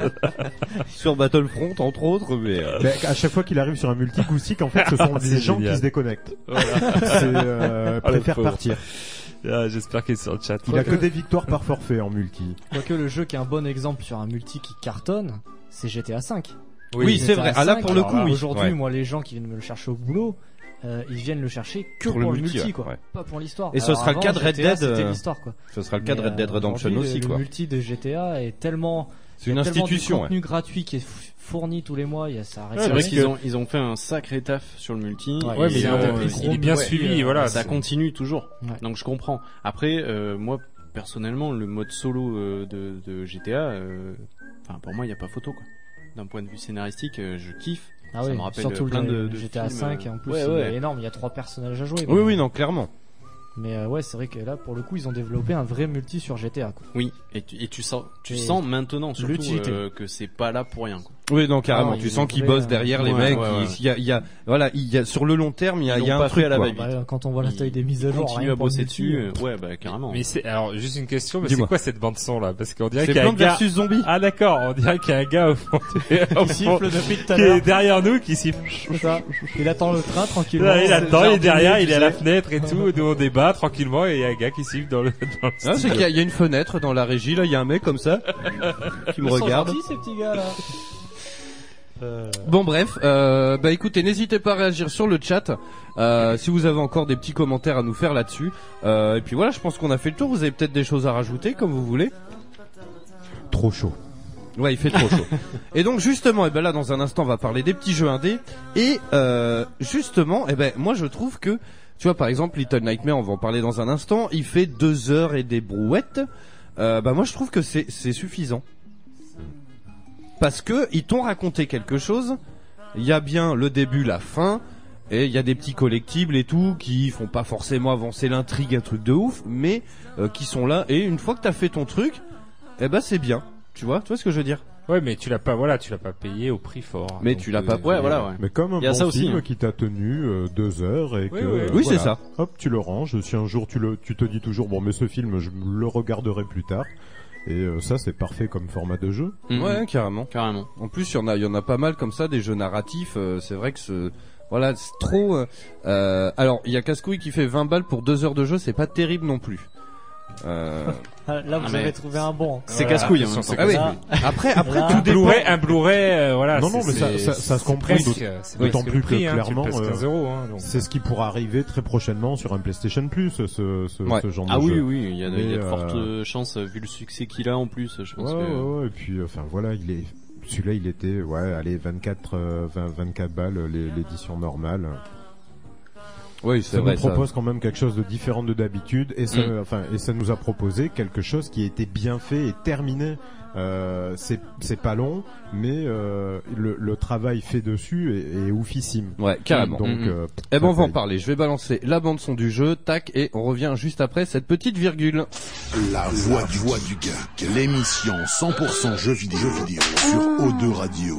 Sur Battlefront, entre autres, mais. euh, Mais à chaque fois qu'il arrive sur un multi Goustic, en fait, ce sont C'est des gens génial. qui se déconnectent. Voilà. C'est euh, Ah, le préfère pauvre. partir. Ah, j'espère qu'il est sur le chat. Il a que des victoires par forfait en multi. Quoique le jeu qui est un bon exemple sur un multi qui cartonne, c'est G T A cinq. Oui, c'est vrai. Ah, là, pour le coup, oui. Aujourd'hui, Ouais. moi, les gens qui viennent me le chercher au boulot, euh, ils viennent le chercher que Pour pour, le le multi, multi, ouais, quoi. ouais. Pas pour l'histoire. Et ce Alors sera le avant, cas de Red G T A, Dead, C'était euh, l'histoire, quoi. ce sera le cas de Mais, Red Dead euh, Redemption aujourd'hui, aussi, le, quoi. Le multi de G T A est tellement. C'est il y a une tellement institution, du contenu gratuit qui est f- fourni tous les mois, il y a ça. C'est vrai qu'ils ont, ils ont fait un sacré taf sur le multi. Ouais, Ouais, mais Et, il, euh, est- ils- il est bien ouais, suivi, euh, voilà. Ça c'est- continue toujours. Ouais. Donc je comprends. Après, euh, moi, personnellement, le mode solo euh, de, de G T A, euh, enfin, pour moi, il n'y a pas photo, quoi. D'un point de vue scénaristique, euh, je kiffe. Ah ça oui, me rappelle surtout plein le de, de G T A films, cinq, euh, et en plus, ouais, il ouais. est énorme, il y a trois personnages à jouer. Oui, mais- oui, non, clairement. Mais euh, ouais, c'est vrai que là, pour le coup, ils ont développé un vrai multi sur G T A, quoi. Oui, et tu, et tu sens, tu Et sens maintenant surtout l'utilité. euh, que c'est pas là pour rien, quoi. Oui, non, carrément. Ah, tu il sens est qu'ils vrai, bossent derrière les ouais, mecs. ouais, il- ouais. Il y a, il y a, voilà, il y a sur le long terme, il y a, Ils il y a l'ont un pas truc. fait à la quoi. va-vite. Bah, quand on voit la taille des mises à jour, Continue rien à pour le bosser multi, dessus, euh, euh, ouais, bah carrément. Mais c'est, alors, juste une question, mais c'est Dis-moi. quoi cette bande son là? Parce qu'on dirait C'est qu'il y a un Plante gars. versus Zombie. Ah d'accord, on dirait qu'il y a un gars au fond, au Qui fond, siffle depuis tout à qui l'heure. est derrière nous, qui siffle. C'est ça. Il attend le train tranquillement. Là, il attend, il est derrière, il est à la fait. fenêtre et tout, nous on débat tranquillement et il y a un gars qui siffle dans le, dans le Ah, c'est studio. qu'il y a, il y a une fenêtre dans la régie, là, il y a un mec comme ça, qui me Ils sont regarde. gentils, ces petits gars là. Bon bref, euh, bah écoutez, n'hésitez pas à réagir sur le chat euh, si vous avez encore des petits commentaires à nous faire là-dessus. Euh, et puis voilà, je pense qu'on a fait le tour. Vous avez peut-être des choses à rajouter, comme vous voulez. Trop chaud. Ouais, il fait trop chaud. Et donc justement, et ben là, dans un instant, on va parler des petits jeux indés. Et euh, justement, et ben moi, je trouve que, tu vois, par exemple, Little Nightmare, on va en parler dans un instant. Il fait deux heures et des brouettes. Euh, bah moi, je trouve que c'est c'est suffisant. Parce que ils t'ont raconté quelque chose. Il y a bien le début, la fin, et il y a des petits collectibles et tout qui font pas forcément avancer l'intrigue, un truc de ouf, mais euh, qui sont là. Et une fois que t'as fait ton truc, eh ben c'est bien. Tu vois, tu vois ce que je veux dire? Ouais, mais tu l'as pas, voilà, tu l'as pas payé au prix fort. Mais Donc, tu l'as pas euh, payé. Ouais, voilà, ouais. Mais comme un Il y a bon ça aussi, film hein. qui t'a tenu euh, deux heures et Oui, que oui. euh, Oui, c'est voilà. ça. Hop, tu le ranges. Si un jour tu le, tu te dis toujours bon, mais ce film, je le regarderai plus tard. Et euh, ça, c'est parfait comme format de jeu. Ouais, carrément. Carrément. En plus, il y en a, il y en a pas mal comme ça, des jeux narratifs. euh, c'est vrai que ce, voilà, c'est trop. euh, euh, alors, il y a Cascouille qui fait vingt balles pour deux heures de jeu, c'est pas terrible non plus. Euh, Ah, là, vous Ah, mais avez trouvé un bon. C'est Voilà, casse-couille, hein, attention, en même c'est temps. ah oui. Là, Après, après Là, tout Un dépend. Blu-ray, un Blu-ray, euh, voilà. Non, non, c'est- mais ça- c'est- ça- ça se c'est comprend, presque- d'autant- c'est d'autant presque plus le prix, que hein, clairement, tu le passes euh, quinze euros, hein, donc. C'est ce qui pourra arriver très prochainement sur un PlayStation Plus, ce, ce, Ouais. ce genre Ah de oui, jeu. oui, il y a de, il y a de Mais, fortes euh, chances, vu le succès qu'il a en plus, je pense Ouais, que... ouais, ouais, et puis, euh, enfin voilà, il est, celui-là, il était, ouais, allez, vingt-quatre, euh, vingt, vingt-quatre balles, les- l'édition normale. Oui, c'est ça vrai, nous propose ça. Quand même quelque chose de différent de d'habitude, et ça, mm. enfin, et ça nous a proposé quelque chose qui était bien fait et terminé. Euh, c'est c'est pas long, mais euh, le, le travail fait dessus est, est oufissime. Ouais, carrément. Donc, mmh. euh, eh ben on va en parler. Je vais balancer la bande son du jeu, tac, et on revient juste après cette petite virgule. La voix du, voix du geek, l'émission cent pour cent jeux vidéo, vidéo sur O deux Radio.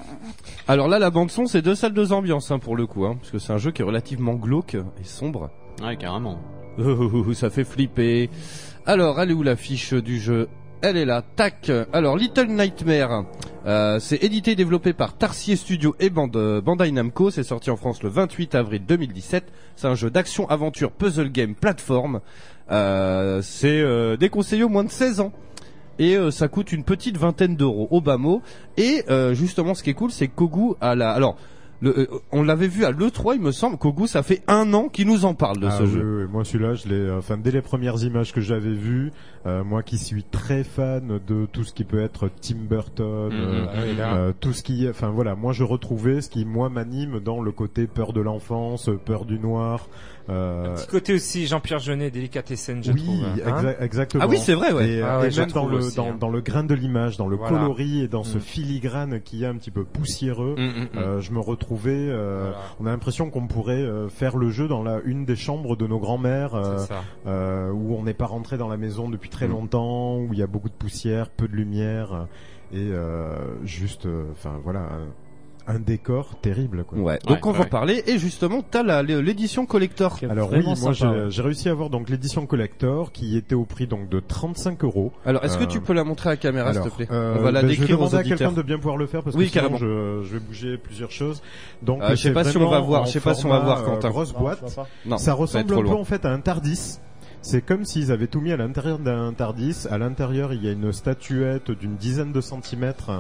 Alors là, la bande son, c'est deux salles, deux ambiances hein, pour le coup, hein, parce que c'est un jeu qui est relativement glauque et sombre. Ouais, carrément. Oh, ça fait flipper. Alors, elle est où la fiche du jeu? Elle est là, tac. Alors, Little Nightmare, euh, c'est édité et développé par Tarsier Studio et Band- Bandai Namco. C'est sorti en France le vingt-huit avril deux mille dix-sept. C'est un jeu d'action, aventure, puzzle game, plateforme. Euh, c'est euh, déconseillé au moins de seize ans. Et euh, ça coûte une petite vingtaine d'euros au bas mot. Et euh, justement, ce qui est cool, c'est que Kogu a la... Alors, Le, euh, on l'avait vu à l'E trois, il me semble. Kogu, ça fait un an qu'il nous en parle de ah, ce oui, jeu. Oui, moi celui-là, je l'ai. Enfin, dès les premières images que j'avais vues, euh, moi qui suis très fan de tout ce qui peut être Tim Burton, mmh, euh, ah oui, euh, tout ce qui, enfin voilà, moi je retrouvais ce qui moi m'anime dans le côté peur de l'enfance, peur du noir. Euh... Un petit côté aussi Jean-Pierre Jeunet, Délicatessen, je oui, trouve. Oui, exa- hein exactement. Ah oui, c'est vrai, ouais. Et, ah ouais, et même dans le aussi, dans, hein. dans le grain de l'image, dans le voilà. coloris et dans mmh. ce Mm. filigrane qui est un petit peu poussiéreux, mmh, mmh. Euh, je me retrouvais. Euh, voilà. On a l'impression qu'on pourrait euh, faire le jeu dans la une des chambres de nos grands-mères, euh, euh, où on n'est pas rentré dans la maison depuis très mmh. longtemps, où il y a beaucoup de poussière, peu de lumière, et euh, juste, enfin euh, voilà. Un décor terrible, quoi. Ouais. Donc ouais, on va en ouais. parler. Et justement, t'as la, l'édition collector. Alors oui, moi j'ai, j'ai réussi à avoir donc l'édition collector qui était au prix donc de trente-cinq euros. Alors est-ce euh... que tu peux la montrer à la caméra, s'il te plaît? euh, On va la ben, décrire je vais demander aux à quelqu'un auditeurs. de bien pouvoir le faire parce oui, que sinon carrément. je, je vais bouger plusieurs choses. Donc euh, je sais pas si on va voir. Je sais pas si on va voir Quentin. Euh, grosse non, boîte. Non, ça ressemble un peu loin. en fait à un Tardis. C'est comme s'ils avaient tout mis à l'intérieur d'un Tardis. À l'intérieur, il y a une statuette d'une dizaine de centimètres.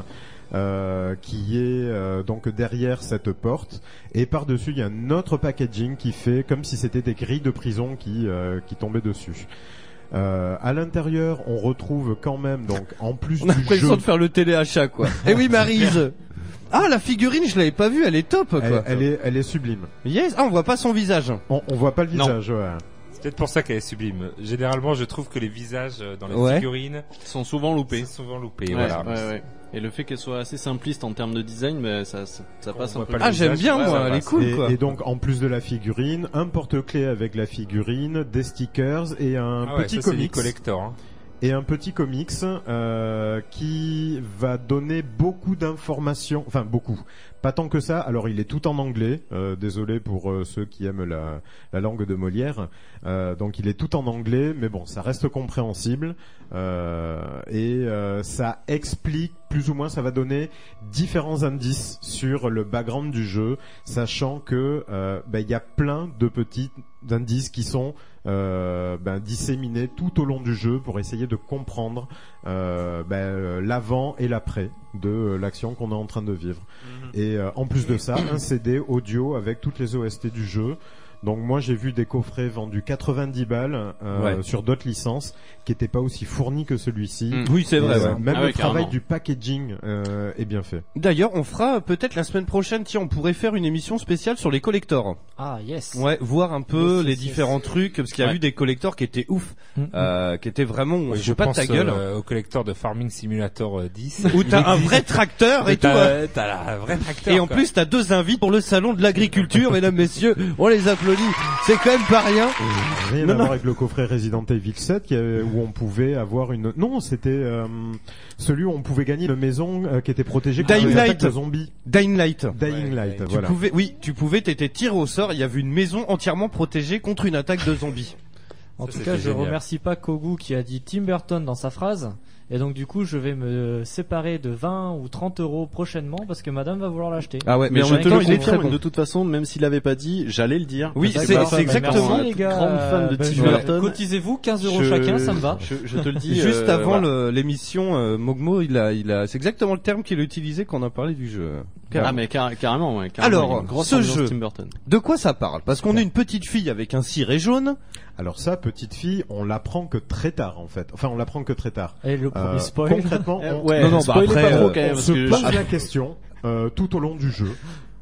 Euh, qui est euh, donc derrière cette porte, et par-dessus il y a un autre packaging qui fait comme si c'était des grilles de prison qui euh, qui tombaient dessus. Euh, à l'intérieur, on retrouve quand même donc en plus on a du l'impression jeu... de faire le téléachat quoi. Eh oui Maryse. Ah la figurine, je l'avais pas vue, elle est top quoi. Elle, elle est elle est sublime. Yes, ah on voit pas son visage. On, on voit pas le visage, non. ouais. C'est peut-être pour ça qu'elle est sublime. Généralement, je trouve que les visages dans les ouais. figurines sont souvent loupés. Sont souvent loupés, ouais, voilà. Ouais, ouais. Et le fait qu'elle soit assez simpliste en termes de design, bah, ça, ça, ça passe un peu. Ah, j'aime bien, ouais, moi, elle est cool, et, quoi. Et donc, en plus de la figurine, un porte-clés avec la figurine, des stickers et un ah petit ouais, ça, comics. C'est collector, hein. Et un petit comics euh, qui va donner beaucoup d'informations, enfin beaucoup, pas tant que ça. Alors il est tout en anglais, euh, désolé pour euh, ceux qui aiment la, la langue de Molière. Euh, donc il est tout en anglais, mais bon, ça reste compréhensible euh, et euh, ça explique plus ou moins, ça va donner différents indices sur le background du jeu, sachant que euh, ben, y a plein de petits indices qui sont Euh, ben, disséminés tout au long du jeu pour essayer de comprendre euh, ben, l'avant et l'après de l'action qu'on est en train de vivre. Mmh. Et euh, en plus de ça, un C D audio avec toutes les O S T du jeu. Donc moi j'ai vu des coffrets vendus quatre-vingt-dix balles euh, ouais. sur d'autres licences qui n'étaient pas aussi fournis que celui-ci. Mmh. Oui c'est vrai. Euh, ouais. Même ah le ouais, travail carrément. du packaging euh, est bien fait. D'ailleurs on fera peut-être la semaine prochaine, tiens on pourrait faire une émission spéciale sur les collectors. Ah yes. Ouais, voir un peu yes, les yes, différents yes. trucs parce qu'il y a ouais. eu des collectors qui étaient ouf, mmh. euh, qui étaient vraiment on oui, se je pas de pense ta gueule. Euh, au collector de Farming Simulator dix où t'as un vrai tracteur et, et tout. T'as, t'as la vrai tracteur. Et en quoi. plus t'as deux invités pour le salon de l'agriculture, mesdames messieurs, on les applaudit. C'est quand même pas rien. Rien non, à non. voir avec le coffret Resident Evil sept qui avait, où on pouvait avoir une. Non, c'était euh, celui où on pouvait gagner une maison euh, qui était protégée contre Dying les Light. attaques de zombies. Dying Light. Dying ouais, Light. ouais. Voilà. Tu pouvais, oui, tu pouvais, t'étais tiré au sort. Il y avait une maison entièrement protégée contre une attaque de zombies. En Ça, tout cas, je génial. remercie pas Kogu qui a dit Tim Burton dans sa phrase. Et donc du coup, je vais me séparer de vingt ou trente euros prochainement parce que madame va vouloir l'acheter. Ah ouais, mais, mais je en même te temps, le il est très confirme, bon. de toute façon, même s'il avait pas dit, j'allais le dire. Oui, Parce c'est, que c'est ma exactement. femme Merci, est les gars. grande fan de Ben, Tim je- Burton. Cotisez-vous quinze euros Je- chacun, ça me va. Je, je te le dis. Juste euh, avant voilà. le, l'émission, euh, Mogmo, il a, il a, c'est exactement le terme qu'il a utilisé quand on a parlé du jeu. Ah mais car- carrément, ouais, carrément. Alors, il y a une grosse ce ambiance jeu, Tim Burton. de quoi ça parle? Parce qu'on est une petite fille avec un ciré jaune. Alors ça, petite fille, on l'apprend que très tard en fait. Enfin, on l'apprend que très tard. Et le premier Euh, spoil. Concrètement, on, ouais, non, non, bah spoilez après, pas trop euh, quand même. on Parce se que pose je- la question euh, tout au long du jeu.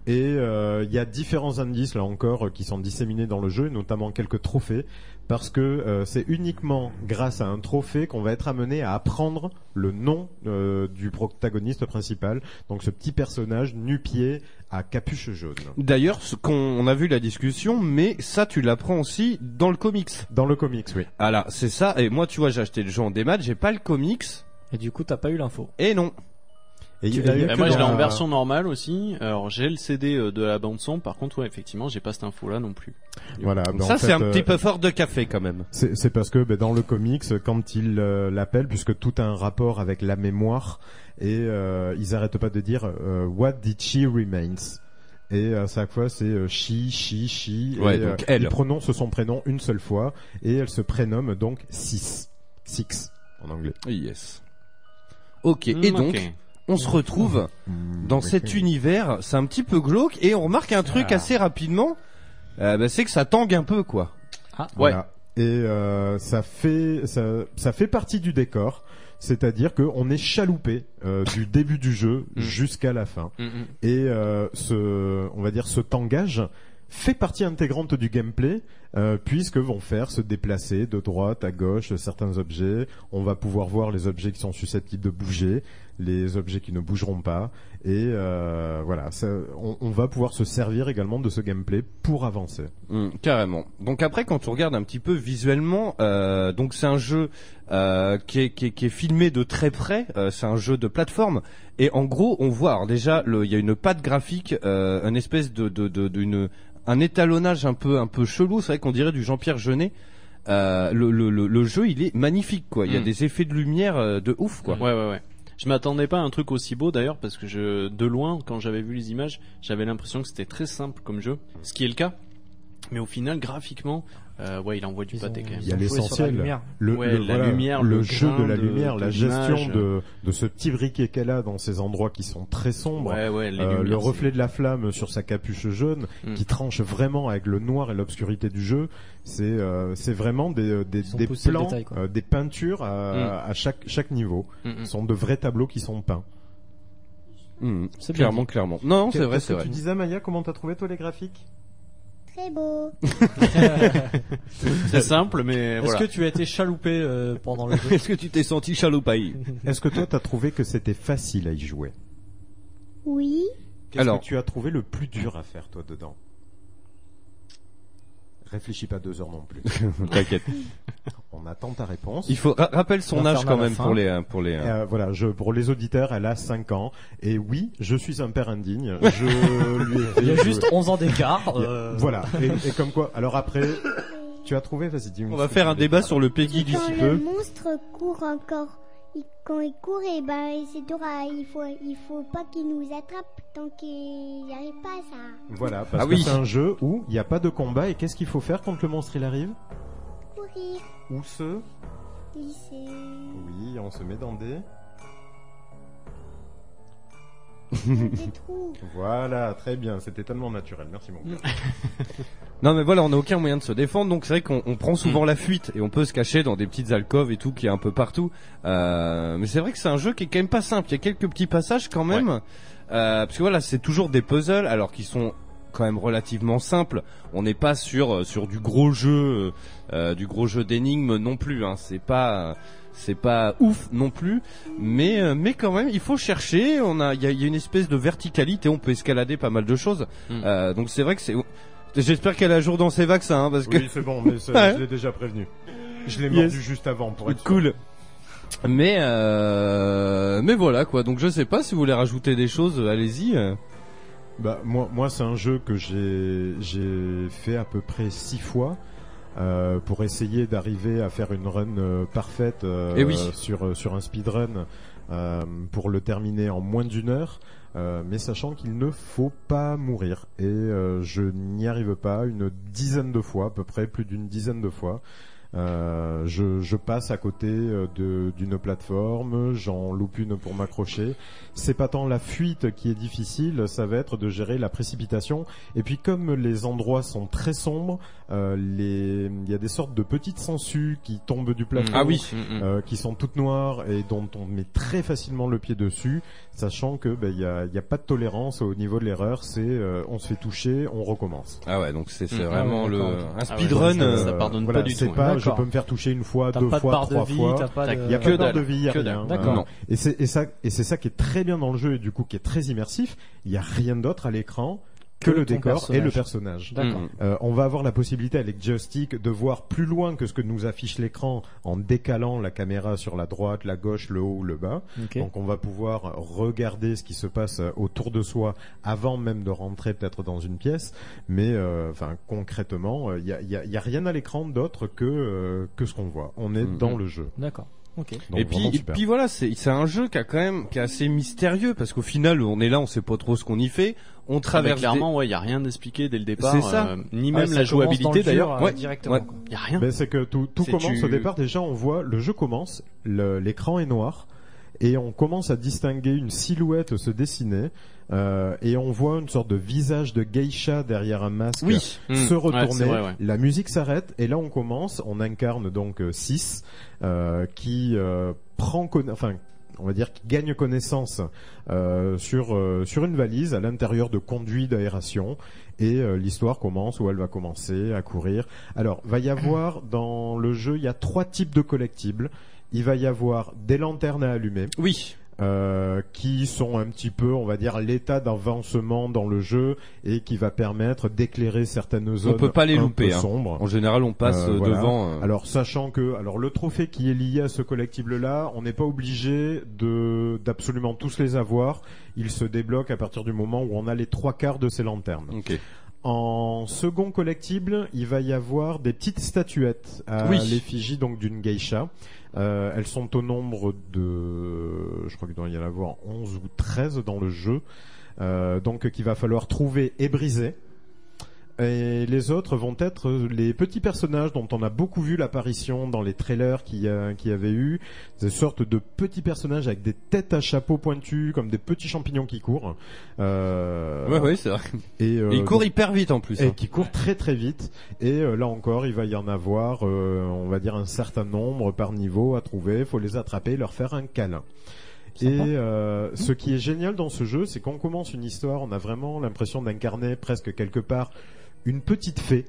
Et il euh, y a différents indices là encore qui sont disséminés dans le jeu, notamment quelques trophées, parce que euh, c'est uniquement grâce à un trophée qu'on va être amené à apprendre le nom euh, du protagoniste principal, donc ce petit personnage nu-pied à capuche jaune. D'ailleurs, ce qu'on on a vu la discussion, mais ça tu l'apprends aussi dans le comics. Dans le comics, oui. Ah là, c'est ça. Et moi, tu vois, j'ai acheté le jeu en démat, j'ai pas le comics. Et du coup, t'as pas eu l'info. Et non. Et, tu et, l'as eu et moi, je l'ai en la... version normale aussi. Alors, j'ai le C D de la bande son. Par contre, ouais, effectivement, j'ai pas cette info-là non plus. Voilà. Ben ça, c'est un euh, petit peu fort de café quand même. C'est, c'est parce que ben, dans le comics, quand il euh, l'appelle, puisque tout a un rapport avec la mémoire, et euh, ils arrêtent pas de dire euh, What did she remains? Et à chaque fois, c'est euh, she, she, she. Ouais, et, donc euh, elle. Il prononce son prénom une seule fois, et elle se prénomme donc Six. Six en anglais. Yes. Ok. Mmh, et donc. okay. On se retrouve mmh, dans okay. cet univers, c'est un petit peu glauque, et on remarque un truc ah. assez rapidement, euh, bah, c'est que ça tangue un peu, quoi. Ah. Voilà. Et euh, ça fait ça, ça fait partie du décor, c'est-à-dire qu'on est chaloupé euh, du début du jeu mmh. jusqu'à la fin, mmh. et euh, ce, on va dire, ce tangage fait partie intégrante du gameplay, euh, puisque vont faire se déplacer de droite à gauche certains objets. On va pouvoir voir les objets qui sont susceptibles de bouger, les objets qui ne bougeront pas, et euh, voilà, ça, on, on va pouvoir se servir également de ce gameplay pour avancer. Mmh, carrément. Donc après, quand on regarde un petit peu visuellement, euh, donc c'est un jeu euh, qui, est, qui, est, qui est filmé de très près. Euh, c'est un jeu de plateforme, et en gros, on voit alors déjà, il y a une patte graphique, euh, une espèce de, de, de, d'une un étalonnage un peu un peu chelou, c'est vrai qu'on dirait du Jean-Pierre Jeunet. Euh, le, le, le, le jeu, il est magnifique, quoi. Il y a mmh. des effets de lumière euh, de ouf, quoi. Ouais, ouais, ouais. Je m'attendais pas à un truc aussi beau d'ailleurs, parce que je, de loin, quand j'avais vu les images, j'avais l'impression que c'était très simple comme jeu, ce qui est le cas. Mais au final, graphiquement, euh, ouais, il envoie du pâté quand même. Il y a l'essentiel, le, le, ouais, le, la voilà, lumière, le, le jeu de la de, lumière, de la l'image. gestion de, de ce petit briquet qu'elle a dans ces endroits qui sont très sombres, ouais, ouais, les euh, lumières, le reflet c'est... de la flamme sur sa capuche jaune, mm. qui tranche vraiment avec le noir et l'obscurité du jeu. C'est, euh, c'est vraiment des, des, des plans, détail, euh, des peintures à, mm. à chaque, chaque niveau. Mm-hmm. Ce sont de vrais tableaux qui sont peints. Mmh, c'est clairement, clairement. Non, c'est vrai, c'est vrai. Tu disais, Maya, comment t'as trouvé toi les graphiques? Très beau. C'est simple, mais Est-ce voilà. que tu as été chaloupé euh, pendant le jeu? Est-ce que tu t'es senti chaloupé? Est-ce que toi t'as trouvé que c'était facile à y jouer? Oui. Qu'est-ce Alors... que tu as trouvé le plus dur à faire toi dedans? Réfléchis pas deux heures non plus. T'inquiète. On attend ta réponse. Il faut ra- rappelle son âge quand même pour les pour les. Euh, voilà, je pour les auditeurs, elle a cinq ans et oui, je suis un père indigne. Je lui ai fait, Il y a je... juste onze ans d'écart. Euh... Voilà. Et, et comme quoi. Alors après, tu as trouvé, vas-y, dis-moi. On va faire un débat sur le Peggy d'ici peu. Le monstre court encore. Il, quand il court, et ben c'est dur. À, il faut il faut pas qu'il nous attrape tant qu'il n'y arrive pas à ça. Voilà, parce ah que oui. c'est un jeu où il n'y a pas de combat et qu'est-ce qu'il faut faire quand le monstre il arrive? Courir. Où se Glisser. Oui, on se met dans des... des trous. Voilà, très bien, c'était tellement naturel, merci mon gars. Non mais voilà, on n'a aucun moyen de se défendre, donc c'est vrai qu'on on prend souvent la fuite et on peut se cacher dans des petites alcôves et tout qui est un peu partout. Euh, mais c'est vrai que c'est un jeu qui est quand même pas simple. Il y a quelques petits passages quand même, ouais. euh, parce que voilà, c'est toujours des puzzles, alors qu'ils sont quand même relativement simples. On n'est pas sur sur du gros jeu, euh, du gros jeu d'énigmes non plus. Hein. C'est pas c'est pas ouf non plus, mais euh, mais quand même il faut chercher. On a il y a, y a une espèce de verticalité, on peut escalader pas mal de choses. Mm. Euh, donc c'est vrai que c'est. J'espère qu'elle est à jour dans ses vaccins, hein, parce que. Oui, c'est bon, mais c'est, ouais. je l'ai déjà prévenu. Je l'ai yes. mordu juste avant pour être cool. sûr. Mais euh, mais voilà quoi. Donc je sais pas si vous voulez rajouter des choses, allez-y. Bah moi moi c'est un jeu que j'ai j'ai fait à peu près six fois. Euh, pour essayer d'arriver à faire une run euh, parfaite euh, Et oui. sur sur un speedrun euh, pour le terminer en moins d'une heure, euh, mais sachant qu'il ne faut pas mourir et euh, je n'y arrive pas une dizaine de fois à peu près, plus d'une dizaine de fois. Euh, je, je passe à côté de, d'une plateforme, j'en loupe une pour m'accrocher. C'est pas tant la fuite qui est difficile, ça va être de gérer la précipitation. Et puis comme les endroits sont très sombres, euh, les, il y a des sortes de petites sangsues qui tombent du plafond, ah oui. euh, qui sont toutes noires et dont on met très facilement le pied dessus, sachant que ben, il y a, y a pas de tolérance au niveau de l'erreur. C'est euh, on se fait toucher, on recommence. Ah ouais, donc c'est, c'est Mmh. vraiment Ah ouais, le d'accord. un speedrun. Ah ouais, euh, ça pardonne voilà, pas du c'est tout. Pas, je peux me faire toucher une fois, T'as deux pas de fois, barre de trois vie, fois. t'as pas de- Il y a Que pas de barre dalle. de vie, il y a Que rien. dalle. D'accord. Non. Et c'est et ça et c'est ça qui est très bien dans le jeu et du coup qui est très immersif. Il y a rien d'autre à l'écran que, Que le ton décor personnage. et le personnage. D'accord. Euh, on va avoir la possibilité avec Joystick de voir plus loin que ce que nous affiche l'écran en décalant la caméra sur la droite, la gauche, le haut ou le bas. Ok. Donc on va pouvoir regarder ce qui se passe autour de soi avant même de rentrer peut-être dans une pièce. Mais euh, enfin concrètement, il y a, y, a, y a rien à l'écran d'autre que euh, que ce qu'on voit. On est Mhm. dans le jeu. D'accord. Ok. Donc, et puis, vraiment et super. puis voilà, c'est, c'est un jeu qui a quand même, qui est assez mystérieux parce qu'au final, on est là, on sait pas trop ce qu'on y fait. On traverse. Ah, mais clairement, des... ouais, il y a rien d'expliqué dès le départ. C'est ça. euh, ni Ouais, même ça la commence dans le jouabilité dur, d'ailleurs. euh, Ouais. directement, Ouais. quoi. Il y a rien. Ben, c'est que tout, tout C'est commence tu- au départ. Déjà, on voit le jeu commence, le- l'écran est noir et on commence à distinguer une silhouette se dessiner. Euh, et on voit une sorte de visage de geisha derrière un masque Oui. se Mmh. Ouais, c'est retourner. vrai, ouais. La musique s'arrête et là on commence. On incarne donc euh, six euh, qui euh, prend conna- enfin on va dire qui gagne connaissance euh, sur euh, sur une valise à l'intérieur de conduits d'aération et euh, l'histoire commence où elle va commencer à courir. Alors va y avoir dans le jeu il y a trois types de collectibles. Il va y avoir des lanternes à allumer. Oui. Euh, qui sont un petit peu, on va dire, l'état d'avancement dans le jeu et qui va permettre d'éclairer certaines zones On peut pas les un louper. peu Hein. sombres. En général, on passe Euh, euh, voilà. devant. euh, Alors, sachant que, alors le trophée qui est lié à ce collectible-là, on n'est pas obligé de d'absolument tous les avoir. Il se débloque à partir du moment où on a les trois quarts de ces lanternes. Ok. En second collectible, il va y avoir des petites statuettes à Oui. l'effigie donc d'une geisha. Euh, elles sont au nombre de, je crois qu'il doit y en avoir onze ou treize dans le jeu, euh, donc qu'il va falloir trouver et briser. Et les autres vont être les petits personnages dont on a beaucoup vu l'apparition dans les trailers qu'il y, a, qu'il y avait eu, des sortes de petits personnages avec des têtes à chapeau pointus, comme des petits champignons qui courent. Euh, Ouais, ouais, c'est vrai. Et, euh, Et il court donc- hyper vite en plus. et hein. qui court très très vite. Et euh, là encore, il va y en avoir, euh, on va dire, un certain nombre par niveau à trouver. Il faut les attraper, leur faire un câlin. Sympa. Et euh, ce qui est génial dans ce jeu, c'est qu'on commence une histoire, on a vraiment l'impression d'incarner presque quelque part une petite fée.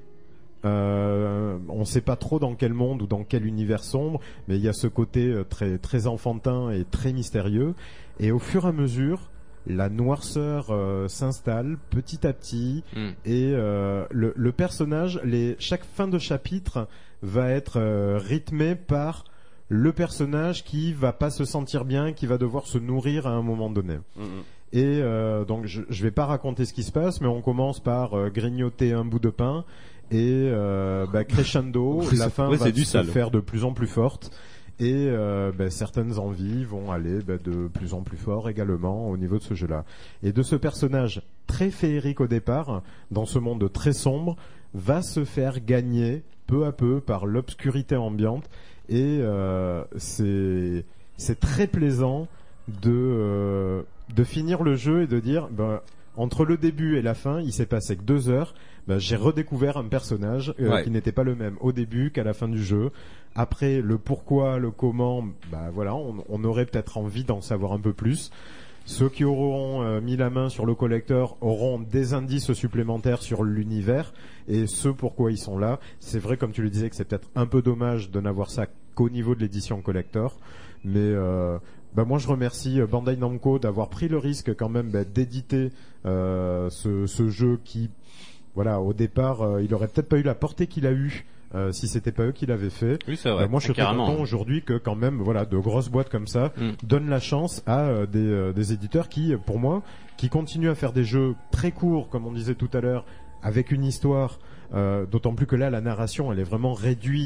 Euh, on ne sait pas trop dans quel monde ou dans quel univers sombre, mais il y a ce côté euh, très très enfantin et très mystérieux. Et au fur et à mesure, la noirceur euh, s'installe petit à petit Mm. et euh, le, le personnage, les, chaque fin de chapitre va être euh, rythmé par le personnage qui va pas se sentir bien, qui va devoir se nourrir à un moment donné. Mhm. Et euh, donc je, je vais pas raconter ce qui se passe, mais on commence par euh, grignoter un bout de pain et euh, bah, crescendo, Oui, la c'est- fin ouais, va c'est du se sale. faire de plus en plus forte. Et euh, bah, certaines envies vont aller bah, de plus en plus fort également au niveau de ce jeu-là. Et de ce personnage très féerique au départ, dans ce monde très sombre, va se faire gagner peu à peu par l'obscurité ambiante. Et euh, c'est c'est très plaisant de euh, de finir le jeu et de dire ben, entre le début et la fin, il s'est passé que deux heures. Ben, j'ai redécouvert un personnage euh, Ouais. qui n'était pas le même au début qu'à la fin du jeu. Après, le pourquoi, le comment, bah voilà, on, on aurait peut-être envie d'en savoir un peu plus. Ceux qui auront euh, mis la main sur le collector auront des indices supplémentaires sur l'univers et ce pourquoi ils sont là. C'est vrai, comme tu le disais, que c'est peut-être un peu dommage de n'avoir ça qu'au niveau de l'édition collector, mais euh, bah moi je remercie Bandai Namco d'avoir pris le risque quand même bah, d'éditer euh, ce, ce jeu qui, voilà, au départ, euh, il aurait peut-être pas eu la portée qu'il a eu. Euh, si c'était pas eux qui l'avaient fait. Oui, c'est vrai. Euh, moi, je suis très Carrément. content aujourd'hui que quand même, voilà, de grosses boîtes comme ça Mm. donnent la chance à euh, des, euh, des éditeurs qui, euh, pour moi, qui continuent à faire des jeux très courts, comme on disait tout à l'heure, avec une histoire. Euh, d'autant plus que là, la narration, elle est vraiment réduite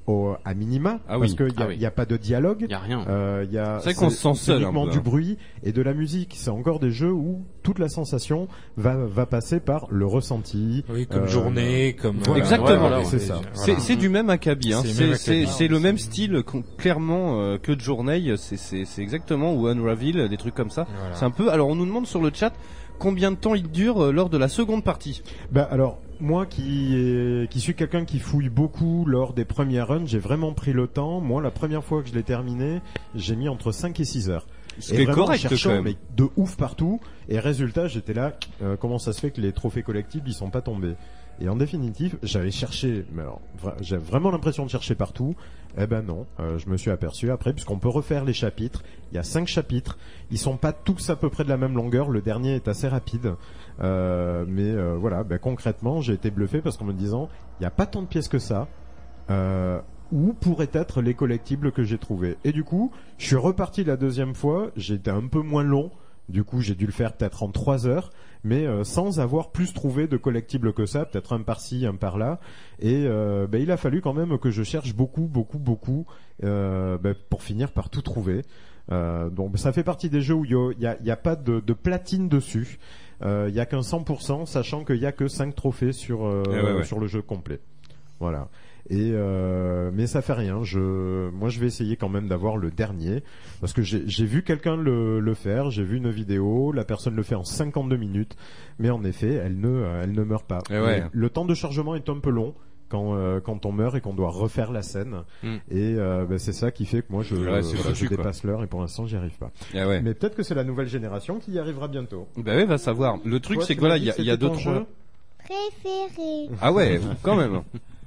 au, à minima, Ah parce oui. qu'il y, Ah oui. y a pas de dialogue, il y a rien. Euh, y a, C'est vrai qu'on se sent seul uniquement un peu, du hein. bruit et de la musique. C'est encore des jeux où toute la sensation va va passer par le ressenti. Oui, comme journée, comme- voilà. Exactement, Voilà, c'est ça. C'est c'est du même acabit. Hein. C'est le C'est même c'est acabit. c'est le même style qu'on- clairement euh, que de Journey. C'est c'est c'est exactement ou Unravel, des trucs comme ça. Voilà. C'est un peu. Alors on nous demande sur le chat combien de temps il dure euh, lors de la seconde partie. Bah alors moi qui est, qui suis quelqu'un qui fouille beaucoup lors des premières runs, j'ai vraiment pris le temps. Moi la première fois que je l'ai terminé, j'ai mis entre cinq et six heures. Ce Et qui est vraiment, correct, cherchant, quand même. mais de ouf partout. Et résultat, j'étais là, euh, comment ça se fait que les trophées collectibles ils sont pas tombés? Et en définitive, j'avais cherché, mais alors vra- j'ai vraiment l'impression de chercher partout. Eh ben non, euh, je me suis aperçu après, puisqu'on peut refaire les chapitres. Il y a cinq chapitres, ils sont pas tous à peu près de la même longueur. Le dernier est assez rapide, euh, mais euh, voilà. Ben, concrètement, j'ai été bluffé parce qu'en me disant, il y a pas tant de pièces que ça. Euh, où pourraient être les collectibles que j'ai trouvés. Et du coup, je suis reparti la deuxième fois. J'étais un peu moins long. Du coup, j'ai dû le faire peut-être en trois heures, mais euh, sans avoir plus trouvé de collectibles que ça, peut-être un par-ci, un par-là. Et euh, ben, il a fallu quand même que je cherche beaucoup, beaucoup, beaucoup euh, ben, pour finir par tout trouver. Euh, donc ça fait partie des jeux où il y a, il y a pas de, de platine dessus. Euh, il y a qu'un cent pour cent, sachant qu'il y a que cinq trophées sur euh, Eh ouais, ouais. sur le jeu complet. Voilà. Et euh, mais ça fait rien. Je, moi, je vais essayer quand même d'avoir le dernier parce que j'ai j'ai vu quelqu'un le, le faire. J'ai vu une vidéo. La personne le fait en cinquante-deux minutes, mais en effet, elle ne, elle ne meurt pas. Eh ouais. Et le temps de chargement est un peu long quand euh, quand on meurt et qu'on doit refaire la scène. Mm. Et euh, ben, c'est ça qui fait que moi je, Ouais, c'est voilà, foutu, je quoi. dépasse l'heure et pour l'instant, j'y arrive pas. Eh ouais. Mais peut-être que c'est la nouvelle génération qui y arrivera bientôt. Bah oui, va savoir. Le truc Toi, c'est tu que voilà, m'as il dit y a, que il y a c'était deux ton trois. jeu Préféré. Ah ouais, quand même.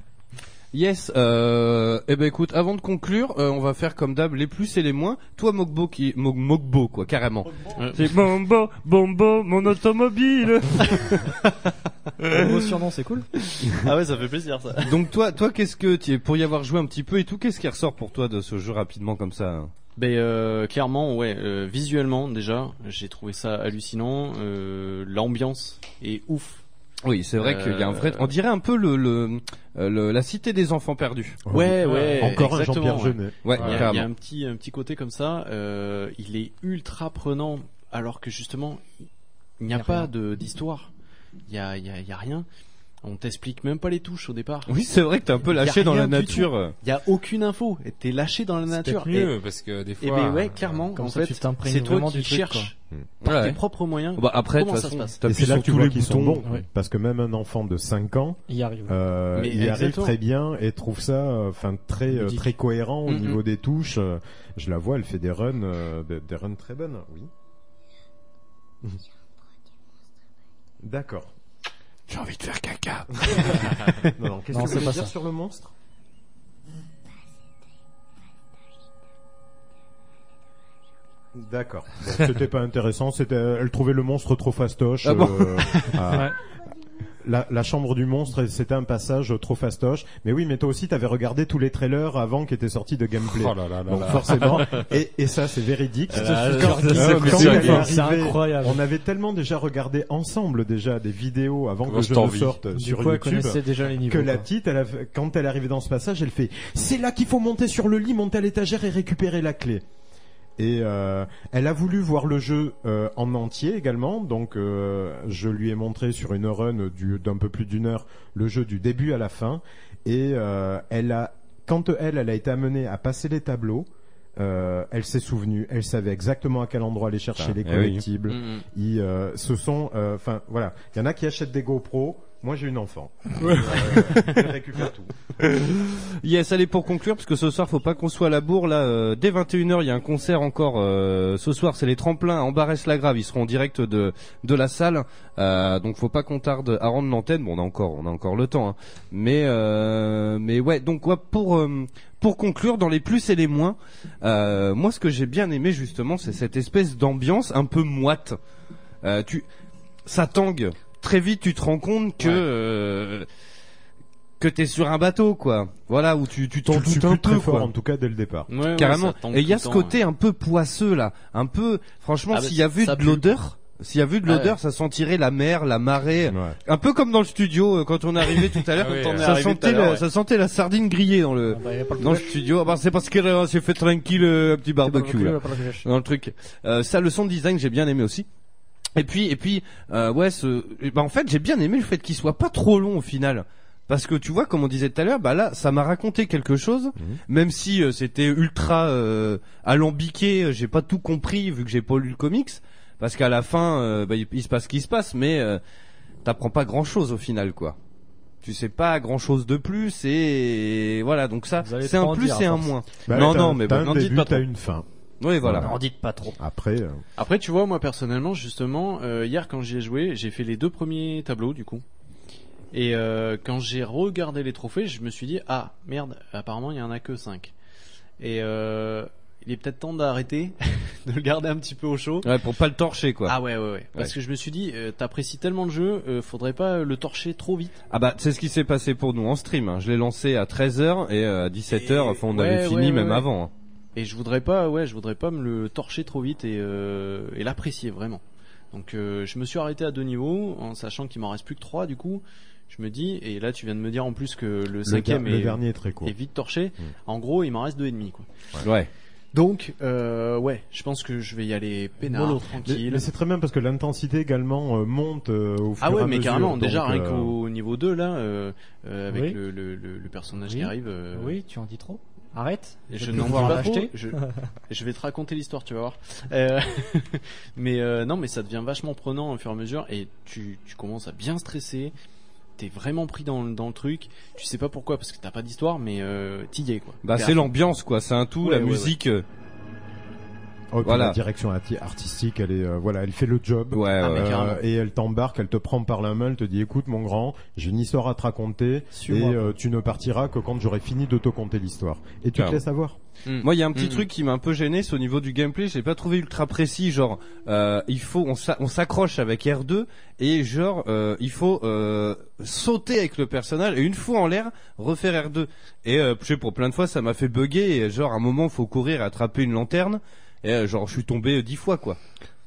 Yes, euh, eh ben écoute, avant de conclure, euh, on va faire comme d'hab les plus et les moins. Toi Mogbo qui Mog, Mogbo quoi, carrément. C'est Bombo, Bombo, mon automobile. Vos surnoms, c'est cool. Ah ouais, ça fait plaisir ça. Donc toi, toi qu'est-ce que tu es pour y avoir joué un petit peu et tout, qu'est-ce qui ressort pour toi de ce jeu rapidement comme ça hein? Ben euh, clairement, ouais, euh, visuellement déjà, j'ai trouvé ça hallucinant. Euh, L'ambiance est ouf. Oui, c'est vrai qu'il y a un vrai. On dirait un peu le, le, euh, le la cité des enfants perdus. Ouais, ouais. Encore un exactement, Jean-Pierre ouais. Jeunet. Ouais, Il y a, il y a carrément. un petit, un petit côté comme ça. Euh, il est ultra prenant, alors que justement, il n'y a, Il y a pas rien. de d'histoire. Il y a, il y a, il y a rien. On t'explique même pas les touches au départ. Oui, c'est vrai que t'es un peu Il y a lâché dans rien la du tout. nature. Il y a aucune info. Et t'es lâché dans la C'est nature. peut-être mieux, Et- parce que des Et fois, ben ouais, euh, clairement. comme En ça, fait, tu t'imprègnes c'est toi vraiment qui du truc, cherches quoi. par Ouais. tes propres moyens. Bah après, de comment toute ça se façon, passe. Et t'appuies c'est là sur que tu tous vois les qu'ils sont boutons. bons, parce que même un enfant de cinq ans, Il y arrive. euh, Mais il arrive exactement. très bien et trouve ça, euh, enfin très euh, Ludique. très cohérent au Mhm. niveau des touches. Euh, Je la vois, elle fait des runs, euh, des, des runs très bonnes. Oui. D'accord. J'ai envie de faire caca. non, non, qu'est-ce Non, que c'est tu veux pas dire ça. sur le monstre? D'accord. Bon, c'était pas intéressant. C'était, elle trouvait le monstre trop fastoche. Ah bon euh, à- Ouais. La, la chambre du monstre, c'était un passage trop fastoche. Mais oui, mais toi aussi, t'avais regardé tous les trailers avant qui étaient sortis de gameplay. Oh là là là Donc là. forcément, et, et ça, c'est véridique. Là, Quand- je- quand- c'est quand précieux. elle est C'est arrivée, incroyable. On avait tellement déjà regardé ensemble déjà des vidéos avant Comment que je je ne t'envie. sorte Du sur coup, elle YouTube. connaissait déjà les niveaux. Que la quoi. petite, elle a, fait- quand elle est arrivée dans ce passage, elle fait « C'est là qu'il faut monter sur le lit, monter à l'étagère et récupérer la clé ». Et euh, elle a voulu voir le jeu euh, en entier également, donc euh, je lui ai montré sur une run du- d'un peu plus d'une heure le jeu du début à la fin. Et euh, elle a, quand elle, elle a été amenée à passer les tableaux, euh, elle s'est souvenue, elle savait exactement à quel endroit aller chercher Ah, les eh oui. collectibles. Mhm. Ils, euh, ce sont, enfin voilà, il y en a qui achètent des GoPro. Moi, j'ai une enfant. Ouais. Euh, elle récupère tout. Yes, allez pour conclure parce que ce soir faut pas qu'on soit à la bourre là. Euh, dès vingt et une heures, il y a un concert encore. Euh, ce soir, c'est les tremplins en Barès-la-Grave. Ils seront en direct de de la salle. Euh, donc faut pas qu'on tarde à rendre l'antenne. Bon, on a encore on a encore le temps. Hein. Mais euh, mais ouais. Donc ouais, pour euh, pour conclure dans les plus et les moins, euh, moi ce que j'ai bien aimé justement, c'est cette espèce d'ambiance un peu moite. Euh, tu ça tangue. Très vite, tu te rends compte que Ouais. euh, que t'es sur un bateau, quoi. Voilà, où tu tu t'en Tu le suis doutes un plus très peu, fort, quoi. en tout cas dès le départ. Ouais, ouais, Carrément. ça tangue Et il y a tout ce le temps, côté un peu poisseux là, un peu. Franchement, Ah bah, s'il y avait ça de pue, l'odeur, S'il y a vu de l'odeur, Ah ouais. ça sentirait la mer, la marée. Un peu comme dans le studio euh, quand on est arrivé tout à l'heure. Ah oui, ça, on est arrivé sentait tout à l'heure, la, ouais. ça sentait la sardine grillée dans le Ah bah, y a pas le dans le poulet. studio. Ah bah, c'est parce qu'elle s'est fait tranquille euh, un petit barbecue barbecue, là, là, pas la flèche. dans le truc. Euh, ça, le son design, j'ai bien aimé aussi. Et puis et puis euh, ouais, ce, bah en fait j'ai bien aimé le fait qu'il soit pas trop long au final. Parce que tu vois, comme on disait tout à l'heure, bah là, ça m'a raconté quelque chose, même si euh, c'était ultra euh, alambiqué, euh, j'ai pas tout compris vu que j'ai pas lu le comics. Parce qu'à la fin, euh, bah, il, il se passe ce qui se passe, mais euh, t'apprends pas grand chose au final, quoi. Tu sais pas grand chose de plus et voilà, donc ça, Vous allez c'est trop un en plus dire, et à un force. moins. Bah, non, t'as- non, mais t'as bon, un n'en dites début, pas t'as trop. une fin. Oui, voilà. N'en dites pas trop. Après, euh, Après, tu vois, moi personnellement, justement, euh, hier quand j'y ai joué, j'ai fait les deux premiers tableaux du coup. Et euh, quand j'ai regardé les trophées, je me suis dit ah merde, apparemment il y en a que cinq. Et euh, il est peut-être temps d'arrêter, de le garder un petit peu au chaud. Ouais, pour pas le torcher, quoi. Ah ouais ouais ouais. Parce Ouais. que je me suis dit, euh, t'apprécies tellement le jeu, euh, faudrait pas le torcher trop vite. Ah bah c'est ce qui s'est passé pour nous en stream. Hein. Je l'ai lancé à treize heures et euh, à dix-sept heures, enfin on Ouais, avait fini ouais, même ouais. avant. Hein. Et je voudrais pas, ouais, je voudrais pas me le torcher trop vite et, euh, et l'apprécier vraiment. Donc euh, je me suis arrêté à deux niveaux en sachant qu'il m'en reste plus que trois du coup. Je me dis, et là tu viens de me dire en plus que le cinquième der- le est, dernier est très court. est vite torché. En gros, il m'en reste deux et demi quoi. Ouais. Donc euh, ouais, je pense que je vais y aller peinard, Mollo. tranquille. Mais, mais c'est très bien parce que l'intensité également euh, monte euh, au fur Ah et ouais, à mais mesure. carrément. donc, Déjà rien euh, qu'au niveau deux là, euh, euh, avec Oui. le, le, le, le personnage Oui. qui arrive. euh, Oui, tu en dis trop. Arrête. Je vais n'en dis pouvoir pas trop. l'acheter. Je, je vais te raconter l'histoire, tu vas voir. Euh, mais euh, non, mais ça devient vachement prenant au fur et à mesure et tu, tu commences à bien stresser. T'es vraiment pris dans, le- dans le truc. Tu sais pas pourquoi parce que t'as pas d'histoire, mais euh, t'y y es quoi. Bah T'es à c'est fond. l'ambiance, quoi. C'est un tout, Ouais, la ouais, musique. euh, oh, puis Voilà. La direction arti- artistique, elle est, euh, voilà, elle fait le job. Ouais, Ah, mais Euh, carrément. et elle t'embarque, elle te prend par la main, elle te dit écoute mon grand, j'ai une histoire à te raconter et Suis-moi. euh, tu ne partiras que quand j'aurai fini de te conter l'histoire. Et tu te Carrément. laisses avoir. Mm. Moi, il y a un petit Mm. truc qui m'a un peu gêné, c'est au niveau du gameplay. J'ai pas trouvé ultra précis. Genre, euh, il faut, on s'a- on s'accroche avec R deux et genre, euh, il faut euh, sauter avec le personnage et une fois en l'air refaire R deux. Et euh, je sais, pour plein de fois, ça m'a fait bugger. Et genre, à un moment, faut courir et attraper une lanterne. Et euh, genre, je suis tombé euh, dix fois, quoi.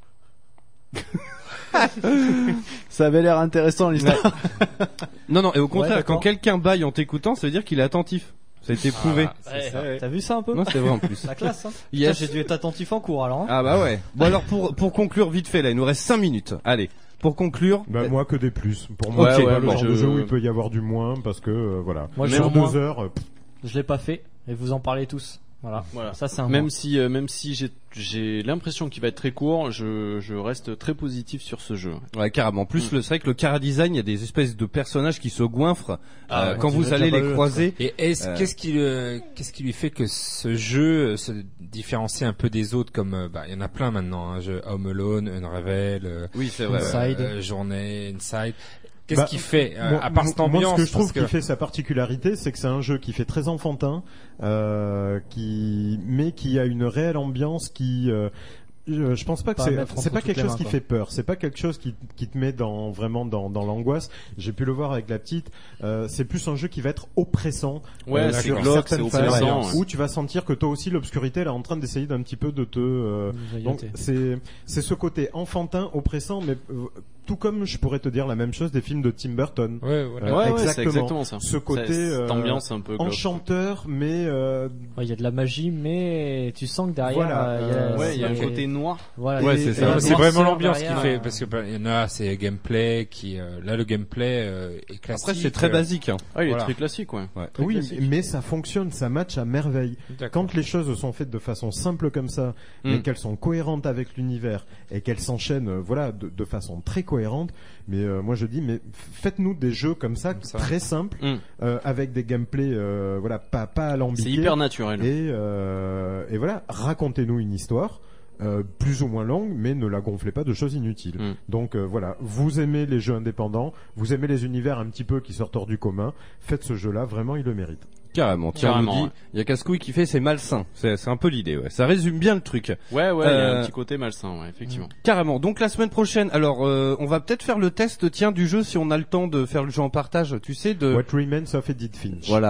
Ça avait l'air intéressant l'histoire. Non, non. Et au contraire, d'accord. quand quelqu'un baille en t'écoutant, ça veut dire qu'il est attentif. Ça a été prouvé. Ouais, ça. T'as vu ça un peu? Non, c'est vrai en plus. La classe, hein. Yes. Putain, j'ai dû être attentif en cours alors. Hein. Ah bah ouais. Bon alors pour pour conclure vite fait là, il nous reste cinq minutes. Allez, pour conclure. Bah, moi que des plus. Pour moi, Ouais, c'est ouais, pas le bon, genre je- de jeu où il peut y avoir du moins parce que euh, voilà. Moi, je sur suis au moins. deux heures. euh, pff, Je l'ai pas fait et vous en parlez tous. Voilà. Voilà. Ça c'est un Même moins. si, euh, même si j'ai, j'ai l'impression qu'il va être très court, je, je reste très positif sur ce jeu. Ouais, carrément. En plus, Mm. le, c'est vrai que le chara-design, il y a des espèces de personnages qui se goinfrent Ah euh, ouais, quand tu vous l'as allez déjà les pas croiser. Et est-ce, Euh, qu'est-ce qui, le- qu'est-ce qui lui fait que ce jeu se différencie un peu des autres comme, euh, bah, il y en a plein maintenant, hein, jeux Home Alone, Unravel, euh, Oui, c'est vrai. euh, Inside. euh, Journée, Inside. Qu'est-ce Bah, qui fait, euh, moi, à part cette moi, ambiance? ce que je trouve parce que- qui fait sa particularité, c'est que c'est un jeu qui fait très enfantin, euh, qui mais qui a une réelle ambiance qui euh, je, je pense pas que Pas à c'est mettre c'est entre pas toutes quelque les chose mains, qui quoi. fait peur, c'est pas quelque chose qui qui te met dans vraiment dans dans l'angoisse. J'ai pu le voir avec la petite, euh, c'est plus un jeu qui va être oppressant. Ouais, euh, c'est sur glauque, certaines c'est phases, oppressant, ouais. où tu vas sentir que toi aussi l'obscurité elle est en train d'essayer d'un petit peu de te euh, Nous donc aïeuter. c'est c'est ce côté enfantin, oppressant, mais euh, tout comme je pourrais te dire la même chose des films de Tim Burton. Ouais, voilà. Euh, Ouais, ouais, c'est exactement ça. Ce côté C'est- euh, cette ambiance un peu glauque. enchanteur, mais euh, Ouais, il y a de la magie, mais tu sens que derrière, Voilà, euh, il y a, euh, Ouais, il y a un c'est- côté noir. Voilà. Ouais, Et- c'est et ça. la c'est vraiment noirceur l'ambiance qui derrière, fait, euh, parce que bah, il y en a, c'est gameplay qui, euh, là le gameplay euh, est classique. Après, c'est très euh, basique. Hein. Ah, il est Voilà. très classique, ouais. Ouais. oui, classique. mais ça fonctionne, ça match à merveille. D'accord. Quand les choses sont faites de façon simple comme ça, mais Mm. qu'elles sont cohérentes avec l'univers et qu'elles s'enchaînent, euh, voilà, de, de façon très cohérente. Mais euh, moi je dis, mais faites-nous des jeux comme ça, Comme ça. très simples, Mm. euh, avec des gameplays, euh, voilà, pas pas alambiqués. C'est hyper naturel. Et, euh, et voilà, racontez-nous une histoire. Euh, plus ou moins longue, mais ne la gonflez pas de choses inutiles. Mm. Donc euh, voilà, vous aimez les jeux indépendants, vous aimez les univers un petit peu qui sortent hors du commun, faites ce jeu-là, vraiment il le mérite. Carrément. Tiens, on Carrément, nous dit, ouais. il y a Cascouille qui fait c'est malsain. C'est, c'est un peu l'idée. Ouais. Ça résume bien le truc. Ouais, ouais, il y a Euh, un petit côté malsain, ouais, effectivement. Carrément. Donc la semaine prochaine, alors euh, on va peut-être faire le test, tiens, du jeu si on a le temps de faire le jeu en partage. Tu sais de. What Remains of Edith Finch. Voilà.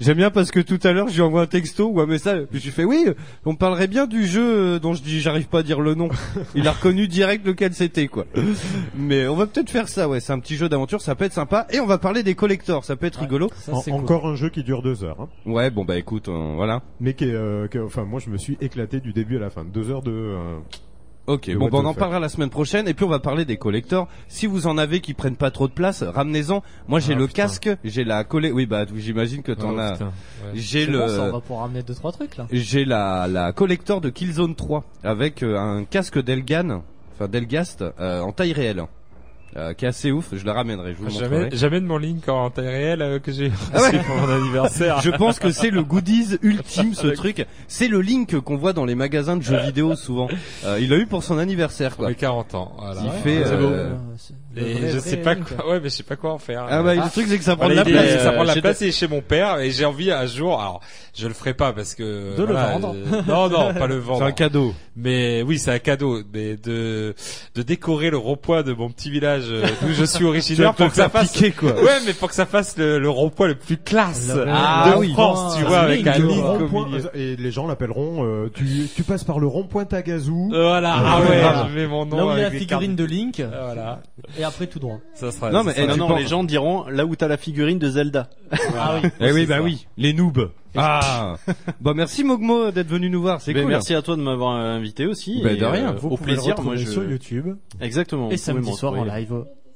J'aime bien parce que tout à l'heure, je lui envoie un texto ou un message. Puis je lui fais oui, on parlerait bien du jeu dont je dis, j'arrive pas à dire le nom. Il a reconnu direct lequel c'était, quoi. Mais on va peut-être faire ça, ouais. C'est un petit jeu d'aventure, ça peut être sympa. Et on va parler des collectors, ça peut être ouais, rigolo. Ça, en, encore cool. Un jeu qui dure deux heures. Hein. Ouais, bon bah écoute, euh, voilà. Mais qui, est, euh, qui, enfin, moi je me suis éclaté du début à la fin. Deux heures de. Euh, Ok, bon, bah, on en parlera la semaine prochaine et puis on va parler des collectors. Si vous en avez qui prennent pas trop de place, ramenez-en. Moi j'ai ah, le putain. casque, j'ai la collée. Oui bah j'imagine que t'en oh, as. Ouais. J'ai le. Bon, ça, on va pouvoir ramener deux trois trucs là. J'ai la la collector de Killzone trois avec euh, un casque d'Elgan, enfin d'Elgast euh, en taille réelle. Euh, qui est assez ouf, je le ramènerai, je vous le montrerai. Jamais, jamais de mon Link en taille réelle euh, que j'ai reçu ah ouais. pour mon anniversaire. Je pense que c'est le goodies ultime, ce Avec... truc. C'est le Link qu'on voit dans les magasins de jeux vidéo souvent. Euh, il l'a eu pour son anniversaire, quoi. Il a quarante ans, voilà. Il ouais, fait, ouais, euh... Et vrai, je sais pas Link. quoi, ouais, mais je sais pas quoi en faire. Ah bah, ah. le truc c'est que ça prend voilà, de la place. Euh, ça prend de la place et chez mon père et j'ai envie un jour, alors, je le ferai pas parce que. De voilà, le vendre. Euh, non, non, pas le vendre. C'est un cadeau. Mais oui, c'est un cadeau, mais de, de décorer le rond-point de mon petit village d'où je suis originaire pour que ça fasse, piquer, quoi. Ouais, mais pour que ça fasse le, le rond-point le plus classe ah, de oui, France, tu vois, avec un Link au milieu. Et les gens l'appelleront, euh, tu, tu passes par le rond-point Tagazu. Voilà. Ah ouais, je mets mon nom. Là où il y a la figurine de Link. Voilà. Et après tout droit. Ça sera. Non, mais ça non, non, les gens diront là où t'as la figurine de Zelda. Ah oui. Eh oui, bah oui. Les noobs. Ah. Bah merci Mogmo d'être venu nous voir, c'est ben cool. Merci à toi de m'avoir invité aussi. Ben de rien. Euh, Vous au plaisir. Le moi je sur YouTube. Exactement. Et samedi soir en live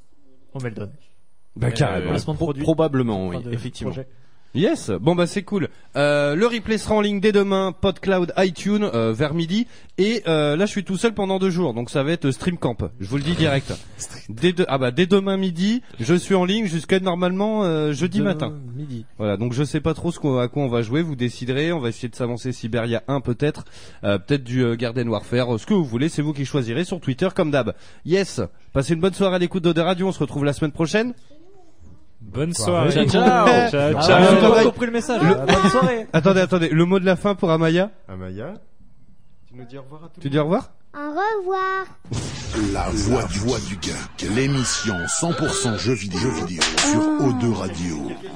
au Meldon. Bah carrément. Euh, pro- probablement, oui, effectivement. Projet. Yes, bon bah c'est cool. Euh, le replay sera en ligne dès demain, PodCloud, iTunes, euh, vers midi. Et euh, là je suis tout seul pendant deux jours, donc ça va être Stream Camp. Je vous le dis direct. Dès de, ah bah dès demain midi, je suis en ligne jusqu'à normalement euh, jeudi demain matin. Midi. Voilà, donc je sais pas trop ce qu'on, à quoi on va jouer. Vous déciderez. On va essayer de s'avancer Siberia un peut-être, euh, peut-être du euh, Garden Warfare, ce que vous voulez. C'est vous qui choisirez sur Twitter comme d'hab. Yes. Passez une bonne soirée à l'écoute d'O deux Radio. On se retrouve la semaine prochaine. Bonne soirée. Ciao, ciao. Ciao, ciao. Ah, j'ai pas compris le message. Le... Bonne soirée. Attendez, attendez. Le mot de la fin pour Amaya. Amaya. Tu nous dis au revoir à tout le monde. Tu dis au revoir? Au revoir. La voix du, voix du geek. L'émission cent pour cent jeux vidéo, jeux vidéo sur O deux Radio.